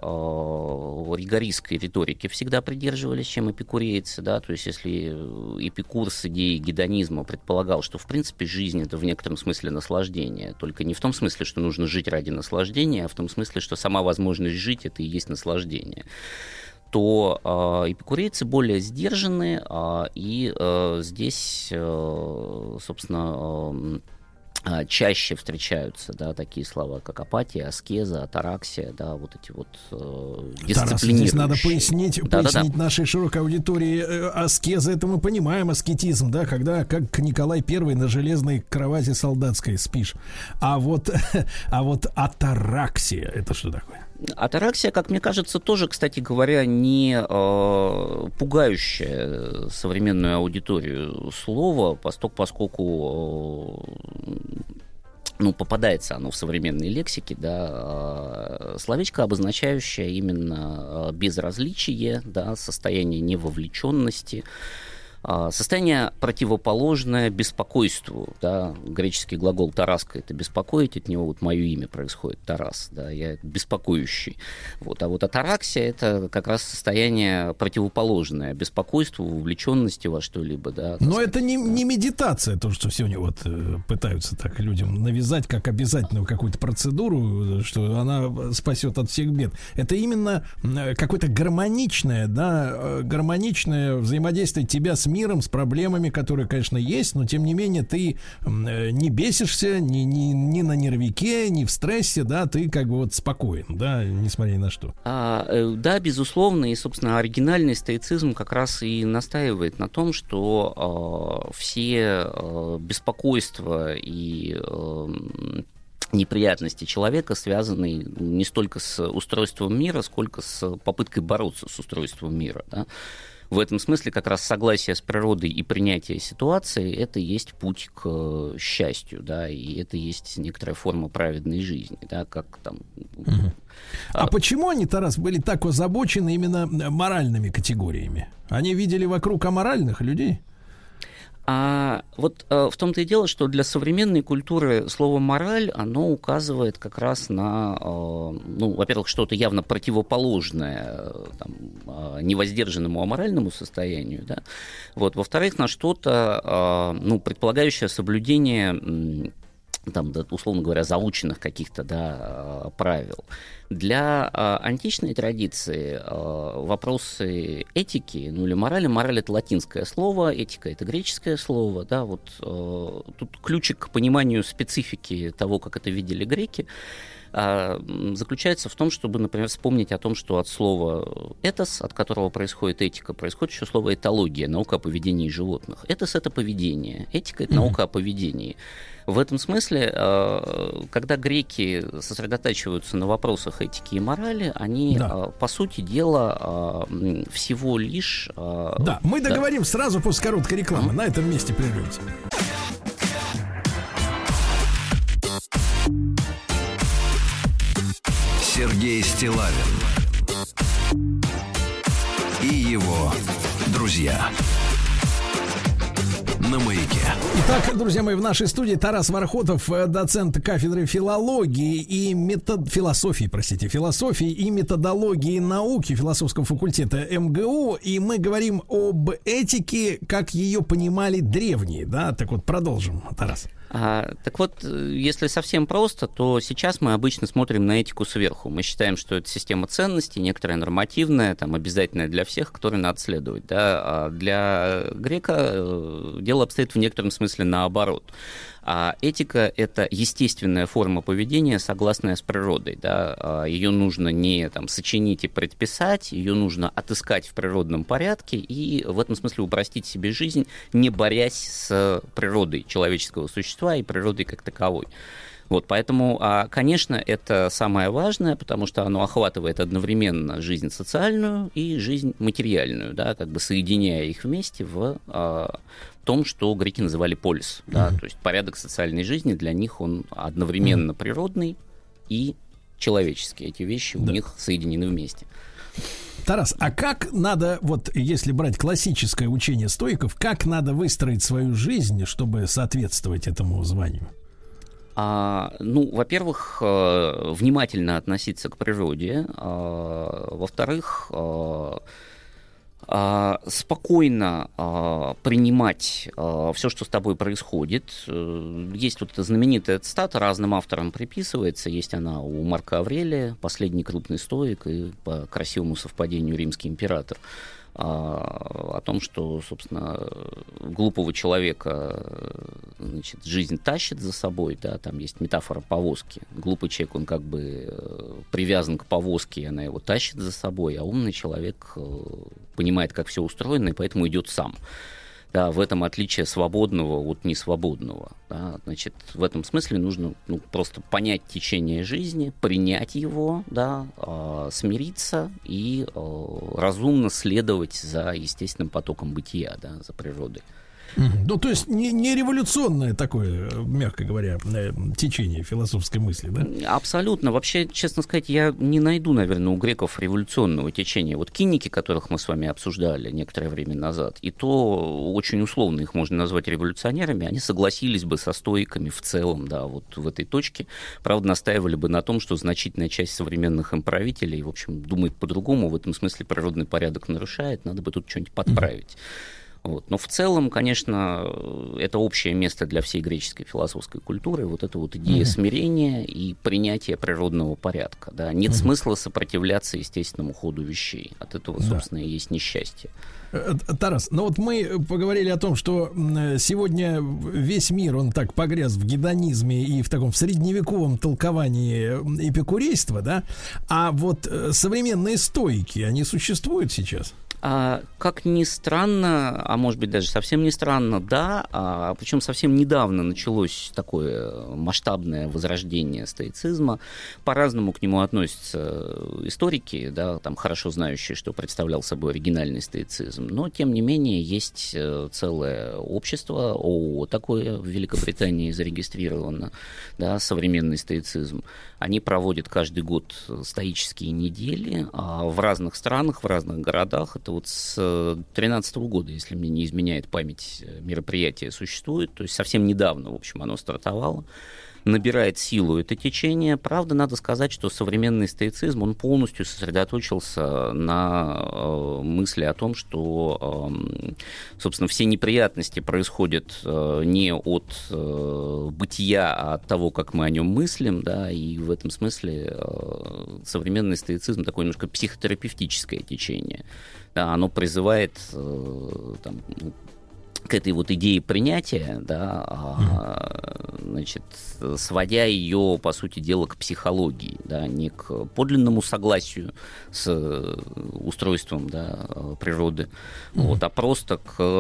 э, ригористской риторики всегда придерживались, чем эпикурейцы, да, то есть если Эпикур с идеей гедонизма предполагал, что, в принципе, жизнь — это в некотором смысле наслаждение, только не в том смысле, что нужно жить ради наслаждения, а в том смысле, что сама возможность жить — это и есть наслаждение, то э, эпикурейцы более сдержаны, э, и э, здесь, э, собственно, э, чаще встречаются, да, такие слова, как апатия, аскеза, атараксия, да, вот эти вот э, дисциплинирующие. Тарас, здесь надо пояснить, да, пояснить да, да. нашей широкой аудитории. Аскеза — это мы понимаем, аскетизм, да, когда, как Николай Первый на железной кровати солдатской спишь. А вот, а вот атараксия — это что такое? Атараксия, как мне кажется, тоже, кстати говоря, не э, пугающее современную аудиторию слово, поскольку э, ну, попадается оно в современной лексике, да, словечко, обозначающее именно безразличие, да, состояние невовлеченности, состояние противоположное беспокойству, да, греческий глагол «тараска» — это «беспокоить», от него вот мое имя происходит, Тарас, да, я беспокоящий, вот, а вот атараксия — это как раз состояние противоположное беспокойству, вовлеченности во что-либо, да. Но сказать, это не, да. не медитация, то, что сегодня вот э, пытаются так людям навязать как обязательную какую-то процедуру, что она спасет от всех бед. Это именно какое-то гармоничное, да, гармоничное взаимодействие тебя с миром, с проблемами, которые, конечно, есть, но тем не менее ты не бесишься ни, ни, ни на нервике, ни в стрессе, да, ты как бы вот спокоен, да, несмотря ни на что. А, да, безусловно, и, собственно, оригинальный стоицизм как раз и настаивает на том, что э, все э, беспокойства и э, неприятности человека связаны не столько с устройством мира, сколько с попыткой бороться с устройством мира, да. В этом смысле как раз согласие с природой и принятие ситуации — это и есть путь к счастью, да, и это и есть некоторая форма праведной жизни, да, как там... Угу. А, а почему они, Тарас, были так озабочены именно моральными категориями? Они видели вокруг аморальных людей? А вот а, в том-то и дело, что для современной культуры слово «мораль», оно указывает как раз на, а, ну, во-первых, что-то явно противоположное там, а, невоздержанному аморальному состоянию, да? Вот, во-вторых, на что-то, а, ну, предполагающее соблюдение, там, да, условно говоря, заученных каких-то, да, правил. Для а, античной традиции а, вопросы этики, ну или морали, мораль — это латинское слово, этика — это греческое слово, да, вот а, тут ключик к пониманию специфики того, как это видели греки, а, заключается в том, чтобы, например, вспомнить о том, что от слова «этос», от которого происходит этика, происходит еще слово «этология», наука о поведении животных. «Этос» — это поведение, этика — это наука о поведении. В этом смысле, когда греки сосредотачиваются на вопросах этики и морали, они, да. по сути дела, всего лишь... Да, мы да. договорим сразу после короткой рекламы. Mm-hmm. На этом месте прервемся. Сергей Стиллавин и его друзья на Маяке. Итак, друзья мои, в нашей студии Тарас Вархотов, доцент кафедры филологии и метод... философии, простите, философии и методологии науки философского факультета эм гэ у, и мы говорим об этике, как ее понимали древние, да? Так вот, продолжим, Тарас. А, так вот, если совсем просто, то сейчас мы обычно смотрим на этику сверху. Мы считаем, что это система ценностей, некоторая нормативная, там, обязательная для всех, которой надо следовать. Да? А для грека дело обстоит в некотором смысле наоборот. А этика — это естественная форма поведения, согласная с природой. Да? Ее нужно не там, сочинить и предписать, ее нужно отыскать в природном порядке и в этом смысле упростить себе жизнь, не борясь с природой человеческого существа и природой как таковой. Вот, поэтому, конечно, это самое важное, потому что оно охватывает одновременно жизнь социальную и жизнь материальную, да, как бы соединяя их вместе в а, том, что греки называли полис. Да, mm-hmm. То есть порядок социальной жизни для них он одновременно mm-hmm. природный и человеческий. Эти вещи да. у них соединены вместе. Тарас, а как надо, вот если брать классическое учение стоиков, как надо выстроить свою жизнь, чтобы соответствовать этому званию? А, ну, во-первых, внимательно относиться к природе, а, во-вторых, а, а, спокойно а, принимать а, все, что с тобой происходит. Есть вот эта знаменитая цитата, разным авторам приписывается, есть она у Марка Аврелия, последний крупный стоик и по красивому совпадению римский император, о том, что, собственно, глупого человека, значит, жизнь тащит за собой, да, там есть метафора повозки. Глупый человек, он как бы привязан к повозке, и она его тащит за собой, а умный человек понимает, как все устроено, и поэтому идет сам. Да, в этом отличие свободного от несвободного. Да, значит, в этом смысле нужно ну, просто понять течение жизни, принять его, да, э, смириться и э, разумно следовать за естественным потоком бытия, да, за природой. Ну, то есть не, не революционное такое, мягко говоря, течение философской мысли, да? Абсолютно. Вообще, честно сказать, я не найду, наверное, у греков революционного течения. Вот киники, которых мы с вами обсуждали некоторое время назад, и то очень условно их можно назвать революционерами, они согласились бы со стоиками в целом, да, вот в этой точке. Правда, настаивали бы на том, что значительная часть современных им правителей, в общем, думает по-другому, в этом смысле природный порядок нарушает, надо бы тут что-нибудь подправить. Вот. Но в целом, конечно, это общее место для всей греческой философской культуры, вот эта вот идея mm-hmm. смирения и принятия природного порядка. Да. Нет mm-hmm. смысла сопротивляться естественному ходу вещей. От этого, собственно, да. и есть несчастье. Тарас, ну вот мы поговорили о том, что сегодня весь мир, он так погряз в гедонизме и в таком в средневековом толковании эпикурейства, да? А вот современные стоики, они существуют сейчас? А, как ни странно, а может быть даже совсем не странно, да, а, причем совсем недавно началось такое масштабное возрождение стоицизма. По-разному к нему относятся историки, да, там хорошо знающие, что представлял собой оригинальный стоицизм, но тем не менее есть целое общество, ООО такое в Великобритании зарегистрировано, да, современный стоицизм. Они проводят каждый год стоические недели а в разных странах, в разных городах. Это вот с две тысячи тринадцатого года, если мне не изменяет память, мероприятие существует. То есть совсем недавно, в общем, оно стартовало. Набирает силу это течение. Правда, надо сказать, что современный стоицизм, он полностью сосредоточился на э, мысли о том, что, э, собственно, все неприятности происходят э, не от э, бытия, а от того, как мы о нем мыслим, да, и в этом смысле э, современный стоицизм такое немножко психотерапевтическое течение. Да, оно призывает э, там, к этой вот идее принятия, да, а, значит, сводя ее, по сути дела, к психологии, да, не к подлинному согласию с устройством, да, природы, mm-hmm. вот, а просто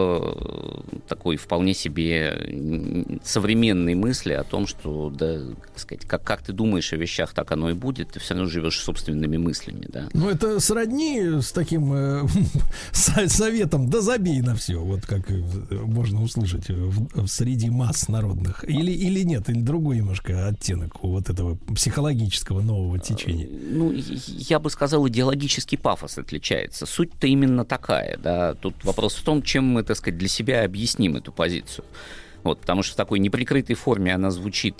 к такой вполне себе современной мысли о том, что, да, как сказать, как, как ты думаешь о вещах, так оно и будет, ты все равно живешь собственными мыслями, да. Ну, это сродни с таким э, советом, да забей на все, вот как можно услышать в, в среди масс народных. Или, или нет, или другой немножко оттенок у вот этого психологического нового течения. Ну, я бы сказал, идеологический пафос отличается. Суть-то именно такая, да. Тут вопрос в том, чем мы, так сказать, для себя объясним эту позицию. Вот, потому что в такой неприкрытой форме она звучит,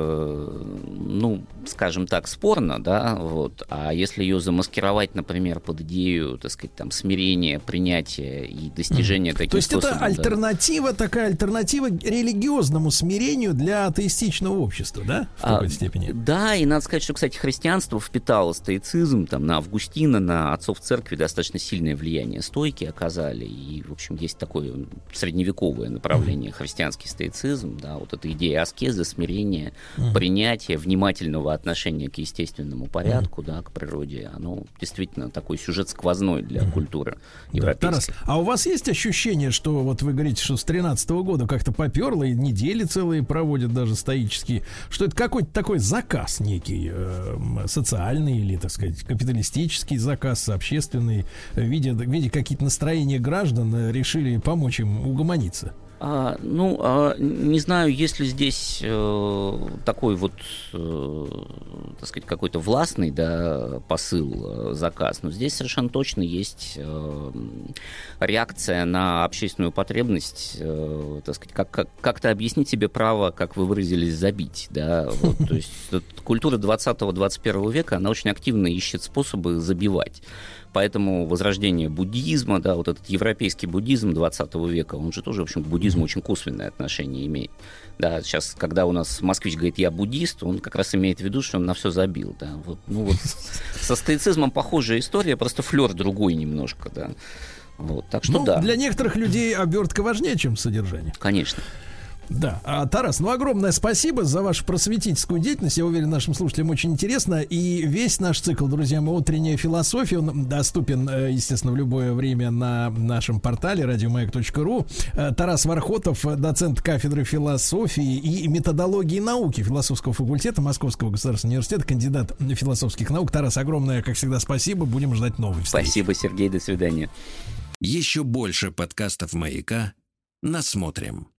э, ну, скажем так, спорно, да, вот, а если ее замаскировать, например, под идею, так сказать, там, смирения, принятия и достижения mm-hmm. таких То есть способов, это альтернатива, да. такая альтернатива религиозному смирению для атеистичного общества, да, в какой-то а, степени? Да, и надо сказать, что, кстати, христианство впитало стоицизм, там, на Августина, на отцов церкви достаточно сильное влияние стойки оказали, и, в общем, есть такое средневековое направление mm-hmm. христианский стоицизм, да, вот эта идея аскезы, смирения, uh-huh. принятия, внимательного отношения к естественному порядку, uh-huh. да, к природе, оно действительно такой сюжет сквозной для uh-huh. культуры европейской. Да, Тарас, а у вас есть ощущение, что вот вы говорите, что с тринадцатого года как-то поперло, и недели целые проводят даже стоические, что это какой-то такой заказ некий, э, социальный или, так сказать, капиталистический заказ, общественный, видя, видя какие-то настроения граждан, решили помочь им угомониться? А, ну, а, не знаю, есть ли здесь э, такой вот, э, так сказать, какой-то властный, да, посыл, э, заказ, но здесь совершенно точно есть э, реакция на общественную потребность, э, так сказать, как, как, как-то объяснить себе право, как вы выразились, забить, да, вот, то есть культура двадцатого-двадцать первого века, она очень активно ищет способы забивать. Поэтому возрождение буддизма, да, вот этот европейский буддизм двадцатого века, он же тоже, в общем, к буддизму очень косвенное отношение имеет. Да, сейчас, когда у нас москвич говорит «я буддист», он как раз имеет в виду, что он на все забил, да. Вот, ну вот со стоицизмом похожая история, просто флер другой немножко, да. Вот, так что ну, да. Для некоторых людей обертка важнее, чем содержание. Конечно. Да, а, Тарас, ну огромное спасибо за вашу просветительскую деятельность. Я уверен, нашим слушателям очень интересно. И весь наш цикл, друзья мои, «Утренняя философия», он доступен, естественно, в любое время на нашем портале радиомаяк точка ру. Тарас Вархотов, доцент кафедры философии и методологии науки философского факультета Московского государственного университета, кандидат философских наук. Тарас, огромное, как всегда, спасибо. Будем ждать новых встреч. Спасибо, Сергей, до свидания. Еще больше подкастов «Маяка» насмотрим.